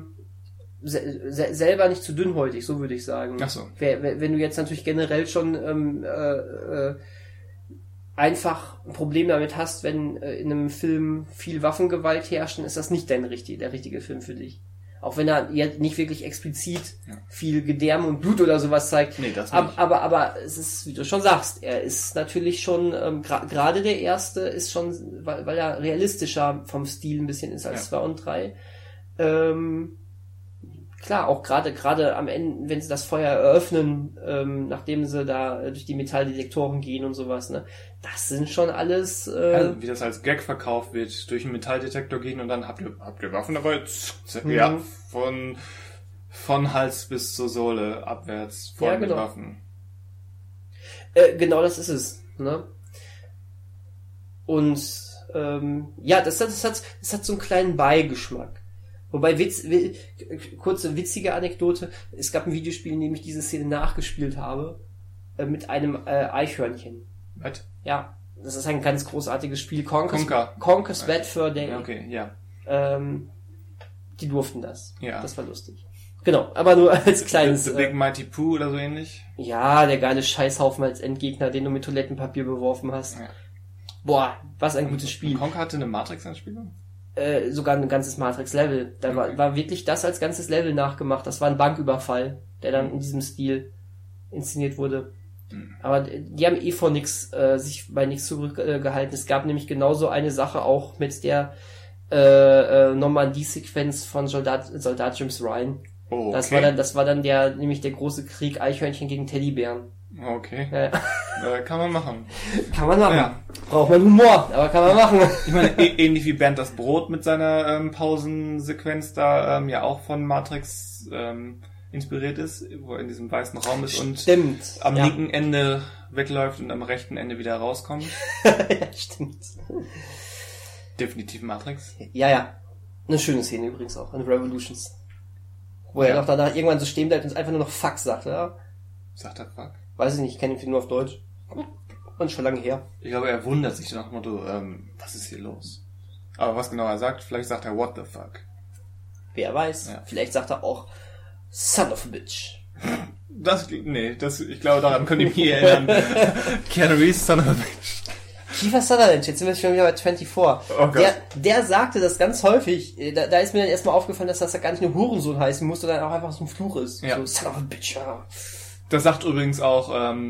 selber nicht zu dünnhäutig, so würde ich sagen.
Ach so.
Wenn du jetzt natürlich generell schon einfach ein Problem damit hast, wenn in einem Film viel Waffengewalt herrscht, dann ist das nicht der richtige Film für dich. Auch wenn er jetzt nicht wirklich explizit viel Gedärme und Blut oder sowas zeigt.
Nee, das nicht.
Aber es ist, wie du schon sagst, er ist natürlich schon, gerade der erste ist schon, weil er realistischer vom Stil ein bisschen ist als 2 und 3. Klar, auch gerade am Ende, wenn sie das Feuer eröffnen, nachdem sie da durch die Metalldetektoren gehen und sowas, ne, das sind schon alles,
wie das als Gag verkauft wird, durch einen Metalldetektor gehen und dann habt ihr Waffen dabei? Ja, von Hals bis zur Sohle abwärts voll mit Waffen.
Genau, das ist es, ne? Und das hat so einen kleinen Beigeschmack. Wobei, kurze witzige Anekdote, es gab ein Videospiel, in dem ich diese Szene nachgespielt habe, mit einem Eichhörnchen.
Was?
Ja, das ist ein ganz großartiges Spiel. Conker's Bad Fur Day.
Okay, ja.
Die durften das.
Ja.
Das war lustig. Genau, aber nur als kleines...
The Big Mighty Pooh oder so ähnlich?
Ja, der geile Scheißhaufen als Endgegner, den du mit Toilettenpapier beworfen hast. Ja. Boah, was ein gutes Spiel.
Conker hatte eine Matrix-Anspielung?
Sogar ein ganzes Matrix-Level. Da war wirklich das als ganzes Level nachgemacht. Das war ein Banküberfall, der dann in diesem Stil inszeniert wurde. Aber die haben vor nix, sich bei nichts zurückgehalten. Es gab nämlich genauso eine Sache auch mit der Normandie-Sequenz von Soldat James Ryan.
Oh, okay.
Das war dann nämlich der große Krieg Eichhörnchen gegen Teddybären.
Okay. Kann man machen.
Kann man machen. Ja. Braucht man Humor, aber kann man machen.
Ich meine, ähnlich wie Bernd das Brot mit seiner Pausensequenz da ja auch von Matrix inspiriert ist, wo er in diesem weißen Raum ist und am linken Ende wegläuft und am rechten Ende wieder rauskommt.
Ja, stimmt.
Definitiv Matrix.
Ja. Eine schöne Szene übrigens auch, in Revolutions. Wo er doch danach irgendwann so stehen bleibt und einfach nur noch Fuck sagt, ja?
Sagt er Fuck?
Weiß ich nicht, ich kenne ihn nur auf Deutsch. Und schon lange her.
Ich glaube, er wundert sich nach dem Motto, was ist hier los? Aber was genau er sagt, vielleicht sagt er What the fuck?
Wer weiß. Ja. Vielleicht sagt er auch Son of a Bitch.
Ich glaube, daran könnte ich mich erinnern. Keanu Reeves, Son of a Bitch.
Kiefer Sutherland, jetzt sind wir schon wieder bei 24. Oh Gott. Der sagte das ganz häufig. Da ist mir dann erstmal aufgefallen, dass das ja gar nicht nur Hurensohn heißen muss, sondern auch einfach so ein Fluch ist.
Ja.
So, Son of a Bitch, ja.
Das sagt übrigens auch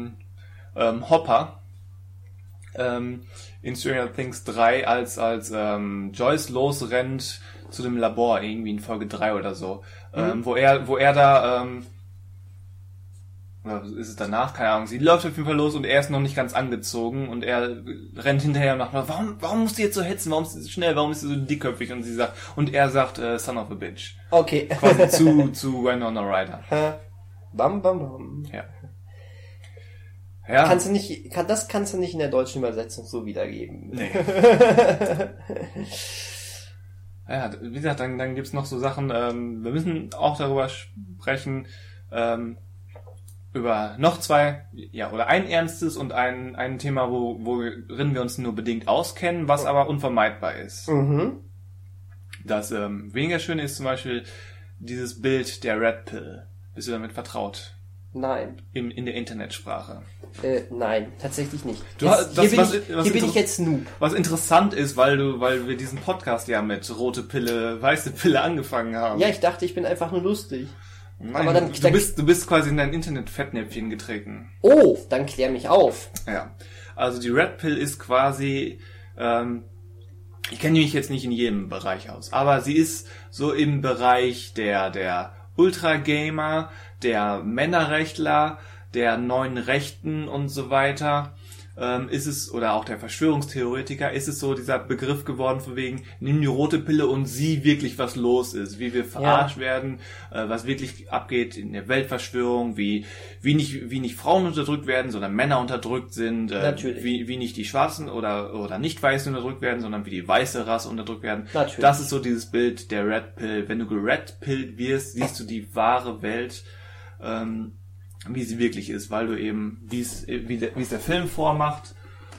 Hopper in Stranger Things 3, als Joyce losrennt dem Labor, irgendwie in Folge 3 oder so. Wo er da, oder ist es danach? Keine Ahnung. Sie läuft auf jeden Fall los und er ist noch nicht ganz angezogen und er rennt hinterher und macht, warum musst du jetzt so hetzen? Warum ist sie so schnell? Warum ist sie so dickköpfig? Und er sagt, son of a bitch.
Okay.
Quasi zu Winona Ryder.
Bam, bam, bam.
Ja. Ja.
Kannst du nicht in der deutschen Übersetzung so wiedergeben.
Nee. Ja, wie gesagt, dann gibt's noch so Sachen, wir müssen auch darüber sprechen, über noch zwei, oder ein ernstes und ein Thema, worin wir uns nur bedingt auskennen, was aber unvermeidbar ist.
Mhm.
Das weniger schön ist zum Beispiel dieses Bild der Red Pill. Bist du damit vertraut?
Nein.
In der Internetsprache.
Nein, tatsächlich nicht.
Hier
bin ich jetzt Noob.
Was interessant ist, weil wir diesen Podcast ja mit rote Pille, weiße Pille angefangen haben.
Ja, ich dachte, ich bin einfach nur lustig.
Nein, aber du bist quasi in dein Internet-Fettnäpfchen getreten.
Oh, dann klär mich auf.
Ja, also die Red Pill ist quasi, ich kenne mich jetzt nicht in jedem Bereich aus, aber sie ist so im Bereich der Ultra-Gamer, der Männerrechtler, der neuen Rechten und so weiter, ist es, oder auch der Verschwörungstheoretiker, ist es so dieser Begriff geworden von wegen, nimm die rote Pille und sieh wirklich, was los ist, wie wir verarscht werden, was wirklich abgeht in der Weltverschwörung, wie nicht Frauen unterdrückt werden, sondern Männer unterdrückt sind, wie nicht die Schwarzen oder nicht Weißen unterdrückt werden, sondern wie die weiße Rasse unterdrückt werden.
Natürlich.
Das ist so dieses Bild der Red Pill. Wenn du geredpillt wirst, siehst du die wahre Welt, wie sie wirklich ist, weil du eben, wie es der Film vormacht,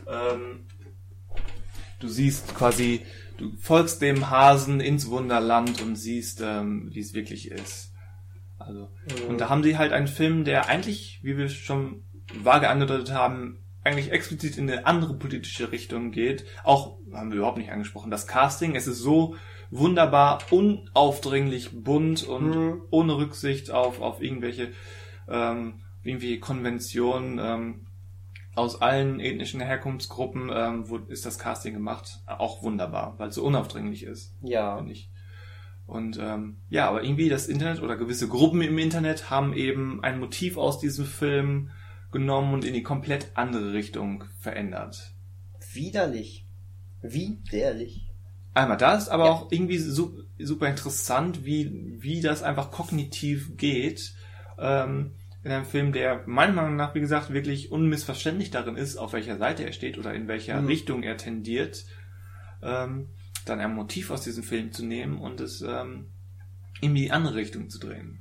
du siehst quasi, du folgst dem Hasen ins Wunderland und siehst, wie es wirklich ist. Also, und da haben sie halt einen Film, der eigentlich, wie wir schon vage angedeutet haben, eigentlich explizit in eine andere politische Richtung geht. Auch, haben wir überhaupt nicht angesprochen, das Casting, es ist so wunderbar, unaufdringlich, bunt und ohne Rücksicht auf irgendwelche irgendwie Konventionen aus allen ethnischen Herkunftsgruppen, wo ist das Casting gemacht, auch wunderbar, weil es so unaufdringlich ist.
Ja.
Finde ich. Und aber irgendwie das Internet oder gewisse Gruppen im Internet haben eben ein Motiv aus diesem Film genommen und in die komplett andere Richtung verändert.
Widerlich.
Einmal das, aber auch irgendwie super interessant, wie das einfach kognitiv geht, in einem Film, der meiner Meinung nach, wie gesagt, wirklich unmissverständlich darin ist, auf welcher Seite er steht oder in welcher Richtung er tendiert, dann ein Motiv aus diesem Film zu nehmen und es in die andere Richtung zu drehen.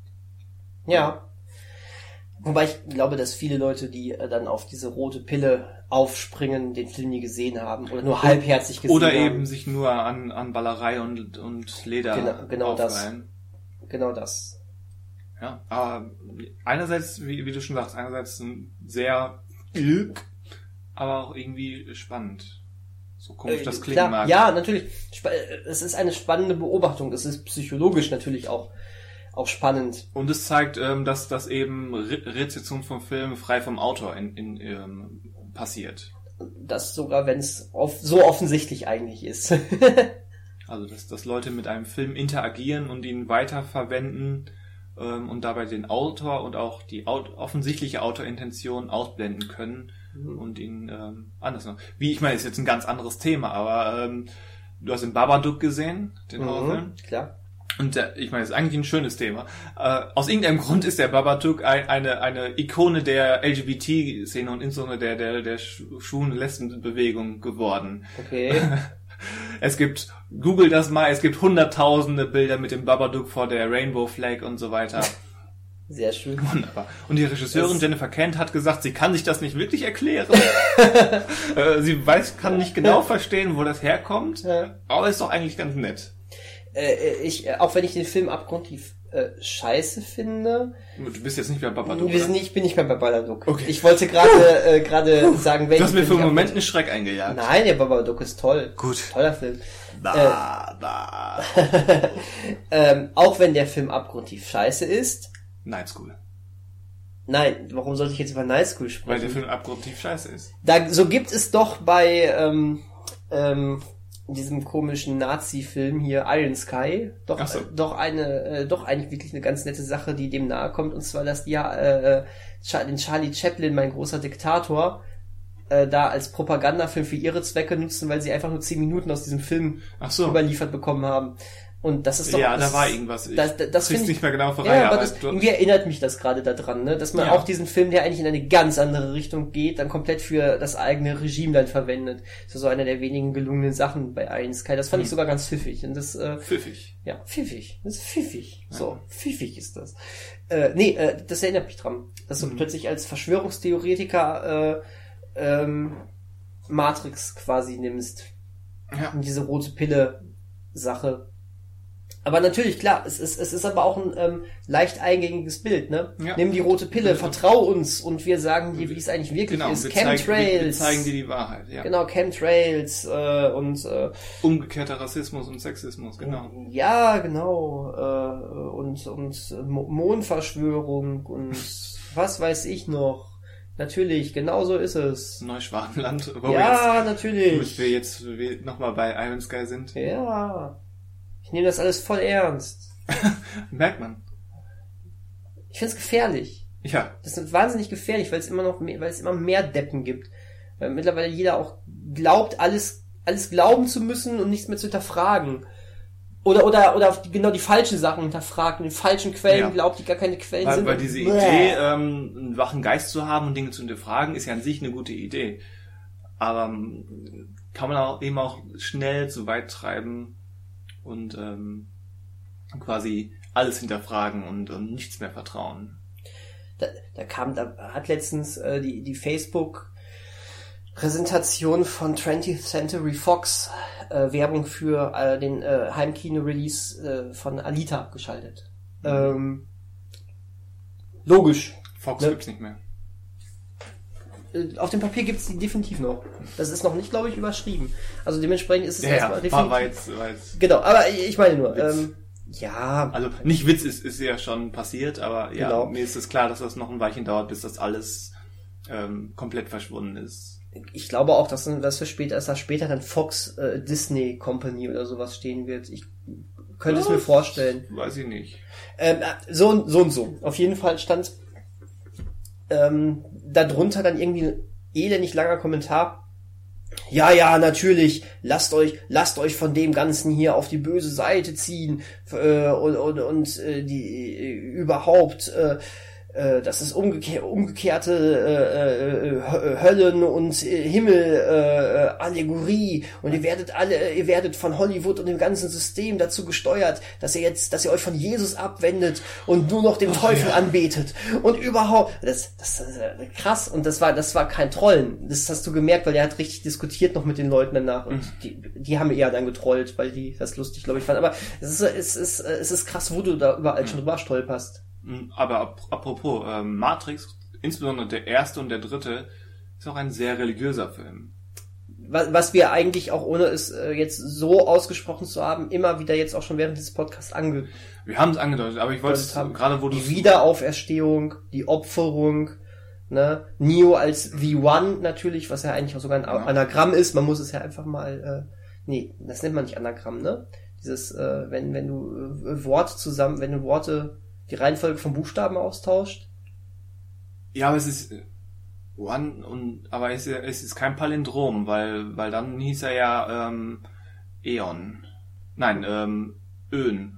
Ja. Wobei ich glaube, dass viele Leute, die dann auf diese rote Pille aufspringen, den Film nie gesehen haben oder nur halbherzig gesehen haben.
Oder eben sich nur an Ballerei und Leder
genau
aufreihen.
Genau das.
Ja, aber einerseits, wie du schon sagst, sehr, aber auch irgendwie spannend. So komisch das klingen mag.
Ja, natürlich. Es ist eine spannende Beobachtung. Es ist psychologisch natürlich auch spannend.
Und es zeigt, dass eben Rezeption von Filmen frei vom Autor passiert.
Das sogar, wenn es so offensichtlich eigentlich ist.
Also, dass Leute mit einem Film interagieren und ihn weiterverwenden und dabei den Autor und auch die offensichtliche Autorintention ausblenden können und ihn anders noch. Ich meine, ist jetzt ein ganz anderes Thema, aber du hast den Babadook gesehen, den Horrorfilm?
Klar.
Und ich meine, das ist eigentlich ein schönes Thema. Aus irgendeinem Grund ist der Babadook eine Ikone der LGBT-Szene und insbesondere der schwulen Lesbenbewegung geworden.
Okay.
Google das mal, es gibt hunderttausende Bilder mit dem Babadook vor der Rainbow Flag und so weiter.
Sehr schön.
Wunderbar. Und die Regisseurin Jennifer Kent hat gesagt, sie kann sich das nicht wirklich erklären. Sie kann nicht genau verstehen, wo das herkommt, aber ist doch eigentlich ganz nett.
Auch wenn ich den Film abgrundtief scheiße finde.
Du bist jetzt nicht mehr bei Babadook.
Ich bin nicht mehr bei Babadook.
Okay.
Ich wollte gerade sagen, welchen.
Du hast mir für einen Moment einen Schreck eingejagt.
Nein, der Babadook ist toll.
Gut.
Toller Film. Auch wenn der Film abgrundtief scheiße ist.
Night School.
Nein, warum sollte ich jetzt über Night School sprechen?
Weil der Film abgrundtief scheiße ist.
So gibt es doch bei in diesem komischen Nazi-Film hier Iron Sky doch eigentlich wirklich eine ganz nette Sache, die dem nahe kommt, und zwar, dass die den Charlie Chaplin, mein großer Diktator, da als Propagandafilm für ihre Zwecke nutzen, weil sie einfach nur 10 Minuten aus diesem Film überliefert bekommen haben. Und das ist doch...
Ja, da war irgendwas.
Das finde ich
nicht mehr genau voran.
Ja, aber irgendwie erinnert mich das gerade daran, ne? Dass man auch diesen Film, der eigentlich in eine ganz andere Richtung geht, dann komplett für das eigene Regime dann verwendet. Das ist so einer der wenigen gelungenen Sachen bei Iron Sky. Das fand ich sogar ganz pfiffig. Und das,
pfiffig.
Ja, pfiffig. Das ist pfiffig. Ja. So, pfiffig ist das. Das erinnert mich dran. Dass du plötzlich als Verschwörungstheoretiker Matrix quasi nimmst.
Ja.
Und diese rote Pille-Sache. Aber natürlich, klar, es ist aber auch ein leicht eingängiges Bild, ne? Ja. Nimm die rote Pille, vertrau uns, und wir sagen dir, wie es eigentlich wirklich ist. Chemtrails.
Wir zeigen dir die Wahrheit, ja.
Genau, Chemtrails und
umgekehrter Rassismus und Sexismus, genau.
Ja, genau. Und Mondverschwörung und was weiß ich noch. Natürlich, genau so ist es.
Neuschwabenland.
Natürlich.
Wo wir jetzt nochmal bei Iron Sky sind.
Ja. Ich nehme das alles voll ernst.
Merkt man.
Ich find's gefährlich.
Ja.
Das ist wahnsinnig gefährlich, weil es immer mehr Deppen gibt. Weil mittlerweile jeder auch glaubt, alles glauben zu müssen und nichts mehr zu hinterfragen. Oder genau die falschen Sachen hinterfragt und die falschen Quellen glaubt, die gar keine Quellen sind.
Weil diese Idee, einen wachen Geist zu haben und Dinge zu hinterfragen, ist ja an sich eine gute Idee. Aber kann man auch eben auch schnell zu weit treiben und quasi alles hinterfragen und nichts mehr vertrauen.
Da hat letztens die Facebook-Präsentation von 20th Century Fox Werbung für den Heimkino-Release von Alita geschaltet. Logisch.
Fox gibt's nicht mehr.
Auf dem Papier gibt's die definitiv noch. Das ist noch nicht, glaube ich, überschrieben. Also dementsprechend ist es erstmal definitiv.
War jetzt.
Genau, aber ich meine nur,
Also nicht Witz ist ja schon passiert, aber ja, mir ist es klar, dass das noch ein Weilchen dauert, bis das alles komplett verschwunden ist.
Ich glaube auch, dass da später dann Fox Disney Company oder sowas stehen wird. Ich könnte es mir vorstellen.
Weiß ich nicht.
So und so. Auf jeden Fall stand darunter dann irgendwie ein elendig langer Kommentar. Ja, natürlich, lasst euch von dem Ganzen hier auf die böse Seite ziehen und die überhaupt das ist umgekehrte Höllen und Himmel Allegorie, und ihr werdet von Hollywood und dem ganzen System dazu gesteuert, dass ihr euch von Jesus abwendet und nur noch den Teufel anbetet und überhaupt. Das ist krass, und das war kein Trollen. Das hast du gemerkt, weil er hat richtig diskutiert noch mit den Leuten danach, und die haben eher dann getrollt, weil die das lustig, glaube ich, fanden. Aber es ist krass, wo du da überall schon drüber stolperst.
Aber apropos Matrix, insbesondere der erste und der dritte, ist auch ein sehr religiöser Film.
Was wir eigentlich auch, ohne es jetzt so ausgesprochen zu haben, immer wieder jetzt auch schon während dieses Podcasts
Wir haben es angedeutet, aber ich wollte es gerade, wo du...
Die Wiederauferstehung, die Opferung, ne? Neo als The One natürlich, was ja eigentlich auch sogar ein Anagramm ist. Man muss es ja einfach mal... Nee, das nennt man nicht Anagramm, ne? Dieses, wenn du Worte... die Reihenfolge von Buchstaben austauscht.
Ja, aber es ist aber es ist kein Palindrom, weil dann hieß er ja Eon. Nein, Öen.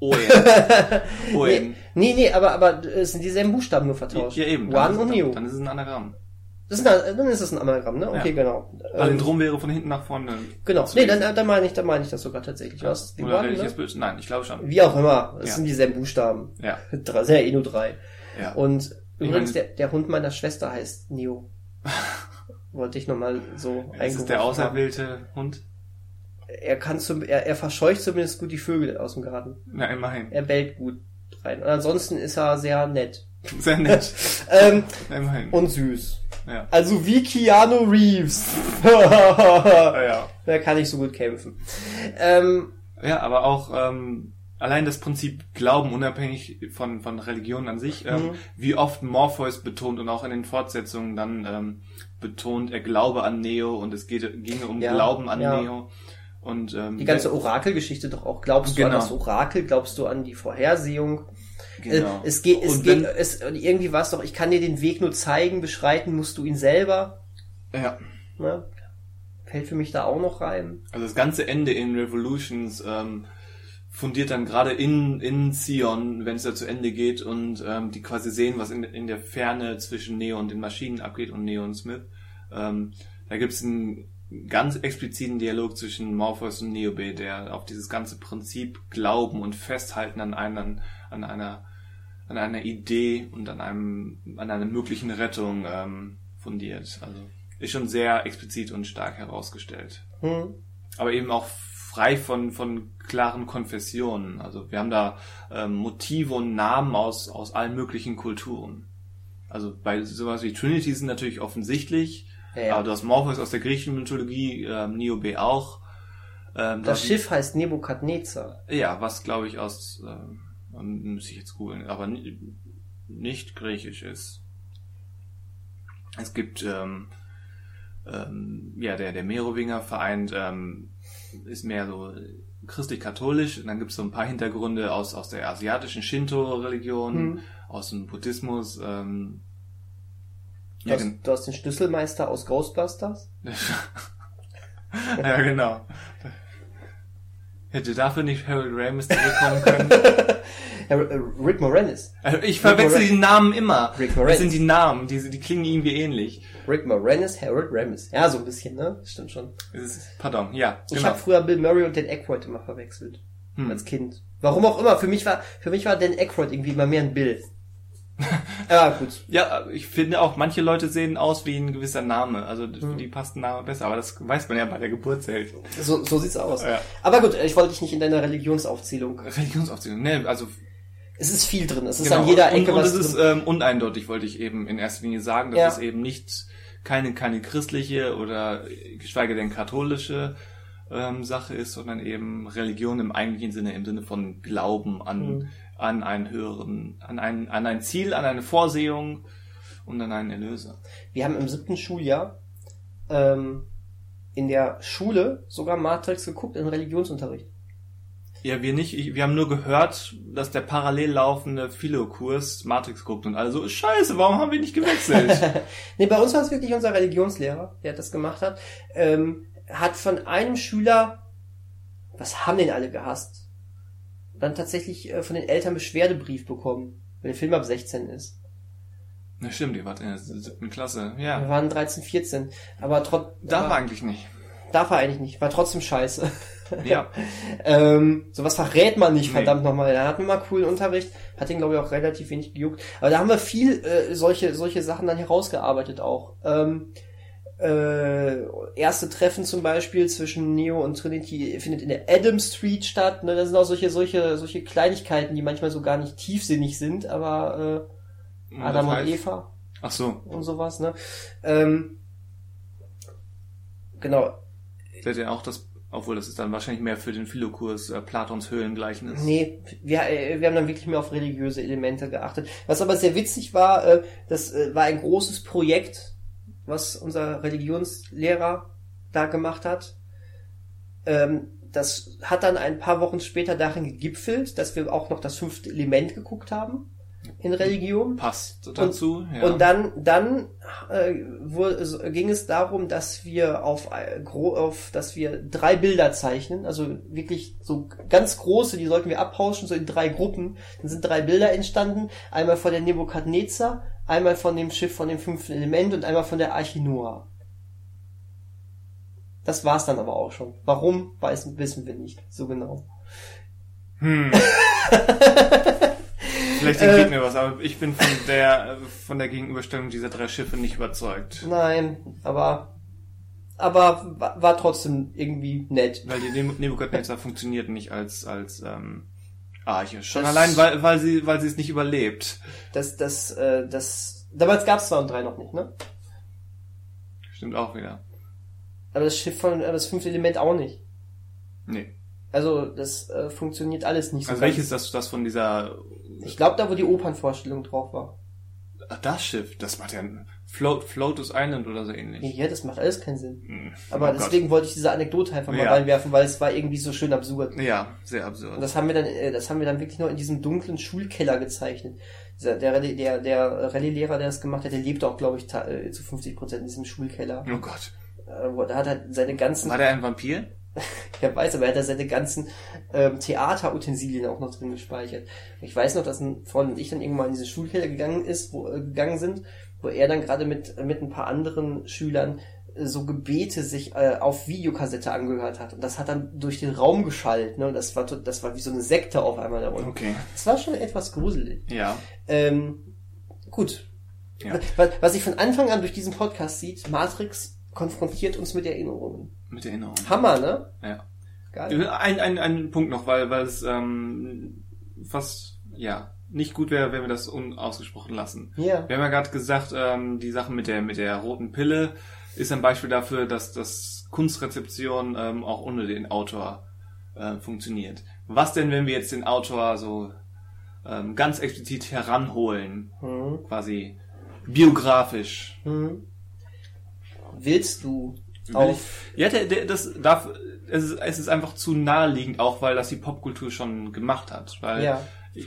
Oen.
Nee, aber es sind dieselben Buchstaben nur vertauscht.
Ja, eben.
One und Neo.
Dann ist es ein Anagramm.
Dann ist es ein Anagramm, ne? Okay, genau.
Palindrom wäre von hinten nach vorne.
Genau. Nee, dann meine ich das sogar tatsächlich. Was?
Die Oder welches Bild? Nein, ich glaube schon.
Wie auch immer. Es sind dieselben Buchstaben.
Ja.
Sind ja nur 3.
Ja.
Und übrigens, der Hund meiner Schwester heißt Neo. Wollte ich nochmal so eingeworfen.
Ist es der auserwählte Hund?
Er verscheucht zumindest gut die Vögel aus dem Garten.
Na, immerhin.
Er bellt gut rein. Und ansonsten ist er sehr nett.
Sehr nett. Immerhin.
Und süß.
Ja.
Also wie Keanu Reeves.
Ja.
Da kann ich so gut kämpfen.
Ja, aber auch allein das Prinzip Glauben, unabhängig von Religion an sich, wie oft Morpheus betont und auch in den Fortsetzungen dann betont, er glaube an Neo und es ginge um Glauben an Neo. Und
die ganze Orakelgeschichte doch auch. Glaubst du an das Orakel? Glaubst du an die Vorhersehung?
Genau.
Irgendwie war es doch, ich kann dir den Weg nur zeigen, beschreiten musst du ihn selber.
Ja.
Ne? Fällt für mich da auch noch rein.
Also das ganze Ende in Revolutions fundiert dann gerade in Zion, wenn es da zu Ende geht und die quasi sehen, was in der Ferne zwischen Neo und den Maschinen abgeht und Neo und Smith. Da gibt's einen ganz expliziten Dialog zwischen Morpheus und Niobe, der auf dieses ganze Prinzip Glauben und Festhalten an einer Idee und an einer möglichen Rettung fundiert. Also ist schon sehr explizit und stark herausgestellt. Aber eben auch frei von klaren Konfessionen. Also wir haben da Motive und Namen aus allen möglichen Kulturen. Also bei sowas wie Trinity sind natürlich offensichtlich, aber du hast Morpheus aus der griechischen Mythologie, Niobe auch.
Das Schiff heißt Nebukadnezar.
Ja, was glaube ich aus, müsste ich jetzt googeln, aber nicht griechisch ist. Es gibt, der Merowinger vereint, ist mehr so christlich-katholisch und dann gibt es so ein paar Hintergründe aus der asiatischen Shinto-Religion, aus dem Buddhismus.
Du hast den Schlüsselmeister aus Ghostbusters?
Ja, genau. Hätte dafür nicht Harold Ramis zurückkommen können?
Rick Moranis.
Ich verwechsel die Namen immer.
Rick Moranis.
Das sind die Namen, die klingen irgendwie ähnlich.
Rick Moranis, Harold Ramis. Ja, so ein bisschen, ne? Stimmt schon.
Pardon, ja.
Ich habe früher Bill Murray und Dan Aykroyd immer verwechselt. Als Kind. Warum auch immer. Für mich war Dan Aykroyd irgendwie immer mehr ein Bill. Ja, gut.
Ja, ich finde auch, manche Leute sehen aus wie ein gewisser Name. Also die passt ein Name besser, aber das weiß man ja bei der Geburt selbst.
So sieht's aus.
Ja.
Aber gut, ich wollte dich nicht in deiner Religionsaufzählung.
Ne, also
es ist viel drin. Es ist an jeder Ecke
was drin. Und es ist uneindeutig, wollte ich eben in erster Linie sagen, dass es eben nicht keine christliche oder geschweige denn katholische Sache ist, sondern eben Religion im eigentlichen Sinne, im Sinne von Glauben an einen höheren, an ein Ziel, an eine Vorsehung und an einen Erlöser.
Wir haben im 7. Schuljahr in der Schule sogar Matrix geguckt, in Religionsunterricht.
Ja, wir nicht. Wir haben nur gehört, dass der parallel laufende Philo-Kurs Matrix guckt und alle so, scheiße, warum haben wir nicht gewechselt?
Nee, bei uns war es wirklich unser Religionslehrer, der das gemacht hat. Hat von einem Schüler, was haben denn alle gehasst? Dann tatsächlich von den Eltern Beschwerdebrief bekommen, weil der Film ab 16 ist.
Na stimmt, ihr wart in der 7. Klasse, ja.
Wir waren 13, 14, aber
Darf eigentlich nicht.
Darf er eigentlich nicht, war trotzdem scheiße.
Ja.
Sowas verrät man nicht, verdammt nochmal. Da hatten wir mal coolen Unterricht, hat den glaube ich auch relativ wenig gejuckt. Aber da haben wir viel solche Sachen dann herausgearbeitet auch. Erste Treffen zum Beispiel zwischen Neo und Trinity findet in der Adam Street statt. Ne? Das sind auch solche Kleinigkeiten, die manchmal so gar nicht tiefsinnig sind, aber Adam und Eva.
Ach so.
Und sowas, ne? Genau.
Seht ihr auch das, obwohl das ist dann wahrscheinlich mehr für den Philo-Kurs Platons Höhlengleichnis?
Nee, wir haben dann wirklich mehr auf religiöse Elemente geachtet. Was aber sehr witzig war, das war ein großes Projekt, was unser Religionslehrer da gemacht hat. Das hat dann ein paar Wochen später darin gegipfelt, dass wir auch noch das 5. Element geguckt haben in Religion.
Passt dazu,
ja. Und dann ging es darum, dass wir dass wir 3 Bilder zeichnen, also wirklich so ganz große, die sollten wir abpauschen, so in 3 Gruppen. Dann sind 3 Bilder entstanden, einmal von der Nebukadnezar, einmal von dem Schiff von dem 5. Element und einmal von der Arche Noah. Das war's dann aber auch schon. Warum, wissen wir nicht so genau.
Vielleicht entgeht mir was, aber ich bin von der Gegenüberstellung dieser 3 Schiffe nicht überzeugt.
Nein, aber war trotzdem irgendwie nett.
Weil die Nebukadnezar funktioniert nicht als Arche. Schon allein, weil sie es nicht überlebt.
Damals gab's 2 und 3 noch nicht, ne?
Stimmt auch wieder.
Aber das Schiff das 5. Element auch nicht.
Nee.
Also, das funktioniert alles nicht so.
Also welches das von dieser...
Ich glaube, da wo die Opernvorstellung drauf war.
Das Schiff, das macht ja Floatus Island oder so ähnlich.
Ja, das macht alles keinen Sinn.
Oh
Aber deswegen wollte ich diese Anekdote einfach mal reinwerfen, weil es war irgendwie so schön absurd.
Ja, sehr absurd.
Und das haben wir dann wirklich nur in diesem dunklen Schulkeller gezeichnet. Der Rallye-Lehrer, der das gemacht hat, der lebt auch, glaube ich, zu 50% in diesem Schulkeller.
Oh Gott.
Da hat er seine ganzen...
War der ein Vampir?
Wer weiß, aber er hat da seine ganzen Theaterutensilien auch noch drin gespeichert. Ich weiß noch, dass ein Freund und ich dann irgendwann in diese Schulkeller gegangen sind, wo er dann gerade mit ein paar anderen Schülern so Gebete sich auf Videokassette angehört hat. Und das hat dann durch den Raum geschallt. Ne? Und das war wie so eine Sekte auf einmal da unten.
Okay.
Das war schon etwas gruselig.
Ja.
Gut.
Ja.
Was sich von Anfang an durch diesen Podcast sieht, Matrix konfrontiert uns mit Erinnerungen.
Mit Erinnerungen.
Hammer, ne?
Ja.
Geil.
Ein Punkt noch, weil es fast nicht gut wäre, wenn wir das unausgesprochen lassen.
Ja.
Wir haben ja gerade gesagt, die Sache mit der roten Pille ist ein Beispiel dafür, dass das Kunstrezeption auch ohne den Autor funktioniert. Was denn, wenn wir jetzt den Autor so ganz explizit heranholen, quasi biografisch?
Willst du auf...
Ja, es ist einfach zu naheliegend, auch weil das die Popkultur schon gemacht hat. Weil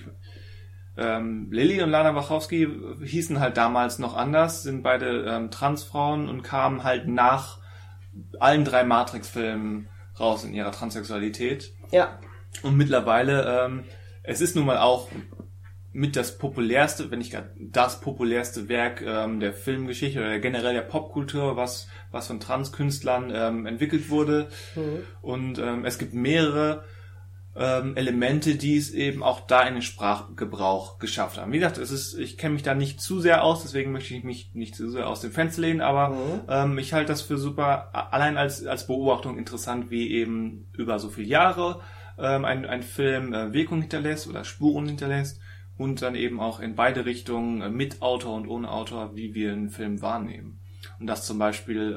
Lilly und Lana Wachowski hießen halt damals noch anders, sind beide Transfrauen und kamen halt nach allen 3 Matrix-Filmen raus in ihrer Transsexualität.
Ja.
Und mittlerweile, es ist nun mal auch mit das populärste, wenn nicht gar das populärste Werk der Filmgeschichte oder generell der Popkultur, was von Transkünstlern entwickelt wurde. Und es gibt mehrere Elemente, die es eben auch da in den Sprachgebrauch geschafft haben. Wie gesagt, ich kenne mich da nicht zu sehr aus, deswegen möchte ich mich nicht zu sehr aus dem Fenster lehnen, aber ich halte das für super, allein als Beobachtung interessant, wie eben über so viele Jahre ein Film Wirkung hinterlässt oder Spuren hinterlässt und dann eben auch in beide Richtungen, mit Autor und ohne Autor, wie wir einen Film wahrnehmen. Und das zum Beispiel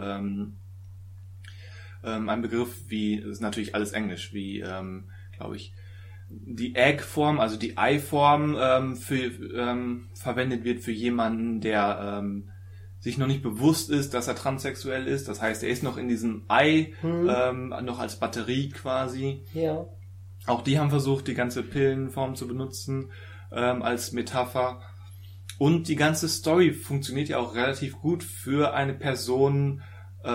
ein Begriff wie, das ist natürlich alles Englisch, wie, glaube ich, die Egg-Form, also die Ei-Form verwendet wird für jemanden, der sich noch nicht bewusst ist, dass er transsexuell ist. Das heißt, er ist noch in diesem Ei, noch als Batterie quasi.
Ja.
Auch die haben versucht, die ganze Pillenform zu benutzen als Metapher. Und die ganze Story funktioniert ja auch relativ gut für eine Person,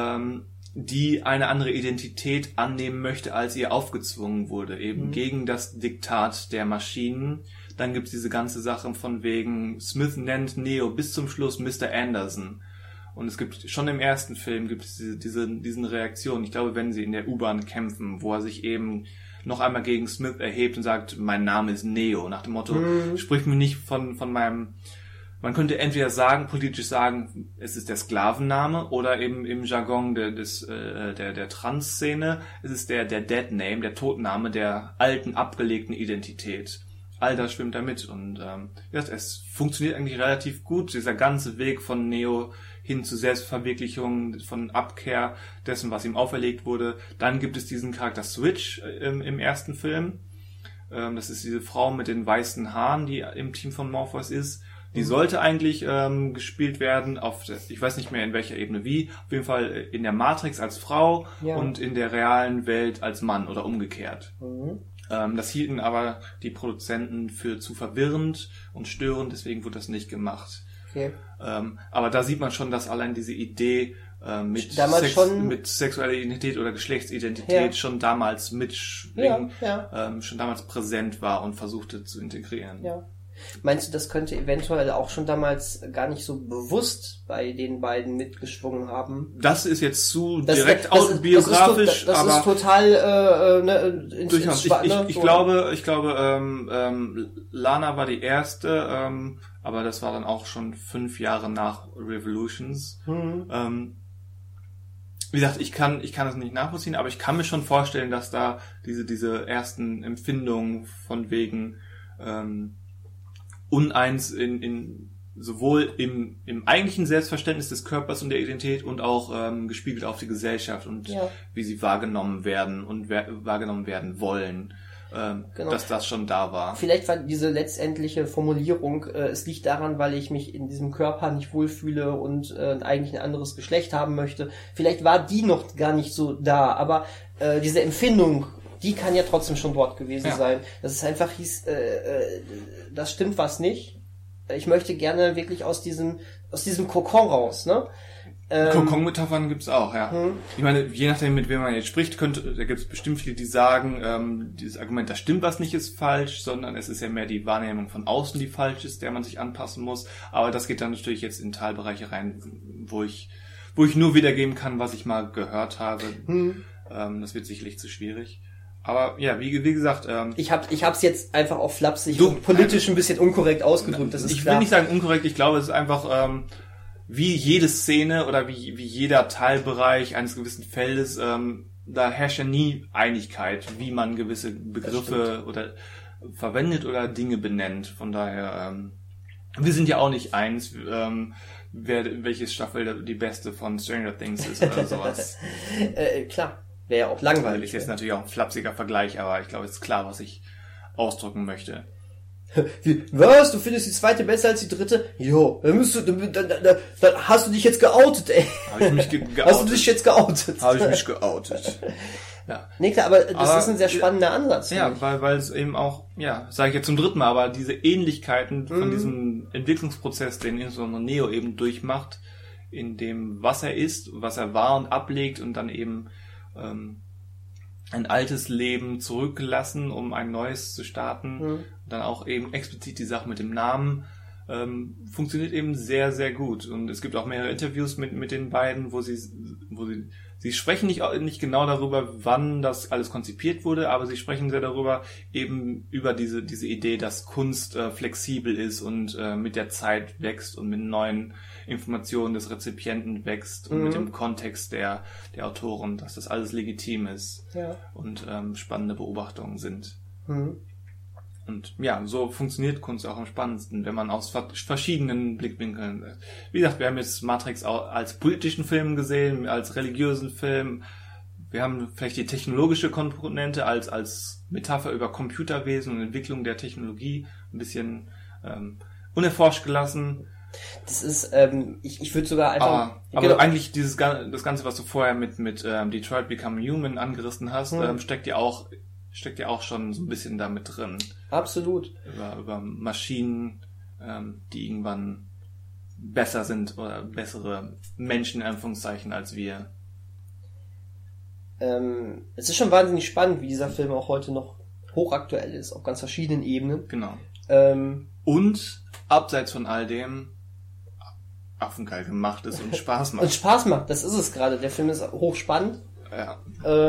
die eine andere Identität annehmen möchte, als ihr aufgezwungen wurde, eben gegen das Diktat der Maschinen. Dann gibt's diese ganze Sache von wegen, Smith nennt Neo bis zum Schluss Mr. Anderson. Und es gibt schon im ersten Film gibt es diesen Reaktionen. Ich glaube, wenn sie in der U-Bahn kämpfen, wo er sich eben noch einmal gegen Smith erhebt und sagt, mein Name ist Neo, nach dem Motto, sprich mir nicht von meinem, man könnte entweder politisch sagen, es ist der Sklavenname, oder eben im Jargon der Trans-Szene, es ist der Dead Name, der Todname der alten, abgelegten Identität. All das schwimmt da mit und es funktioniert eigentlich relativ gut, dieser ganze Weg von Neo hin zu Selbstverwirklichung, von Abkehr dessen, was ihm auferlegt wurde. Dann gibt es diesen Charakter Switch im ersten Film. Das ist diese Frau mit den weißen Haaren, die im Team von Morpheus ist. Die sollte eigentlich gespielt werden ich weiß nicht mehr in welcher Ebene wie, auf jeden Fall in der Matrix als Frau und in der realen Welt als Mann oder umgekehrt. Das hielten aber die Produzenten für zu verwirrend und störend, deswegen wurde das nicht gemacht.
Okay.
Aber da sieht man schon, dass allein diese Idee mit sexueller Identität oder Geschlechtsidentität schon damals mitschwingen, schon damals präsent war und versuchte zu integrieren.
Ja. Meinst du, das könnte eventuell auch schon damals gar nicht so bewusst bei den beiden mitgeschwungen haben?
Das ist jetzt direkt autobiografisch,
das ist total
durchaus. Ich glaube, Lana war die erste, aber das war dann auch schon 5 Jahre nach Revolutions. Wie gesagt, ich kann das nicht nachvollziehen, aber ich kann mir schon vorstellen, dass da diese ersten Empfindungen von wegen uneins in sowohl im eigentlichen Selbstverständnis des Körpers und der Identität und auch gespiegelt auf die Gesellschaft und wie sie wahrgenommen werden und wahrgenommen werden wollen. dass das schon da war.
Vielleicht war diese letztendliche Formulierung, es liegt daran, weil ich mich in diesem Körper nicht wohlfühle und eigentlich ein anderes Geschlecht haben möchte. Vielleicht war die noch gar nicht so da, aber diese Empfindung, die kann ja trotzdem schon dort gewesen sein. Dass es einfach hieß, das stimmt was nicht. Ich möchte gerne wirklich aus diesem Kokon raus, ne?
Kokon-Metaphern gibt's auch, ja. Ich meine, je nachdem, mit wem man jetzt spricht, da gibt's bestimmt viele, die sagen, dieses Argument, das stimmt was nicht, ist falsch, sondern es ist ja mehr die Wahrnehmung von außen, die falsch ist, der man sich anpassen muss. Aber das geht dann natürlich jetzt in Teilbereiche rein, wo ich nur wiedergeben kann, was ich mal gehört habe. Das wird sicherlich zu schwierig. Aber ja, wie gesagt,
ich hab's jetzt einfach auch flapsig und politisch ein bisschen unkorrekt ausgedrückt. Das ist
ich
klar.
will nicht sagen unkorrekt, ich glaube, es ist einfach wie jede Szene oder wie jeder Teilbereich eines gewissen Feldes, da herrscht ja nie Einigkeit, wie man gewisse Begriffe oder verwendet oder Dinge benennt. Von daher, wir sind ja auch nicht eins, welches Staffel die beste von Stranger Things ist oder sowas.
Klar, wäre ja auch langweilig.
Ist jetzt natürlich auch ein flapsiger Vergleich, aber ich glaube, es ist klar, was ich ausdrücken möchte.
Was? Du findest die zweite besser als die dritte? Jo, dann hast du dich jetzt geoutet, ey.
Habe ich mich geoutet?
Hast du dich jetzt geoutet?
Habe ich mich geoutet. Ja.
Nee, klar, aber das ist ein sehr spannender Ansatz.
Ja, weil es eben auch, sage ich jetzt zum dritten Mal, aber diese Ähnlichkeiten von diesem Entwicklungsprozess, den insbesondere Neo eben durchmacht, in dem, was er ist, was er war und ablegt und dann eben ein altes Leben zurücklassen, um ein neues zu starten. Dann auch eben explizit die Sache mit dem Namen funktioniert eben sehr, sehr gut. Und es gibt auch mehrere Interviews mit den beiden, wo sie sprechen nicht genau darüber, wann das alles konzipiert wurde, aber sie sprechen sehr darüber, eben über diese Idee, dass Kunst flexibel ist und mit der Zeit wächst und mit neuen Informationen des Rezipienten wächst und mit dem Kontext der Autoren, dass das alles legitim ist und spannende Beobachtungen sind. Und ja, so funktioniert Kunst auch am spannendsten, wenn man aus verschiedenen Blickwinkeln, wie gesagt, wir haben jetzt Matrix auch als politischen Film gesehen, als religiösen Film. Wir haben vielleicht die technologische Komponente als Metapher über Computerwesen und Entwicklung der Technologie ein bisschen unerforscht gelassen.
Das ist, ich würde sogar einfach...
Aber eigentlich das Ganze, was du vorher mit Detroit Become Human angerissen hast, steckt ja auch schon so ein bisschen damit drin.
Absolut.
Über Maschinen, die irgendwann besser sind oder bessere Menschen in Anführungszeichen als wir.
Es ist schon wahnsinnig spannend, wie dieser Film auch heute noch hochaktuell ist, auf ganz verschiedenen Ebenen.
Genau. Und abseits von all dem affengeil gemacht ist und Spaß macht.
Und Spaß macht, das ist es gerade. Der Film ist hochspannend.
Ja.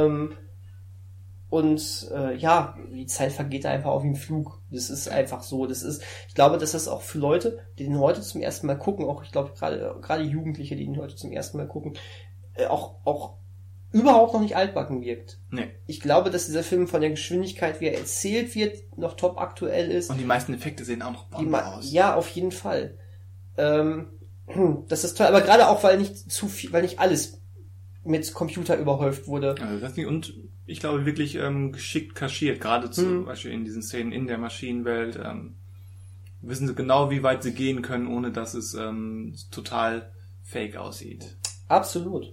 Die Zeit vergeht einfach auf wie im Flug. Das ist einfach so. Ich glaube, dass das auch für Leute, die den heute zum ersten Mal gucken, auch ich glaube gerade Jugendliche, die den heute zum ersten Mal gucken, auch überhaupt noch nicht altbacken wirkt.
Nee.
Ich glaube, dass dieser Film von der Geschwindigkeit, wie er erzählt wird, noch top aktuell ist.
Und die meisten Effekte sehen auch noch Bombe aus.
Ja, auf jeden Fall. Das ist toll, aber gerade auch, weil nicht alles mit Computer überhäuft wurde.
Und ich glaube wirklich geschickt kaschiert, gerade zum Beispiel in diesen Szenen in der Maschinenwelt. Wissen sie genau, wie weit sie gehen können, ohne dass es total fake aussieht.
Absolut.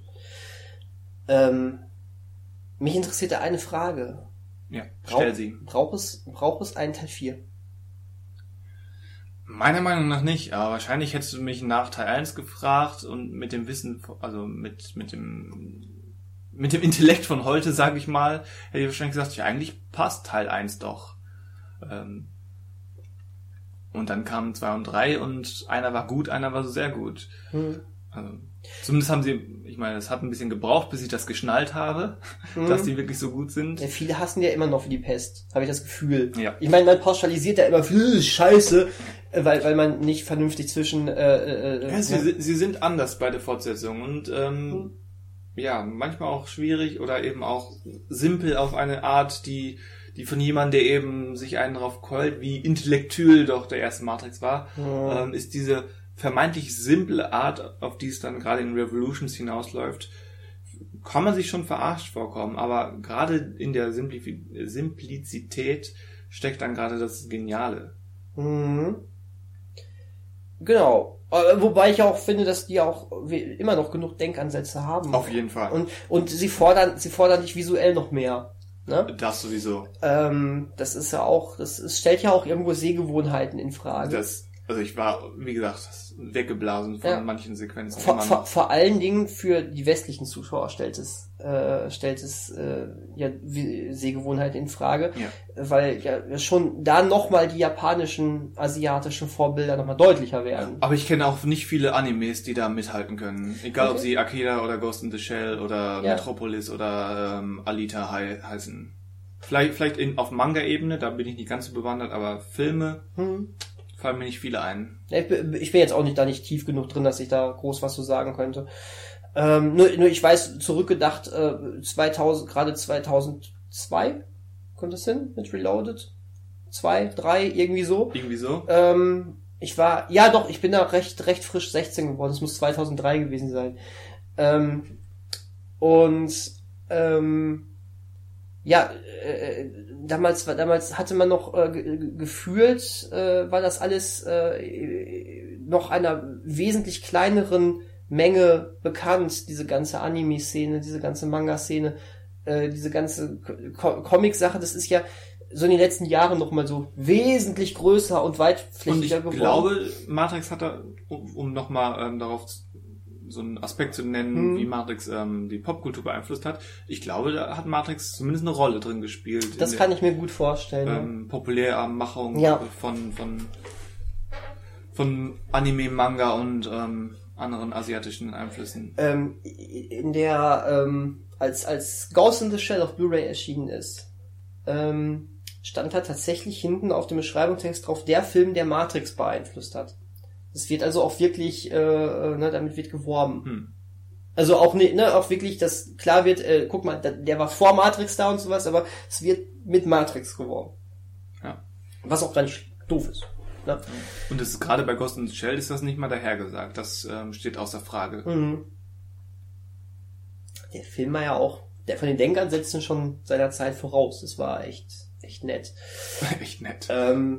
Mich interessiert da eine Frage.
Ja, stell sie.
Braucht es einen Teil 4?
Meiner Meinung nach nicht, aber wahrscheinlich hättest du mich nach Teil 1 gefragt und mit dem Wissen, also mit dem Intellekt von heute, sag ich mal, hätte ich wahrscheinlich gesagt, ja, eigentlich passt Teil 1 doch. Und dann kamen 2 und 3 und einer war gut, einer war sehr gut. Also, zumindest haben sie, ich meine, es hat ein bisschen gebraucht, bis ich das geschnallt habe, dass die wirklich so gut sind.
Ja, viele hassen ja immer noch wie die Pest, habe ich das Gefühl.
Ja.
Ich meine, man pauschalisiert ja immer viel Scheiße, weil man nicht vernünftig zwischen...
sie sind anders bei der Fortsetzung und manchmal auch schwierig oder eben auch simpel auf eine Art, die von jemandem, der eben sich einen drauf keult, wie intellektuell doch der erste Matrix war, ist diese vermeintlich simple Art, auf die es dann gerade in Revolutions hinausläuft, kann man sich schon verarscht vorkommen, aber gerade in der Simplizität steckt dann gerade das Geniale.
Mhm. Genau. Wobei ich auch finde, dass die auch immer noch genug Denkansätze haben.
Auf jeden Fall.
Und sie fordern dich visuell noch mehr. Ne?
Das sowieso.
Das ist ja auch, es stellt ja auch irgendwo Sehgewohnheiten in Frage.
Also ich war, wie gesagt, weggeblasen von manchen Sequenzen.
Vor allen Dingen für die westlichen Zuschauer stellt es Sehgewohnheiten in Frage, weil ja schon da nochmal die japanischen, asiatischen Vorbilder nochmal deutlicher werden.
Aber ich kenne auch nicht viele Animes, die da mithalten können. Egal ob sie Akira oder Ghost in the Shell oder Metropolis oder Alita heißen. Vielleicht auf Manga-Ebene, da bin ich nicht ganz so bewandert, aber Filme fallen mir nicht viele ein.
Ich bin jetzt auch nicht tief genug drin, dass ich da groß was zu sagen könnte. Nur ich weiß, zurückgedacht, 2002, kommt das hin? Mit Reloaded? 2, 3, irgendwie so.
Irgendwie so?
Ich bin da recht frisch 16 geworden. Das muss 2003 gewesen sein. Damals hatte man noch gefühlt, war das alles noch einer wesentlich kleineren Menge bekannt, diese ganze Anime-Szene, diese ganze Manga-Szene, diese ganze Comic-Sache, das ist ja so in den letzten Jahren noch mal so wesentlich größer und weitflächiger geworden.
Und ich glaube, Matrix hat da, um nochmal darauf so einen Aspekt zu nennen, wie Matrix die Popkultur beeinflusst hat. Ich glaube, da hat Matrix zumindest eine Rolle drin gespielt.
Das kann ich mir gut vorstellen.
Populärmachung von Anime, Manga und anderen asiatischen Einflüssen.
In der als Ghost in the Shell auf Blu-ray erschienen ist, stand da tatsächlich hinten auf dem Beschreibungstext drauf, der Film, der Matrix beeinflusst hat. Es wird also auch wirklich, damit wird geworben. Also auch auch wirklich, dass klar wird, guck mal, der war vor Matrix da und sowas, aber es wird mit Matrix geworben. Ja. Was auch gar nicht doof ist. Ne?
Und das ist gerade bei Ghost in the Shell ist das nicht mal dahergesagt. Das steht außer Frage.
Der Film war ja auch, der von den Denkansätzen schon seiner Zeit voraus. Das war echt nett.
Echt nett.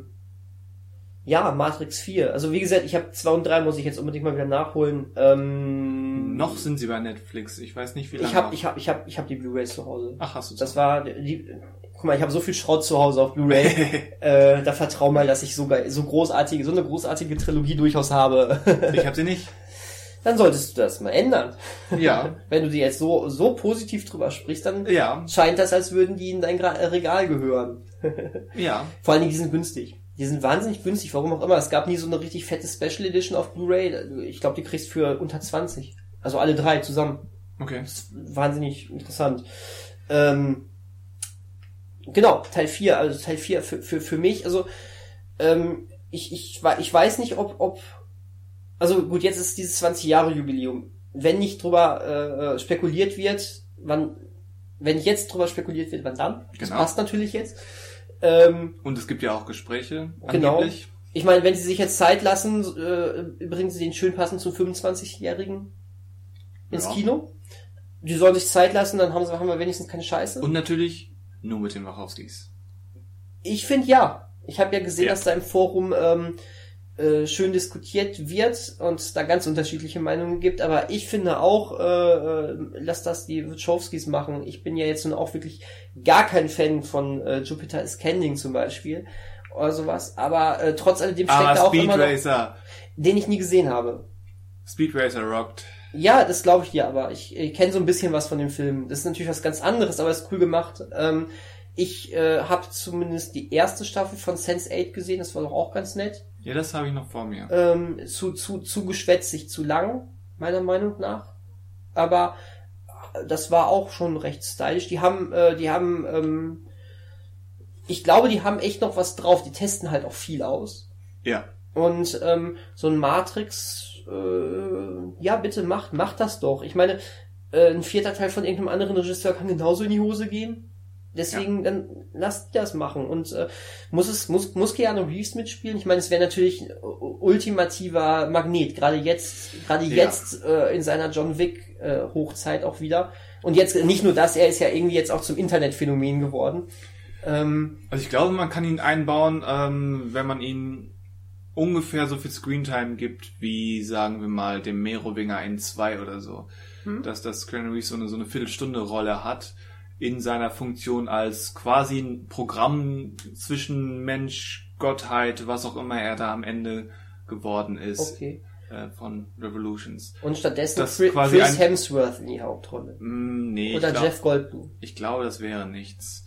Matrix 4. Also wie gesagt, ich habe 2 und 3 muss ich jetzt unbedingt mal wieder nachholen.
Noch sind sie bei Netflix. Ich weiß nicht, wie lange.
Ich hab die Blu-rays zu Hause.
Ach, hast du
das? War guck mal, ich habe so viel Schrott zu Hause auf Blu-ray. Da vertrau mal, dass ich so eine großartige Trilogie durchaus habe.
Ich habe sie nicht.
Dann solltest du das mal ändern.
Ja.
Wenn du dir jetzt so positiv drüber sprichst, dann scheint das, als würden die in dein Regal gehören.
Ja.
Vor allen Dingen, die sind günstig. Die sind wahnsinnig günstig, warum auch immer. Es gab nie so eine richtig fette Special Edition auf Blu-ray. Ich glaube, die kriegst für unter 20. Also alle 3 zusammen.
Okay.
Das ist wahnsinnig interessant. Genau, Teil 4. Also Teil 4 für mich. Also ich weiß nicht, ob also gut, jetzt ist dieses 20-Jahre-Jubiläum. Wenn nicht drüber spekuliert wird, wenn jetzt drüber spekuliert wird, wann dann? Das passt natürlich jetzt.
Und es gibt ja auch Gespräche,
genau.
Angeblich.
Ich meine, wenn sie sich jetzt Zeit lassen, bringen sie den schön passend zum 25-Jährigen ins Kino. Die sollen sich Zeit lassen, dann haben wir wenigstens keine Scheiße.
Und natürlich nur mit den Wachowskis.
Ich finde ja. Ich habe ja gesehen, dass da im Forum schön diskutiert wird und da ganz unterschiedliche Meinungen gibt, aber ich finde auch, lass das die Wachowskis machen. Ich bin ja jetzt nun auch wirklich gar kein Fan von Jupiter is Ascending zum Beispiel oder sowas, aber trotz alledem steckt da auch
Speed
immer
Racer.
Noch, den ich nie gesehen habe.
Speed Racer rockt.
Ja, das glaube ich dir, aber ich kenne so ein bisschen was von dem Film. Das ist natürlich was ganz anderes, aber ist cool gemacht. Ich habe zumindest die erste Staffel von Sense8 gesehen, das war doch auch ganz nett.
Ja, das habe ich noch vor mir.
Zu geschwätzig, zu lang, meiner Meinung nach. Aber das war auch schon recht stylisch. Die haben, ich glaube, die haben echt noch was drauf. Die testen halt auch viel aus.
Ja.
Und so ein Matrix, bitte macht das doch. Ich meine, ein 4. Teil von irgendeinem anderen Regisseur kann genauso in die Hose gehen. Deswegen, dann lasst die das machen. Und muss Keanu Reeves mitspielen? Ich meine, es wäre natürlich ein ultimativer Magnet, gerade jetzt in seiner John Wick Hochzeit auch wieder. Und jetzt nicht nur das, er ist ja irgendwie jetzt auch zum Internetphänomen geworden.
Also ich glaube, man kann ihn einbauen, wenn man ihn ungefähr so viel Screentime gibt, wie, sagen wir mal, dem Merowinger in 2 oder so. Dass das Keanu Reeves so eine Viertelstunde Rolle hat in seiner Funktion als quasi ein Programm zwischen Mensch, Gottheit, was auch immer er da am Ende geworden ist.
Okay.
Von Revolutions.
Und stattdessen
quasi
Chris Hemsworth in die Hauptrolle.
Nee,
oder Jeff Goldblum.
Ich glaube, das wäre nichts.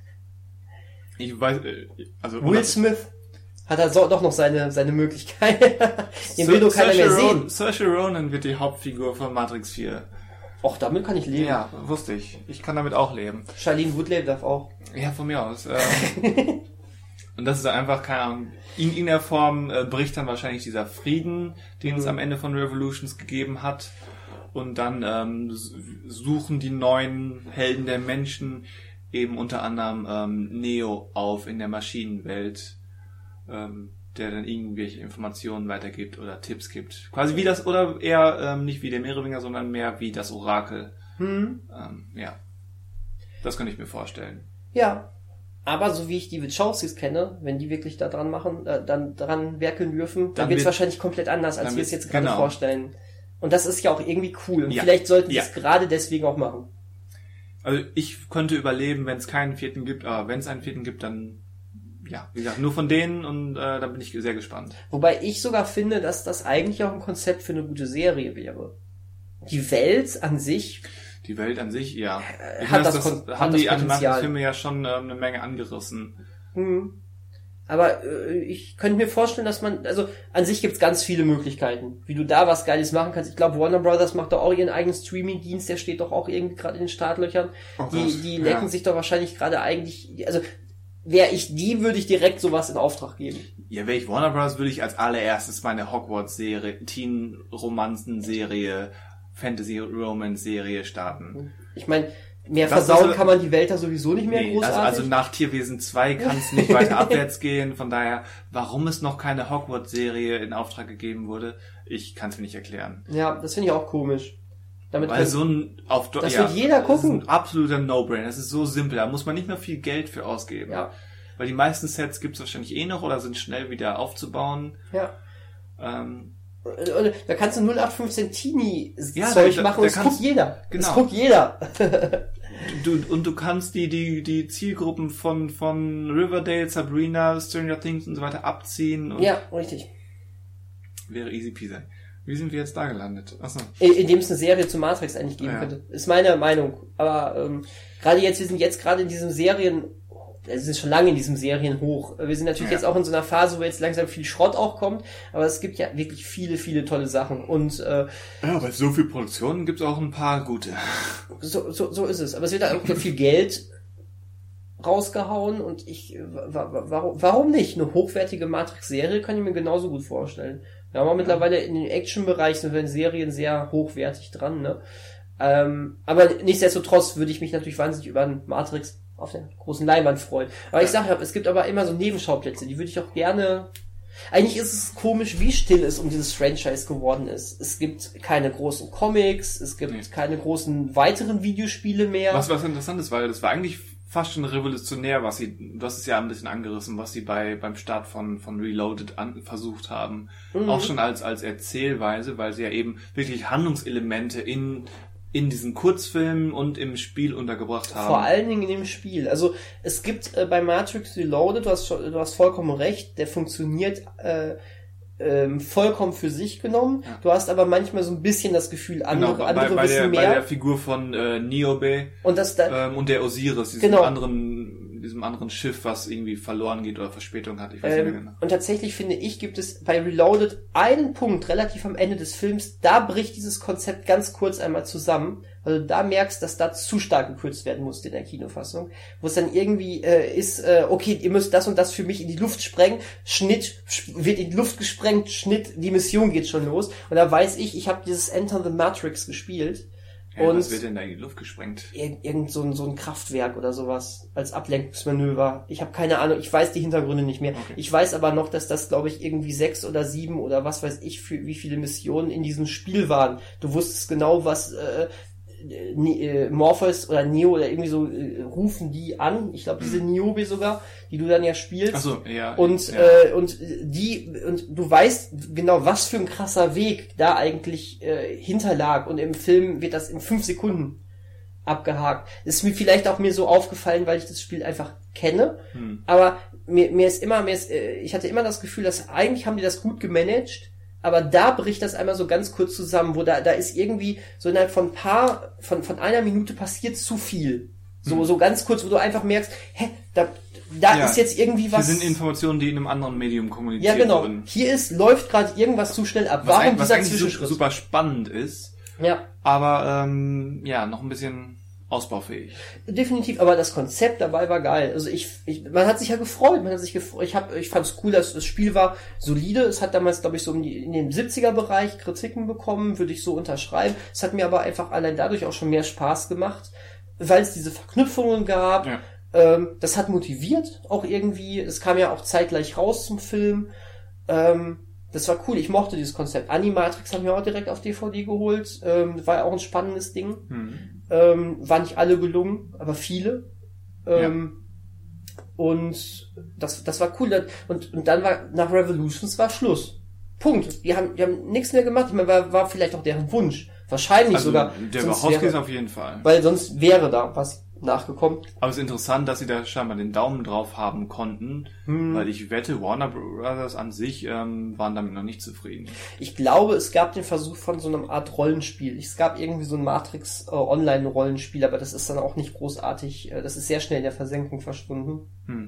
Ich weiß, also
Will Smith hat er doch noch seine Möglichkeit. Den will nur keiner mehr sehen.
Saoirse Ronan wird die Hauptfigur von Matrix 4.
Och, damit kann ich leben.
Ja, wusste ich. Ich kann damit auch leben.
Shailene Woodley darf auch.
Ja, von mir aus. Und das ist einfach, keine Ahnung, in der Form bricht dann wahrscheinlich dieser Frieden, den es am Ende von Revolutions gegeben hat. Und dann suchen die neuen Helden der Menschen eben unter anderem Neo auf in der Maschinenwelt, der dann irgendwelche Informationen weitergibt oder Tipps gibt. Quasi wie das, oder eher nicht wie der Merowinger, sondern mehr wie das Orakel. Ja. Das könnte ich mir vorstellen.
Ja. Aber so wie ich die Wachowskis kenne, wenn die wirklich da dran machen, dann dran werkeln dürfen, dann wird es wahrscheinlich komplett anders, als wir es jetzt gerade vorstellen. Und das ist ja auch irgendwie cool. Und vielleicht sollten die es gerade deswegen auch machen.
Also ich könnte überleben, wenn es keinen 4. gibt, aber wenn es einen 4. gibt, dann ja, wie gesagt, nur von denen und da bin ich sehr gespannt.
Wobei ich sogar finde, dass das eigentlich auch ein Konzept für eine gute Serie wäre. Die Welt an sich,
ja.
Hat das
haben die Animationsfilme ja schon eine Menge angerissen.
Aber ich könnte mir vorstellen, dass man, also an sich gibt's ganz viele Möglichkeiten, wie du da was Geiles machen kannst. Ich glaube, Warner Brothers macht doch auch ihren eigenen Streaming-Dienst, der steht doch auch irgendwie gerade in den Startlöchern. Die lecken sich doch wahrscheinlich gerade eigentlich, also wäre ich die, würde ich direkt sowas in Auftrag geben.
Ja, wäre ich Warner Bros., würde ich als allererstes meine Hogwarts-Serie, Teen-Romanzen-Serie, Fantasy-Romance-Serie starten.
Ich meine, mehr versauen kann man die Welt da sowieso nicht mehr großartig.
Also nach Tierwesen 2 kann es nicht weiter abwärts gehen. Von daher, warum es noch keine Hogwarts-Serie in Auftrag gegeben wurde, ich kann es mir nicht erklären.
Ja, das finde ich auch komisch.
Weil das
wird jeder gucken.
Das ist ein absoluter No-Brainer. Das ist so simpel. Da muss man nicht mehr viel Geld für ausgeben.
Ja.
Weil die meisten Sets gibt es wahrscheinlich noch oder sind schnell wieder aufzubauen.
Ja. Da kannst du 0815 Teenie-Zeug machen und es guckt jeder.
Genau.
Es guckt jeder.
Du kannst die Zielgruppen von Riverdale, Sabrina, Stranger Things und so weiter abziehen. Und
ja, richtig.
Wäre easy peasy. Wie sind wir jetzt da gelandet? Achso.
Indem es eine Serie zu Matrix eigentlich geben könnte. Ist meine Meinung. Aber wir sind jetzt gerade in diesem wir sind schon lange in diesem Serienhoch. Wir sind natürlich jetzt auch in so einer Phase, wo jetzt langsam viel Schrott auch kommt, aber es gibt ja wirklich viele, viele tolle Sachen. Und
bei so viel Produktionen gibt es auch ein paar gute.
So ist es. Aber es wird auch viel Geld rausgehauen und warum nicht? Eine hochwertige Matrix-Serie kann ich mir genauso gut vorstellen. Wir haben auch mittlerweile in den Action-Bereich sind wir in Serien sehr hochwertig dran, ne? Aber nichtsdestotrotz würde ich mich natürlich wahnsinnig über einen Matrix auf der großen Leinwand freuen. Aber ich sage ja, es gibt aber immer so Nebenschauplätze, die würde ich auch gerne. Eigentlich ist es komisch, wie still es um dieses Franchise geworden ist. Es gibt keine großen Comics, es gibt keine großen weiteren Videospiele mehr.
Was interessant ist, weil das war eigentlich fast schon revolutionär, du hast es ja ein bisschen angerissen, was sie beim Start von Reloaded versucht haben. Auch schon als Erzählweise, weil sie ja eben wirklich Handlungselemente in diesen Kurzfilmen und im Spiel untergebracht haben.
Vor allen Dingen in dem Spiel. Also es gibt bei Matrix Reloaded, du hast vollkommen recht, der funktioniert vollkommen für sich genommen. Ja. Du hast aber manchmal so ein bisschen das Gefühl, andere wissen mehr.
Bei der Figur von Niobe und der Osiris, diesem anderen Schiff, was irgendwie verloren geht oder Verspätung hat. Ich weiß nicht mehr genau.
Und tatsächlich finde ich, gibt es bei Reloaded einen Punkt relativ am Ende des Films, da bricht dieses Konzept ganz kurz einmal zusammen. Also da merkst, dass da zu stark gekürzt werden musste in der Kinofassung, wo es dann irgendwie okay, ihr müsst das und das für mich in die Luft sprengen, Schnitt, wird in die Luft gesprengt, Schnitt, die Mission geht schon los. Und da weiß ich habe dieses Enter the Matrix gespielt.
Ja,
und
was wird denn da in die Luft gesprengt?
irgend so ein Kraftwerk oder sowas als Ablenkungsmanöver. Ich habe keine Ahnung, ich weiß die Hintergründe nicht mehr.
Okay.
Ich weiß aber noch, dass das, glaube ich, irgendwie 6 oder 7 oder was weiß ich, für wie viele Missionen in diesem Spiel waren. Du wusstest genau, was Morpheus oder Neo oder irgendwie so rufen die an. Ich glaube, diese Niobe sogar, die du dann ja spielst.
Ach so, ja.
Und
ja.
und du weißt genau, was für ein krasser Weg da eigentlich hinterlag. Und im Film wird das in 5 Sekunden abgehakt. Das ist mir vielleicht auch mir so aufgefallen, weil ich das Spiel einfach kenne. Aber ich hatte immer das Gefühl, dass eigentlich haben die das gut gemanagt. Aber da bricht das einmal so ganz kurz zusammen, wo da ist irgendwie so innerhalb von von einer Minute passiert zu viel. So ganz kurz, wo du einfach merkst, da ist jetzt irgendwie was.
Hier sind Informationen, die in einem anderen Medium kommuniziert
Ja, genau.
wurden.
Hier läuft gerade irgendwas zu schnell ab. Warum
Was
dieser
eigentlich
Zwischenschritt?
super spannend ist,
Ja.
aber noch ein bisschen ausbaufähig.
Definitiv, aber das Konzept dabei war geil. Also man hat sich ja gefreut, ich fand's cool, dass das Spiel war solide. Es hat damals, glaube ich, so in den 70er-Bereich Kritiken bekommen, würde ich so unterschreiben. Es hat mir aber einfach allein dadurch auch schon mehr Spaß gemacht, weil es diese Verknüpfungen gab. Ja. Das hat motiviert auch irgendwie. Es kam ja auch zeitgleich raus zum Film. Das war cool. Ich mochte dieses Konzept. Animatrix haben wir auch direkt auf DVD geholt. War ja auch ein spannendes Ding. Waren nicht alle gelungen, aber viele. Und das war cool. Und dann war nach Revolutions war Schluss. Punkt. Die haben nichts mehr gemacht. Ich meine, war vielleicht auch deren Wunsch. Wahrscheinlich
also
sogar.
Der Wachowski ist auf jeden Fall.
Weil sonst wäre da was nachgekommen.
Aber es ist interessant, dass sie da scheinbar den Daumen drauf haben konnten, weil ich wette, Warner Brothers an sich waren damit noch nicht zufrieden.
Ich glaube, es gab den Versuch von so einem Art Rollenspiel. Es gab irgendwie so ein Matrix Online-Rollenspiel, aber das ist dann auch nicht großartig. Das ist sehr schnell in der Versenkung verschwunden.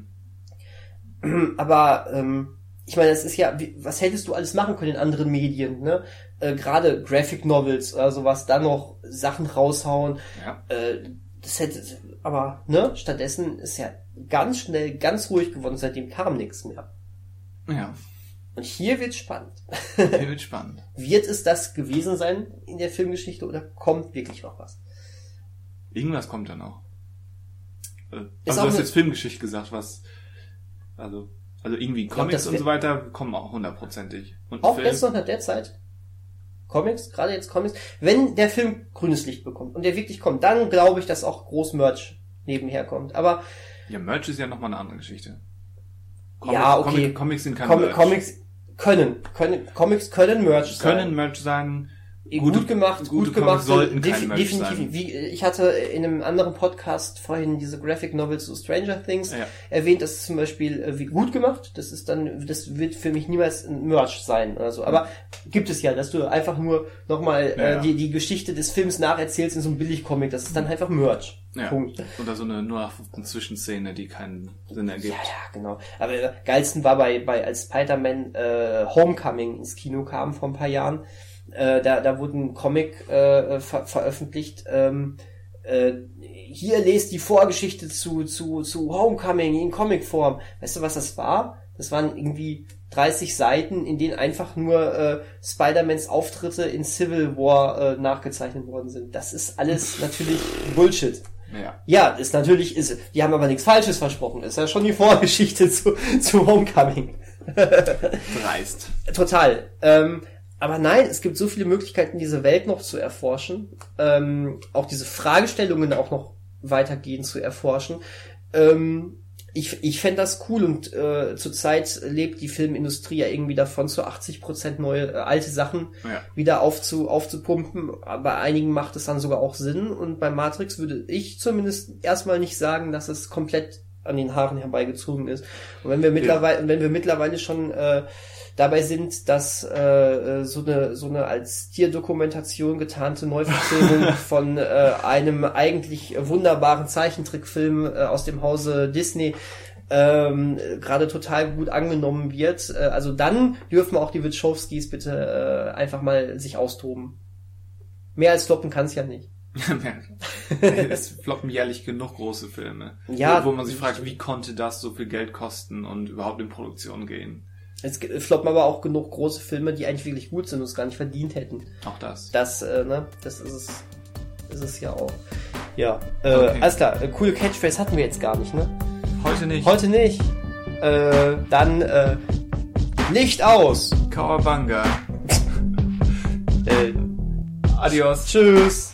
Aber ich meine, das ist ja, was hättest du alles machen können in anderen Medien, ne? Gerade Graphic Novels oder sowas, dann noch Sachen raushauen.
Ja.
Das hätte, aber, ne? Stattdessen ist ja ganz schnell, ganz ruhig geworden, seitdem kam nichts mehr.
Ja.
Und hier wird's spannend.
Hier wird spannend.
Wird es das gewesen sein in der Filmgeschichte oder kommt wirklich noch was?
Irgendwas kommt da noch.
Ist
Also
auch
du hast jetzt Filmgeschichte gesagt, also irgendwie Comics und so weiter kommen auch hundertprozentig. Und
auch
Film,
jetzt noch nach der Zeit? Comics, gerade jetzt Comics. Wenn der Film grünes Licht bekommt und der wirklich kommt, dann glaube ich, dass auch groß Merch nebenher kommt. Aber
ja, Merch ist ja nochmal eine andere Geschichte.
ja, okay.
Comics sind kein Merch.
Comics können Merch sein.
Können Merch sein.
Gut gemacht.
Comics sollten kein Merch
definitiv.
sein.
Ich hatte in einem anderen Podcast vorhin diese Graphic Novels zu Stranger Things erwähnt, das ist zum Beispiel wie gut gemacht. Das wird für mich niemals ein Merch sein oder so. Aber gibt es ja, dass du einfach nur nochmal die Geschichte des Films nacherzählst in so einem Billigcomic. Das ist dann einfach Merch.
Ja.
Punkt.
Oder so eine 0815 Zwischenszene, die keinen Sinn ergibt.
Ja, genau. Aber geilsten war als Spider-Man Homecoming ins Kino kam vor ein paar Jahren. Da wurde ein Comic veröffentlicht. Hier lest die Vorgeschichte zu Homecoming in Comicform. Weißt du, was das war? Das waren irgendwie 30 Seiten, in denen einfach nur Spider-Mans Auftritte in Civil War nachgezeichnet worden sind. Das ist alles natürlich Bullshit. Ja, ist natürlich, die haben aber nichts Falsches versprochen. Ist ja schon die Vorgeschichte zu Homecoming.
Dreist.
Total. Aber nein, es gibt so viele Möglichkeiten, diese Welt noch zu erforschen, auch diese Fragestellungen auch noch weitergehend zu erforschen. Ich fände das cool und zurzeit lebt die Filmindustrie ja irgendwie davon, zu 80% neue, alte Sachen wieder aufzupumpen. Bei einigen macht es dann sogar auch Sinn und bei Matrix würde ich zumindest erstmal nicht sagen, dass es komplett an den Haaren herbeigezogen ist. Und wenn wir mittlerweile schon dabei sind, dass so eine als Tierdokumentation getarnte Neuverfilmung von einem eigentlich wunderbaren Zeichentrickfilm aus dem Hause Disney gerade total gut angenommen wird. Also dann dürfen auch die Wachowskis bitte einfach mal sich austoben. Mehr als floppen kann's ja nicht.
Es floppen jährlich genug große Filme, wo man sich fragt, wie konnte das so viel Geld kosten und überhaupt in Produktion gehen?
Es floppen aber auch genug große Filme, die eigentlich wirklich gut sind und es gar nicht verdient hätten.
Auch das.
Das ist es. ist es ja auch. Ja, okay. Alles klar, coole Catchphrase hatten wir jetzt gar nicht, ne? Heute nicht. Dann Licht aus.
Kawabanga.
Adios. Tschüss.